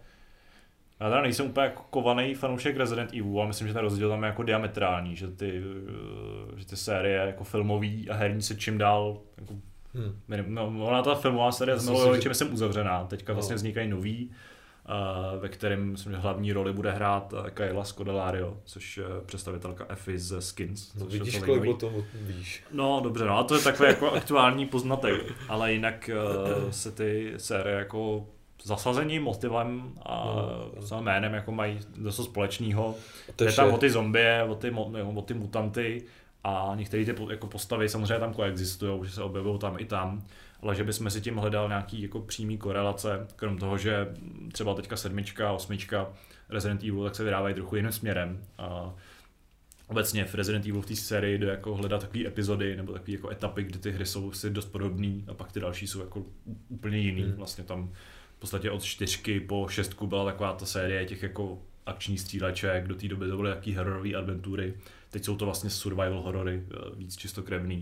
Já teda nejsem úplně jako kovaný fanoušek Resident Evil, ale myslím, že ten rozdíl tam je jako diametrální, že ty, že ty série jako filmový a herní se čím dál jako, hmm. no, ona ta filmová série s Milou Jovovičem jsem uzavřená, teďka no. vlastně vznikají nový, uh, ve kterém myslím, že hlavní roli bude hrát Kayla Scodelario, což je představitelka Effie ze Skins. No, vidíš, kolik o tom víš. No dobře, no a to je takový jako aktuální poznatek, ale jinak uh, se ty série jako zasazením, motivem a no, jménem jako mají dost společného. Je tam o ty zombie, o ty, o ty mutanty a některé ty jako postavy samozřejmě tam koexistují, že se objevují tam i tam, ale že bychom si tím hledal nějaký jako přímý korelace, krom toho, že třeba teďka sedmička, osmička Resident Evil tak se vydávají trochu jiným směrem. A obecně v Resident Evil v té sérii jde jako hledat takové epizody nebo takové jako etapy, kdy ty hry jsou si dost podobné a pak ty další jsou jako úplně jiný. Hmm. Vlastně tam v podstatě od čtyřky po šestku byla taková ta série těch jako akčních stříleček, do té doby to byly jaký hororové adventury, teď jsou to vlastně survival horory, víc čistokrevný.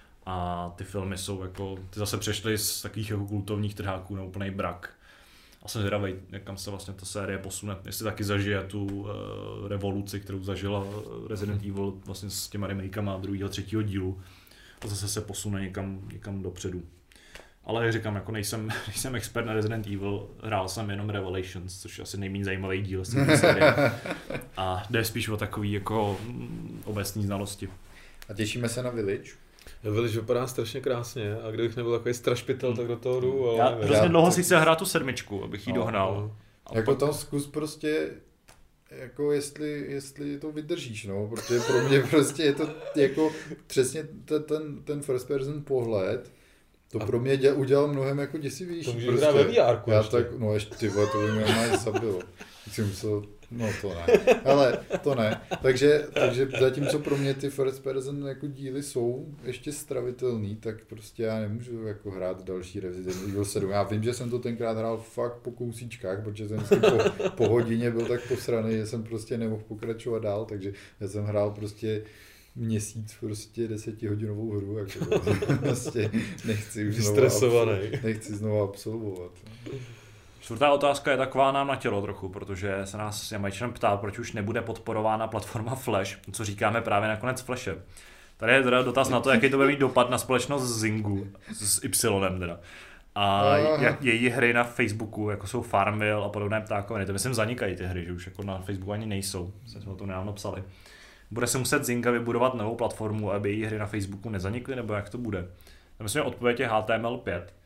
A ty filmy jsou jako, ty zase přešly z takových jako kultovních trháků na úplnej brak. A jsem zvědavej, jak kam se vlastně ta série posune, jestli taky zažije tu uh, revoluci, kterou zažila Resident Evil vlastně s těma remakama druhého, třetího dílu a zase se posune někam, někam dopředu. Ale jak říkám, jako nejsem, nejsem expert na Resident Evil, hrál jsem jenom Revelations, což je asi nejméně zajímavý díl z té série. A jde spíš o takový jako obecní znalosti. A těšíme se na Village? Village vypadá strašně krásně a kdybych nebyl takový strašpitel, tak do toho jdu. Ale já hrozně dlouho si chci hrát tu sedmičku, abych ji no, dohnal. No. Jako tam zkus prostě, jako jestli, jestli to vydržíš, no, protože pro mě prostě je to jako přesně ten, ten first person pohled, to a pro mě děl, udělal mnohem jako děsivější. To můžeš prostě. Hrát ve V R ku já tak, no ještě ty vole, to by mě máš zabilo. Jsem musel, no to ne, ale to ne. Takže, takže zatímco pro mě ty first person jako díly jsou ještě stravitelný, tak prostě já nemůžu jako hrát další Resident Evil sedm. Já vím, že jsem to tenkrát hrál fakt po kousíčkách, protože jsem po, po hodině byl tak posraný, že jsem prostě nemohl pokračovat dál, takže já jsem hrál prostě měsíc prostě desetihodinovou hru, jako prostě nechci už znovu, absol- nechci znovu absolvovat. Čtvrtá otázka je taková nám na tělo trochu, protože se nás Jamajčan ptá, proč už nebude podporována platforma Flash, co říkáme právě nakonec Flashe. Tady je teda dotaz na to, jaký to bude mít dopad na společnost Zyngu, s Y teda. A jak její hry na Facebooku, jako jsou Farmville a podobné ptákoviny, to myslím zanikají ty hry, že už jako na Facebooku ani nejsou, jsme o tom nedávno psali. Bude se muset Zynga vybudovat novou platformu, aby její hry na Facebooku nezanikly, nebo jak to bude? Myslím, že odpověď je H T M L pět.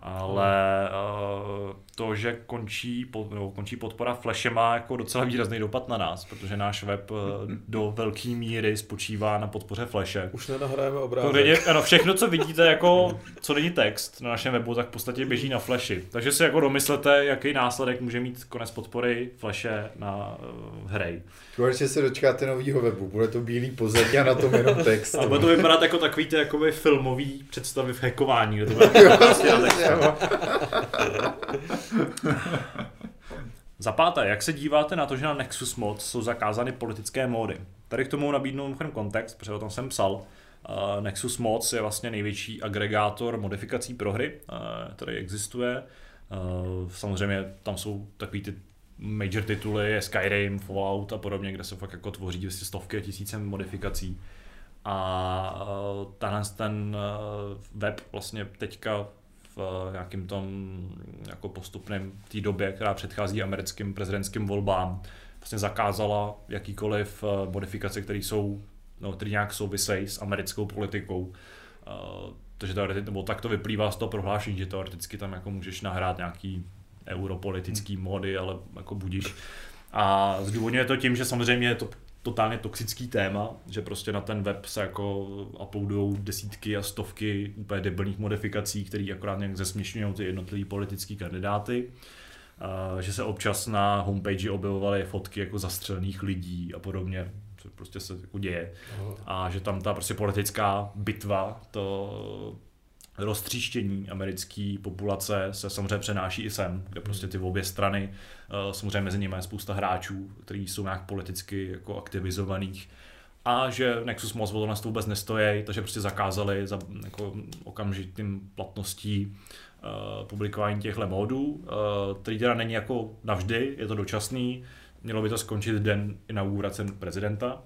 Ale uh, to, že končí, pod, no, končí podpora Flashe má jako docela výrazný dopad na nás, protože náš web uh, do velké míry spočívá na podpoře Flashe. Už nenahrajeme obrázek. Ano, všechno, co vidíte, jako, co není text na našem webu, tak v podstatě běží na Flashi. Takže si jako domyslete, jaký následek může mít konec podpory Flashe na uh, hry. Konečně se dočkáte novýho webu, bude to bílý pozadí a na tom jenom text. A bude to vypadat jako takový ty jakoby filmový představy v hackování, kde to bude prostě na textu. Za páté, jak se díváte na to, že na Nexus Mods jsou zakázány politické módy? Tady k tomu nabídnu mimochodem kontext, protože o tom jsem psal. Uh, Nexus Mods je vlastně největší agregátor modifikací pro hry, uh, který existuje. Uh, samozřejmě tam jsou takový ty major tituly, je Skyrim, Fallout a podobně, kde se fakt jako tvoří vlastně stovky a tisíce modifikací. A uh, tenhle ten uh, web vlastně teďka v nějakým tom jako postupném té době, která předchází americkým prezidentským volbám, vlastně zakázala jakýkoliv modifikace, které jsou, no, které nějak souvisejí s americkou politikou. Uh, takže teoreticky, nebo tak to vyplývá z toho prohlášení, že teoreticky tam jako můžeš nahrát nějaký europolitický hmm. módy, ale jako budíš. A zdůvodňuje to tím, že samozřejmě je to totálně toxický téma, že prostě na ten web se jako uploadujou desítky a stovky úplně debilních modifikací, které akorát nějak zesměšňují ty jednotlivé politické kandidáty. Uh, že se občas na homepage objevovaly fotky jako zastřelených lidí a podobně, co prostě se jako děje. Aha. A že tam ta prostě politická bitva, to roztříštění americké populace se samozřejmě přenáší i sem, kde prostě ty obě strany, samozřejmě mezi nimi je spousta hráčů, kteří jsou nějak politicky jako aktivizovaných, a že Nexus Mods o tohle vůbec nestojí, takže prostě zakázali za jako okamžitým platností uh, publikování těchto módů, uh, který teda není jako navždy, je to dočasný, mělo by to skončit den inaugurace prezidenta.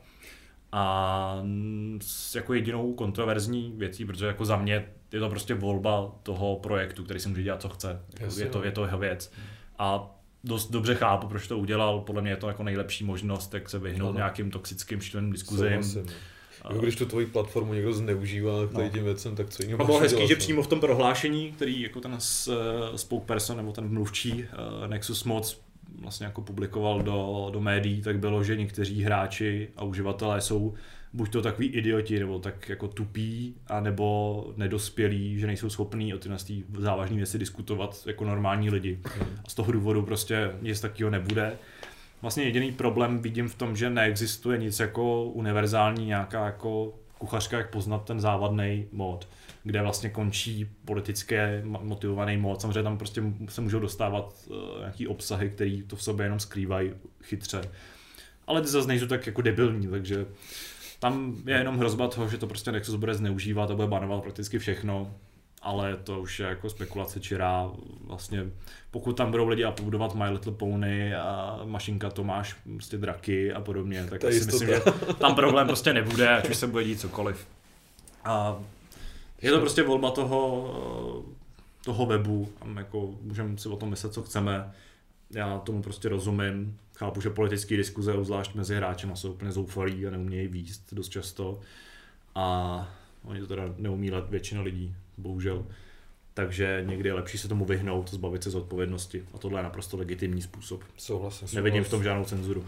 A s jako jedinou kontroverzní věcí, protože jako za mě je to prostě volba toho projektu, který si může dělat, co chce. Jasně, je, to, je to jeho věc. A dost dobře chápu, proč to udělal. Podle mě je to jako nejlepší možnost, jak se vyhnout no. nějakým toxickým štveným diskuzím. A... Když tu tvoji platformu někdo zneužívá k tím věcem, tak co jiného. A bylo hezký, že přímo v tom prohlášení, který jako ten spokesperson nebo ten mluvčí Nexus Mods vlastně jako publikoval do, do médií, tak bylo, že někteří hráči a uživatelé jsou buď to takový idioti, nebo tak jako tupí, anebo nedospělí, že nejsou schopní o tyhle závažné věci diskutovat jako normální lidi. A z toho důvodu prostě nic takového nebude. Vlastně jediný problém vidím v tom, že neexistuje nic jako univerzální nějaká jako kuchařka, jak poznat ten závadný mód, kde vlastně končí politické motivovaný mód. Samozřejmě tam prostě se můžou dostávat uh, nějaký obsahy, které to v sobě jenom skrývají chytře. Ale ty zase nejsou tak jako debilní, takže tam je jenom hrozba toho, že to prostě Nexus bude zneužívat a bude banovat prakticky všechno. Ale to už je jako spekulace čirá. Vlastně pokud tam budou lidi uploadovat My Little Pony a Mašinka Tomáš, prostě draky a podobně, tak si myslím, že tam problém prostě nebude, ať už se bude dít cokoliv. A je to prostě volba toho, toho webu, jako můžeme si o tom myslet, co chceme. Já tomu prostě rozumím. Chápu, že politické diskuze, zvlášť mezi hráčemi, jsou úplně zoufalí a neumějí víst dost často. A oni to teda neumí většina lidí, bohužel. Takže někdy je lepší se tomu vyhnout, zbavit se z odpovědnosti. A tohle je naprosto legitimní způsob. Souhlasím. Nevidím v tom žádnou cenzuru.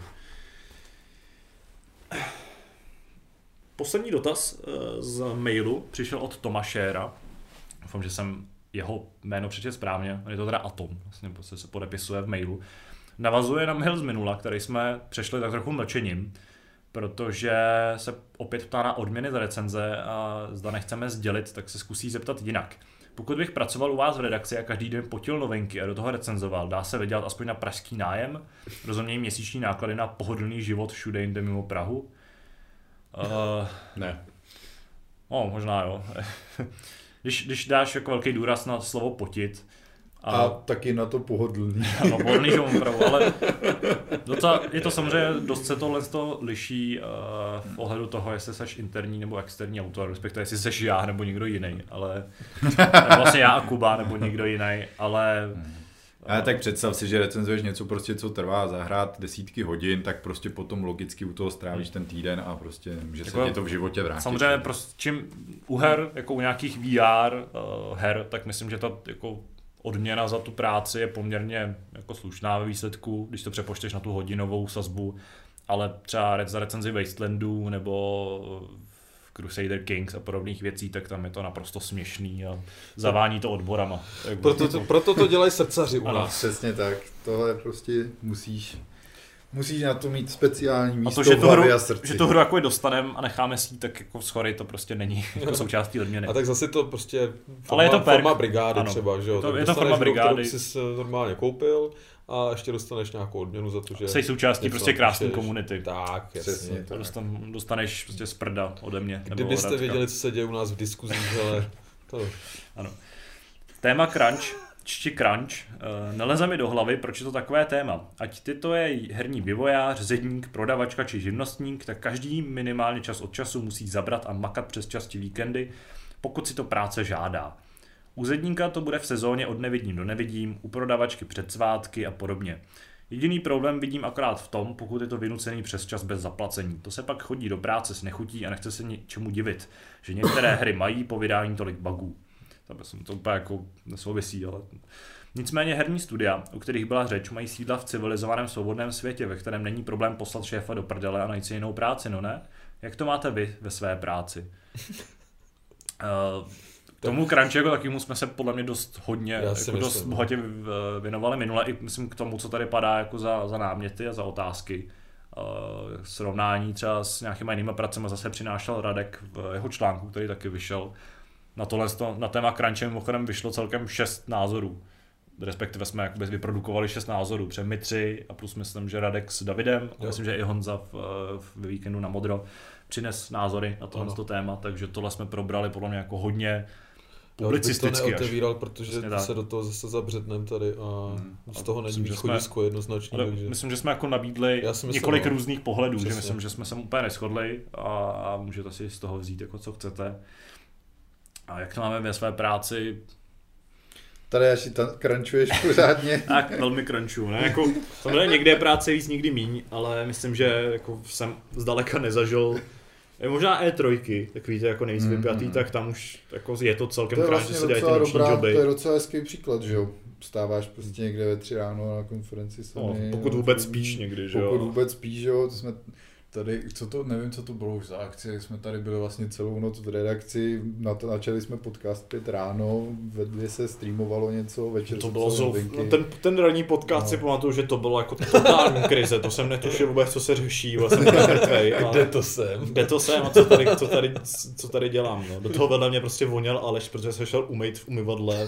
Poslední dotaz z mailu přišel od Toma Šéra. Doufám, že jsem jeho jméno přečetl správně. Je to teda Atom, vlastně se podepisuje v mailu. Navazuje na mail z minula, který jsme přešli tak trochu mlčením, protože se opět ptá na odměny za recenze a zda nechceme sdělit, tak se zkusí zeptat jinak. Pokud bych pracoval u vás v redakci a každý den potil novinky a do toho recenzoval, dá se vydělat aspoň na pražský nájem? Rozumějí měsíční náklady na pohodlný život všude jinde mimo Prahu? Uh, ne. No, možná jo. když, když dáš jako velký důraz na slovo potit, A, a taky na to pohodlný. Ano, pohodlný život opravdu, ale docela, je to samozřejmě, dost se tohle to liší uh, v ohledu toho, jestli seš interní nebo externí autor, respektive jestli seš já nebo někdo jiný, ale vlastně já a Kuba nebo někdo jiný, ale... Ale tak představ si, že recenzuješ něco prostě, co trvá zahrát desítky hodin, tak prostě potom logicky u toho strávíš ten týden a prostě může se ti to v životě vrátit. Samozřejmě prostě čím u her, jako u nějakých V R uh, her, tak myslím, že ta jako odměna za tu práci je poměrně jako slušná ve výsledku, když to přepočteš na tu hodinovou sazbu, ale třeba za recenzi Wastelandu nebo Crusader Kings a podobných věcí, tak tam je to naprosto směšný a zavání to odborama. Proto to, proto to dělají srdcaři u nás. Přesně tak, tohle prostě musíš, musíš na to mít speciální místo a to, že v hlavě hru, a srdci. že tu hru jako dostaneme a necháme si ji, tak jako schory to prostě není jako součástí odměny. A tak zase to prostě forma, ale je to forma brigády ano. třeba, že jo? To, tak je to forma brigády. Kterou jsi normálně koupil a ještě dostaneš nějakou odměnu za to, že... Jsi součástí prostě krásné komunity. Tak, jasně. To dostan, dostaneš prostě z prda ode mě. Kdybyste věděli, co se děje u nás v diskuzích, ale to... Ano. Téma crunch, čti crunch, neleze mi do hlavy, proč je to takové téma. Ať ty to je herní vývojář, zedník, prodavačka či živnostník, tak každý minimálně čas od času musí zabrat a makat přes časti víkendy, pokud si to práce žádá. U zedníka to bude v sezóně od nevidím do nevidím, u prodavačky před svátky a podobně. Jediný problém vidím akorát v tom, pokud je to vynucený přes čas bez zaplacení. To se pak chodí do práce s nechutí a nechce se něčemu divit, že některé hry mají po vydání tolik bugů. To úplně jako nesouvisí, ale... Nicméně herní studia, o kterých byla řeč, mají sídla v civilizovaném svobodném světě, ve kterém není problém poslat šéfa do prdele a najít si jinou práci, no ne? Jak to máte vy ve své práci? uh, Tomu crunchi jako takému jsme se podle mě dost hodně, jako myslím, dost bohatě věnovali minule, i myslím k tomu, co tady padá jako za, za náměty a za otázky. Uh, srovnání třeba s nějakýma jinýma pracemi zase přinášel Radek v jeho článku, který taky vyšel. Na tohle, na téma crunchi mimochodem vyšlo celkem šest názorů. Respektive jsme jakoby vyprodukovali šest názorů, protože my tři a plus myslím, že Radek s Davidem, a myslím, že i Honza v, v víkendu na Modro přines názory na tohle to téma, takže tohle jsme probrali podle mě jako hodně publicisticky. Já bych to neotevíral, protože se do toho zase zabředneme tady a hmm. z toho není východisko jednoznačně. Takže... Myslím, že jsme jako nabídli myslím, několik no. různých pohledů, Přesně. že myslím, že jsme se úplně neshodli a, a můžete si z toho vzít jako co chcete. A jak to máme ve své práci? Tady až tam crunchuješ pořádně. Tak, velmi crunchuju, ne? Jako, samozřejmě někde je práce víc, někdy míň, ale myslím, že jako jsem zdaleka nezažil. Je možná E tři, takový to jako nejvíc vypjatý, mm-hmm. tak tam už jako je to celkem to crunch, že se dělají ty noční dobrá, joby. To je docela hezký příklad, že jo? Vstáváš prostě někde ve tři ráno na konferenci Sony. No, pokud vůbec spíš někdy, že jo? Pokud vůbec spíš, že jo? To jsme tady, co to, nevím, co to bylo už za akci, jak jsme tady byli vlastně celou noc v redakci, na to načali jsme podcast pět ráno, ve dvě se streamovalo něco, večer to bylo zov, no ten, ten ranní podcast no. si pamatuju, že to bylo jako totální krize, to jsem netušil vůbec, co se řeší, vlastně mrtvej, kde to jsem? Kde to jsem a co tady, co tady, co tady dělám, no. Do toho vedle mě prostě voněl Aleš, protože se šel umýt v umyvadle.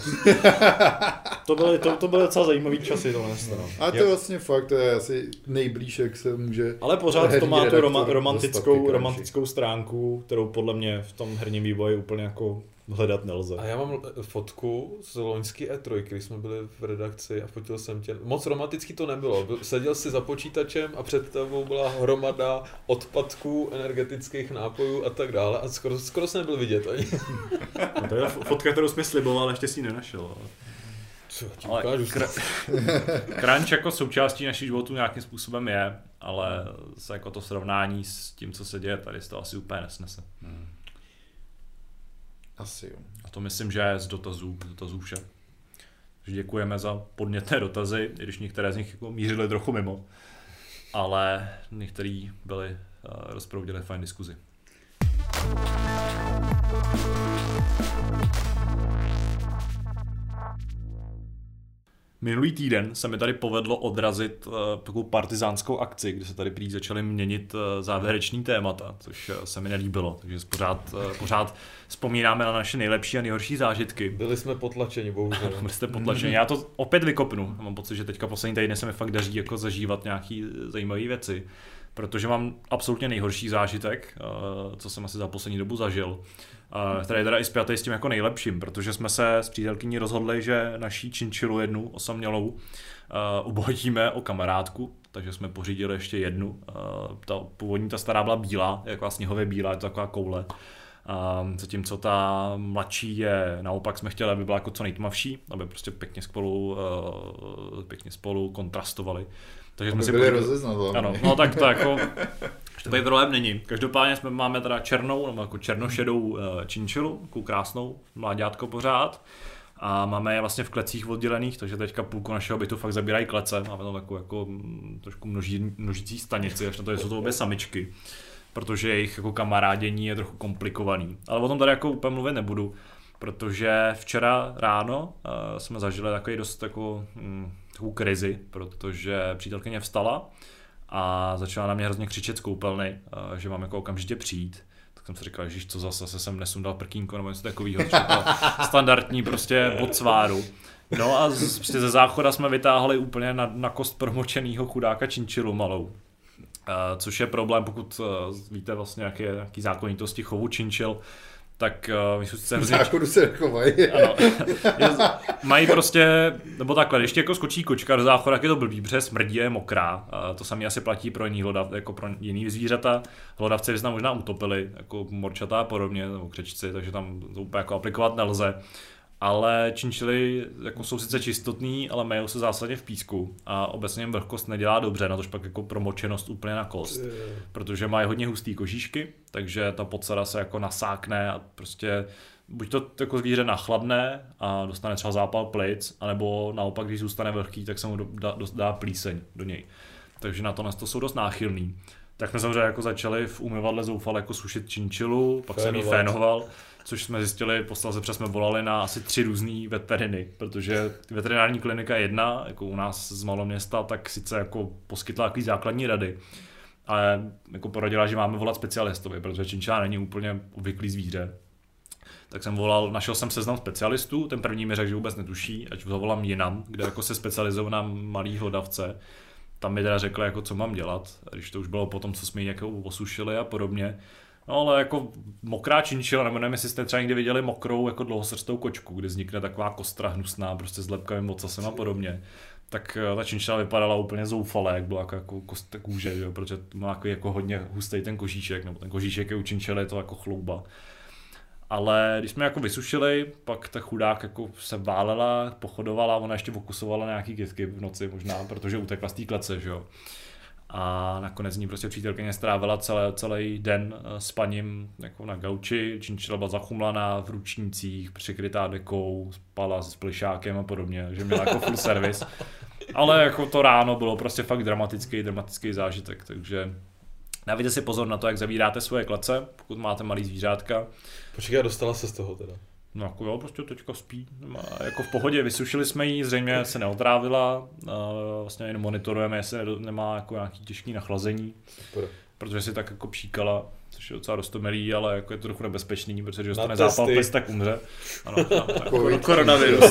To byly, to, to byly docela zajímavý časy tohle. No. A to je vlastně fakt, to je asi nejblíž, jak se může... Ale pořád to má tu roma, romantickou, romantickou stránku, kterou podle mě v tom herním vývoji úplně jako hledat nelze. A já mám fotku z loňský E tři, když jsme byli v redakci a fotil jsem tě. Moc romantický to nebylo. Seděl si za počítačem a před tebou byla hromada odpadků, energetických nápojů a tak dále a skoro, skoro se nebyl vidět ani. No to je fotka, kterou jsme sliboval, ještě si ji nenašel. Ale... Co, ale kr- crunch jako součástí našich životů nějakým způsobem je, ale se jako to srovnání s tím, co se děje tady, z toho asi úplně nesnese. Hmm. Asi jo. A to myslím, že je z dotazů, z dotazů vše. Takže děkujeme za podnětné dotazy, i když některé z nich jako mířily trochu mimo, ale některý byli uh, rozproudili fajn diskuzi. Minulý týden se mi tady povedlo odrazit uh, takovou partizánskou akci, kde se tady prý začaly měnit uh, závěrečný témata, což uh, se mi nelíbilo. Takže pořád, uh, pořád vzpomínáme na naše nejlepší a nejhorší zážitky. Byli jsme potlačeni, bohužel. Byli jste potlačeni. Já to opět vykopnu. Mám pocit, že teďka poslední týden se mi fakt daří jako zažívat nějaký zajímavé věci. Protože mám absolutně nejhorší zážitek, uh, co jsem asi za poslední dobu zažil. Uh, který je teda i spjatý s tím jako nejlepším, protože jsme se s přítelkyní rozhodli, že naší činčilu jednu osamělou uh, ubohatíme o kamarádku, takže jsme pořídili ještě jednu. Uh, ta původní, ta stará byla bílá, jako sněhově bílá, je to taková koule. Um, zatímco ta mladší je, naopak jsme chtěli, aby byla jako co nejtmavší, aby prostě pěkně spolu, uh, pěkně spolu kontrastovali. Takže aby jsme byli si rozeznat. Ano, no tak to jako, to tady problém není. Každopádně jsme máme teda černou, nebo jako černošedou uh, činčilu, takovou krásnou, mláďátko pořád. A máme je vlastně v klecích oddělených, takže teďka půlku našeho bytu fakt zabírají klece. Máme tam takovou jako trošku množí, množící stanici, až na to jsou to obě samičky. Protože jejich jako kamarádění je trochu komplikovaný. Ale o tom tady jako úplně mluvit nebudu, protože včera ráno uh, jsme zažili takový dost takovou, hm, takovou krizi, protože přítelkyně vstala a začala na mě hrozně křičet z koupelny, uh, že mám jako okamžitě přijít. Tak jsem si říkal, že co zase, zase jsem nesundal prkínko nebo něco takového, standardní prostě od sváru. No a z, prostě ze záchoda jsme vytáhli úplně na, na kost promočenýho chudáka činčilu malou. Uh, což je problém, pokud uh, víte vlastně nějaké, nějaké zákonitosti chovu činčil, tak uh, my jsou sice hrozně... Záchodu se chovají. Ano. Mají prostě, nebo takhle, když jako skočí kočka do záchoda, tak je to blbý, protože smrdí, je mokrá. Uh, to samé asi platí pro jiný hlodav, jako pro jiný zvířata. Hlodavci by se tam možná utopili, jako morčata a podobně, nebo křečci, takže tam to úplně jako aplikovat nelze. Ale činčily jako jsou sice čistotný, ale mají se zásadně v písku a obecně jim vlhkost nedělá dobře, na tož pak jako promočenost úplně na kost, protože mají hodně hustý kožíšky, takže ta podsada se jako nasákne a prostě buď to jako zvíře nachladne a dostane třeba zápal plic, anebo naopak, když zůstane vlhký, tak se mu dá, dá plíseň do něj. Takže na to nás to jsou dost náchylný. Tak jsme samozřejmě jako začali v umyvadle zoufale jako sušit činčilu, pak jsem jí fénoval. Což jsme zjistili, posledně přes jsme volali na asi tři různý veteriny, protože veterinární klinika jedna, jako u nás z maloměsta, tak sice jako poskytla takový základní rady, ale jako poradila, že máme volat specialistovi, protože činčila není úplně obvyklý zvíře. Tak jsem volal, našel jsem seznam specialistů, ten první mi řekl, že vůbec netuší, ať zavolám jinam, kde jako se specializují na malý hlodavce. Tam mi teda řekla, jako co mám dělat, když to už bylo po tom, co jsme ji jako osušili a podobně. No ale jako mokrá činčila, nebo nevím, jestli jste třeba někdy viděli mokrou jako dlouhosrstou kočku, kdy vznikne taková kostra hnusná, prostě s lepkavým ocasem a podobně. Tak ta činčila vypadala úplně zoufale, jak byla jako, jako kost kůže, jo, protože má jako, jako hodně hustý ten kožíšek, nebo ten kožíšek je u činčily, je to jako chlouba. Ale když jsme jako vysušili, pak ta chudák jako se válela, pochodovala, ona ještě pokusovala nějaký kytky v noci možná, protože utekla z té klece, že jo. A nakonec z ní prostě přítelkyně strávila celé, celý den spaním jako na gauči, činčila byla zachumlaná v ručnících, přikrytá dekou, spala s plišákem a podobně, že měla jako full service. Ale jako to ráno bylo prostě fakt dramatický, dramatický zážitek, takže dávajte si pozor na to, jak zavíráte svoje klece, pokud máte malý zvířátka. Počkej, dostala se z toho teda. No jako jo, prostě teďka spí, jako v pohodě, vysušili jsme ji, zřejmě se neotrávila, vlastně jen monitorujeme, jestli nemá jako nějaký těžký nachlazení, super. Protože si tak jako pšíkala, což je docela roztomilý, ale jako je to trochu nebezpečný, protože když dostane zápal plic, tak umře. Ano, jako koronavirus,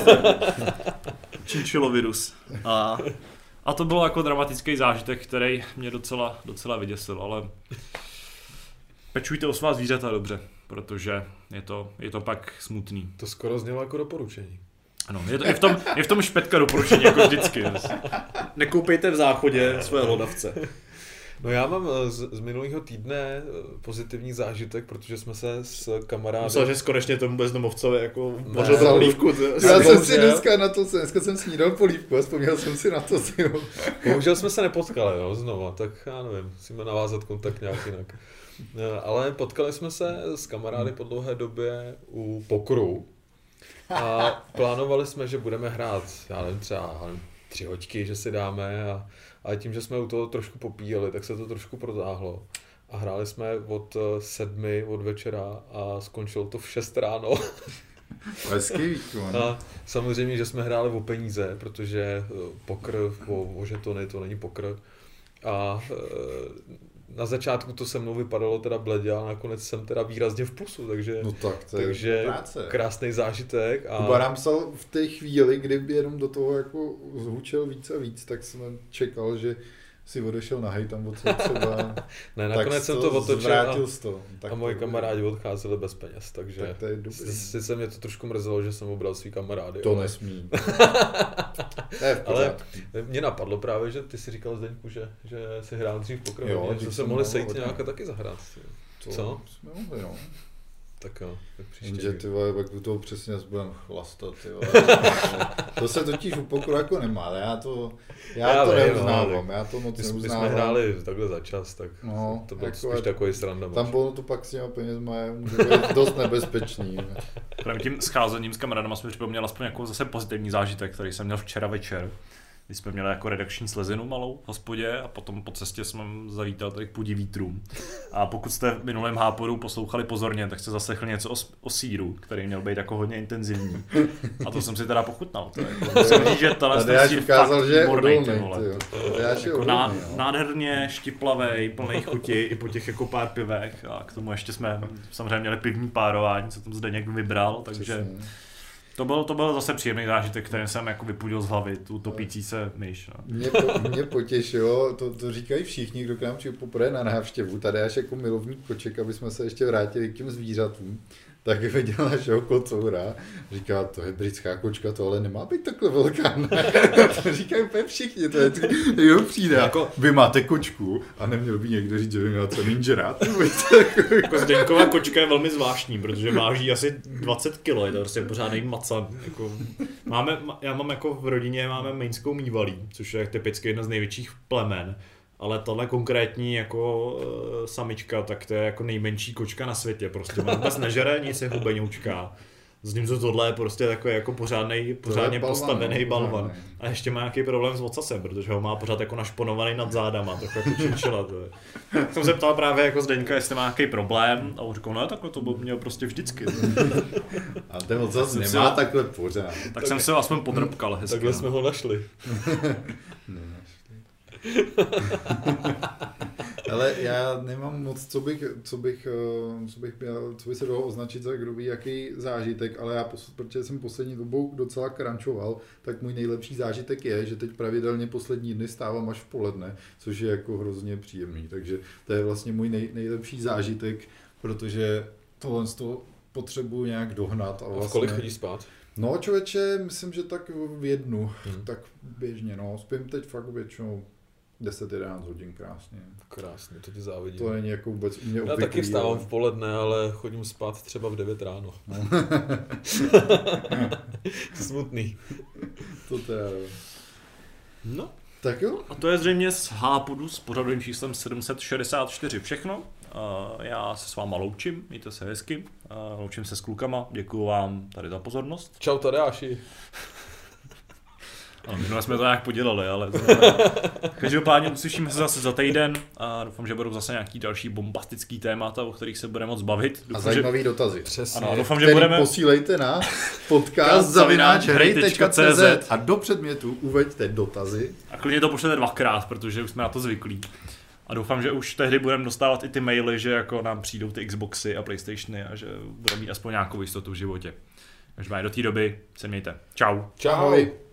činčilovirus. A, a to bylo jako dramatický zážitek, který mě docela, docela vyděsil, ale pečujte o svá zvířata dobře, protože je to, je to pak smutný. To skoro znělo jako doporučení. Ano, je, to, je, v tom, je v tom špetka doporučení, jako vždycky. Nekoupejte v záchodě svoje hlodavce. No já mám z, z minulého týdne pozitivní zážitek, protože jsme se s kamarádem... Myslel, že konečně tomu bezdomovcovi jako vařil to polívku. Já jsem si dneska na to, dneska jsem snídal polívku a vzpomněl jsem si na to. Bohužel jsme se nepotkali, jo, znova, tak já nevím, musíme navázat kontakt nějak jinak. Ale potkali jsme se s kamarády po dlouhé době u pokru a plánovali jsme, že budeme hrát, já nevím, třeba tři hoďky, že si dáme a, a tím, že jsme u toho trošku popíjeli, tak se to trošku protáhlo. A hráli jsme od sedmi od večera a skončilo to v šest ráno. Hezký, a samozřejmě, že jsme hráli o peníze, protože pokr, o, o žetony, to není pokr. A na začátku to se mnou vypadalo teda bledě, a nakonec jsem teda výrazně v plusu, takže, no tak, to je takže práce. Krásný zážitek. A... Kuba nám psal v té chvíli, kdyby jenom do toho jako zhučel víc a víc, tak jsem čekal, že si odešel nahej tam od třeba. Ne, nakonec jsem to otočil a, to. Tak a moji kamarádi odcházeli bez peněz, takže tak to je dobrý. Sice mě to trošku mrzelo, že jsem obral svý kamarády. To ale... nesmí. Ale mě napadlo právě, že ty si říkal Zdeňku, že, že si hrál dřív pokrm, že se mohli sejít nějak a taky zahrát. To co? Jsme mohli, no. Tak jo, tak příště. Jenže ty vole, pak u toho přesně budeme chlastat, ty vole. To se totiž u pokoru jako nemá, ale já to, já já to vím, neuznávám, já to moc my, neuznávám. My jsme hráli takhle za čas, tak no, to byl jako spíš takový sranda. Tam bylo to pak s těma penězma může být dost nebezpečný. Právě tím scházením s kamarádama jsme připomněl aspoň jako zase pozitivní zážitek, který jsem měl včera večer. Když jsme měli jako redakční slezinu malou v hospodě a potom po cestě jsme zavítali tady k půdí vítrům. A pokud jste v minulém háporu poslouchali pozorně, tak jste zaslechli něco o, o síru, který měl být jako hodně intenzivní. A to jsem si teda pochutnal. To je jako, musím říct, že tenhle sír fakt výbornej, ty vole. Jako ná, nádherně štiplavej, plnej chuti i po těch jako pár pivech. A k tomu ještě jsme samozřejmě měli pivní párování, co tam Zdeněk vybral, takže... To byl, to byl zase příjemný zážitek, který jsem jako vypudil z hlavy, tu topící se myš. No. Mě, po, mě potěšilo, to, to říkají všichni, kdo k nám přijde poprvé na návštěvu, tady až jako milovník koček, aby jsme se ještě vrátili k těm zvířatům, tak viděl našeho kocoura, říká, to je britská kočka, to ale nemá být takhle velká, ne? To říkají úplně všichni, to je jo, přijde, jako, vy máte kočku a neměl by někdo říct, že by měl co ninžerát. Jako Zdeňková kočka je velmi zvláštní, protože váží asi dvacet kilo, je to prostě pořádný macan. Jako, máme, já mám jako v rodině máme mejnskou mývalí, což je typicky jedna z největších plemen. Ale tahle konkrétní jako uh, samička, tak to je jako nejmenší kočka na světě, prostě má vůbec nežere, nic je hubeňoučká. Z ním to tohle je prostě takový jako pořádnej, pořádně balvan, postavený balvan. A ještě má nějaký problém s ocasem, protože ho má pořád jako našponovaný nad zádama, trochu jako činčila. To je. Jsem se ptal právě jako Zdeňka, jestli má nějaký problém a on říkal, no takhle to byl měl prostě vždycky. A ten ocas nemá si... takhle pořád. Tak, tak jsem se ho aspoň podrbkal hezky. Takhle jsme ho našli. Ale já nemám moc, co bych, co bych, co bych měl, co by se dalo označit za kdo ví jaký zážitek, ale já, protože jsem poslední dobou docela krančoval, tak můj nejlepší zážitek je, že teď pravidelně poslední dny stávám až v poledne, což je jako hrozně příjemný, takže to je vlastně můj nej, nejlepší zážitek, protože tohle z toho potřebuji nějak dohnat. A, vlastně... a v kolik chodíš spát? No člověče, myslím, že tak v jednu, hmm. tak běžně, no, spím teď fakt většinou deset jedenáct hodin krásně. Krásně, to ti závidím. To není jako vůbec mě obvyklý. Já taky vstávám ale... v poledne, ale chodím spát třeba v devět ráno. No. Smutný. To teda... No. Tak jo. A to je zřejmě z Hápodu s pořadovým číslem sedm set šedesát čtyři všechno. Uh, já se s váma loučím, mějte se hezky. Uh, loučím se s klukama, děkuju vám tady za pozornost. Čau Tadeáši. No, minule jsme to nějak podělali, ale to každopádně uslyšíme se zase za týden a doufám, že budou zase nějaký další bombastický témata, o kterých se budeme moc bavit. Doufám, a zajímavý že... dotazy. Přesně. Ano, doufám, že budeme... posílejte na podcast zavináč hry tečka cé zet a do předmětu uveďte dotazy. A klidně to pošlete dvakrát, protože už jsme na to zvyklí. A doufám, že už tehdy budeme dostávat i ty maily, že jako nám přijdou ty Xboxy a PlayStationy a že budeme mít aspoň nějakou jistotu v životě. Takže do té doby se mějte. Čau. Čau.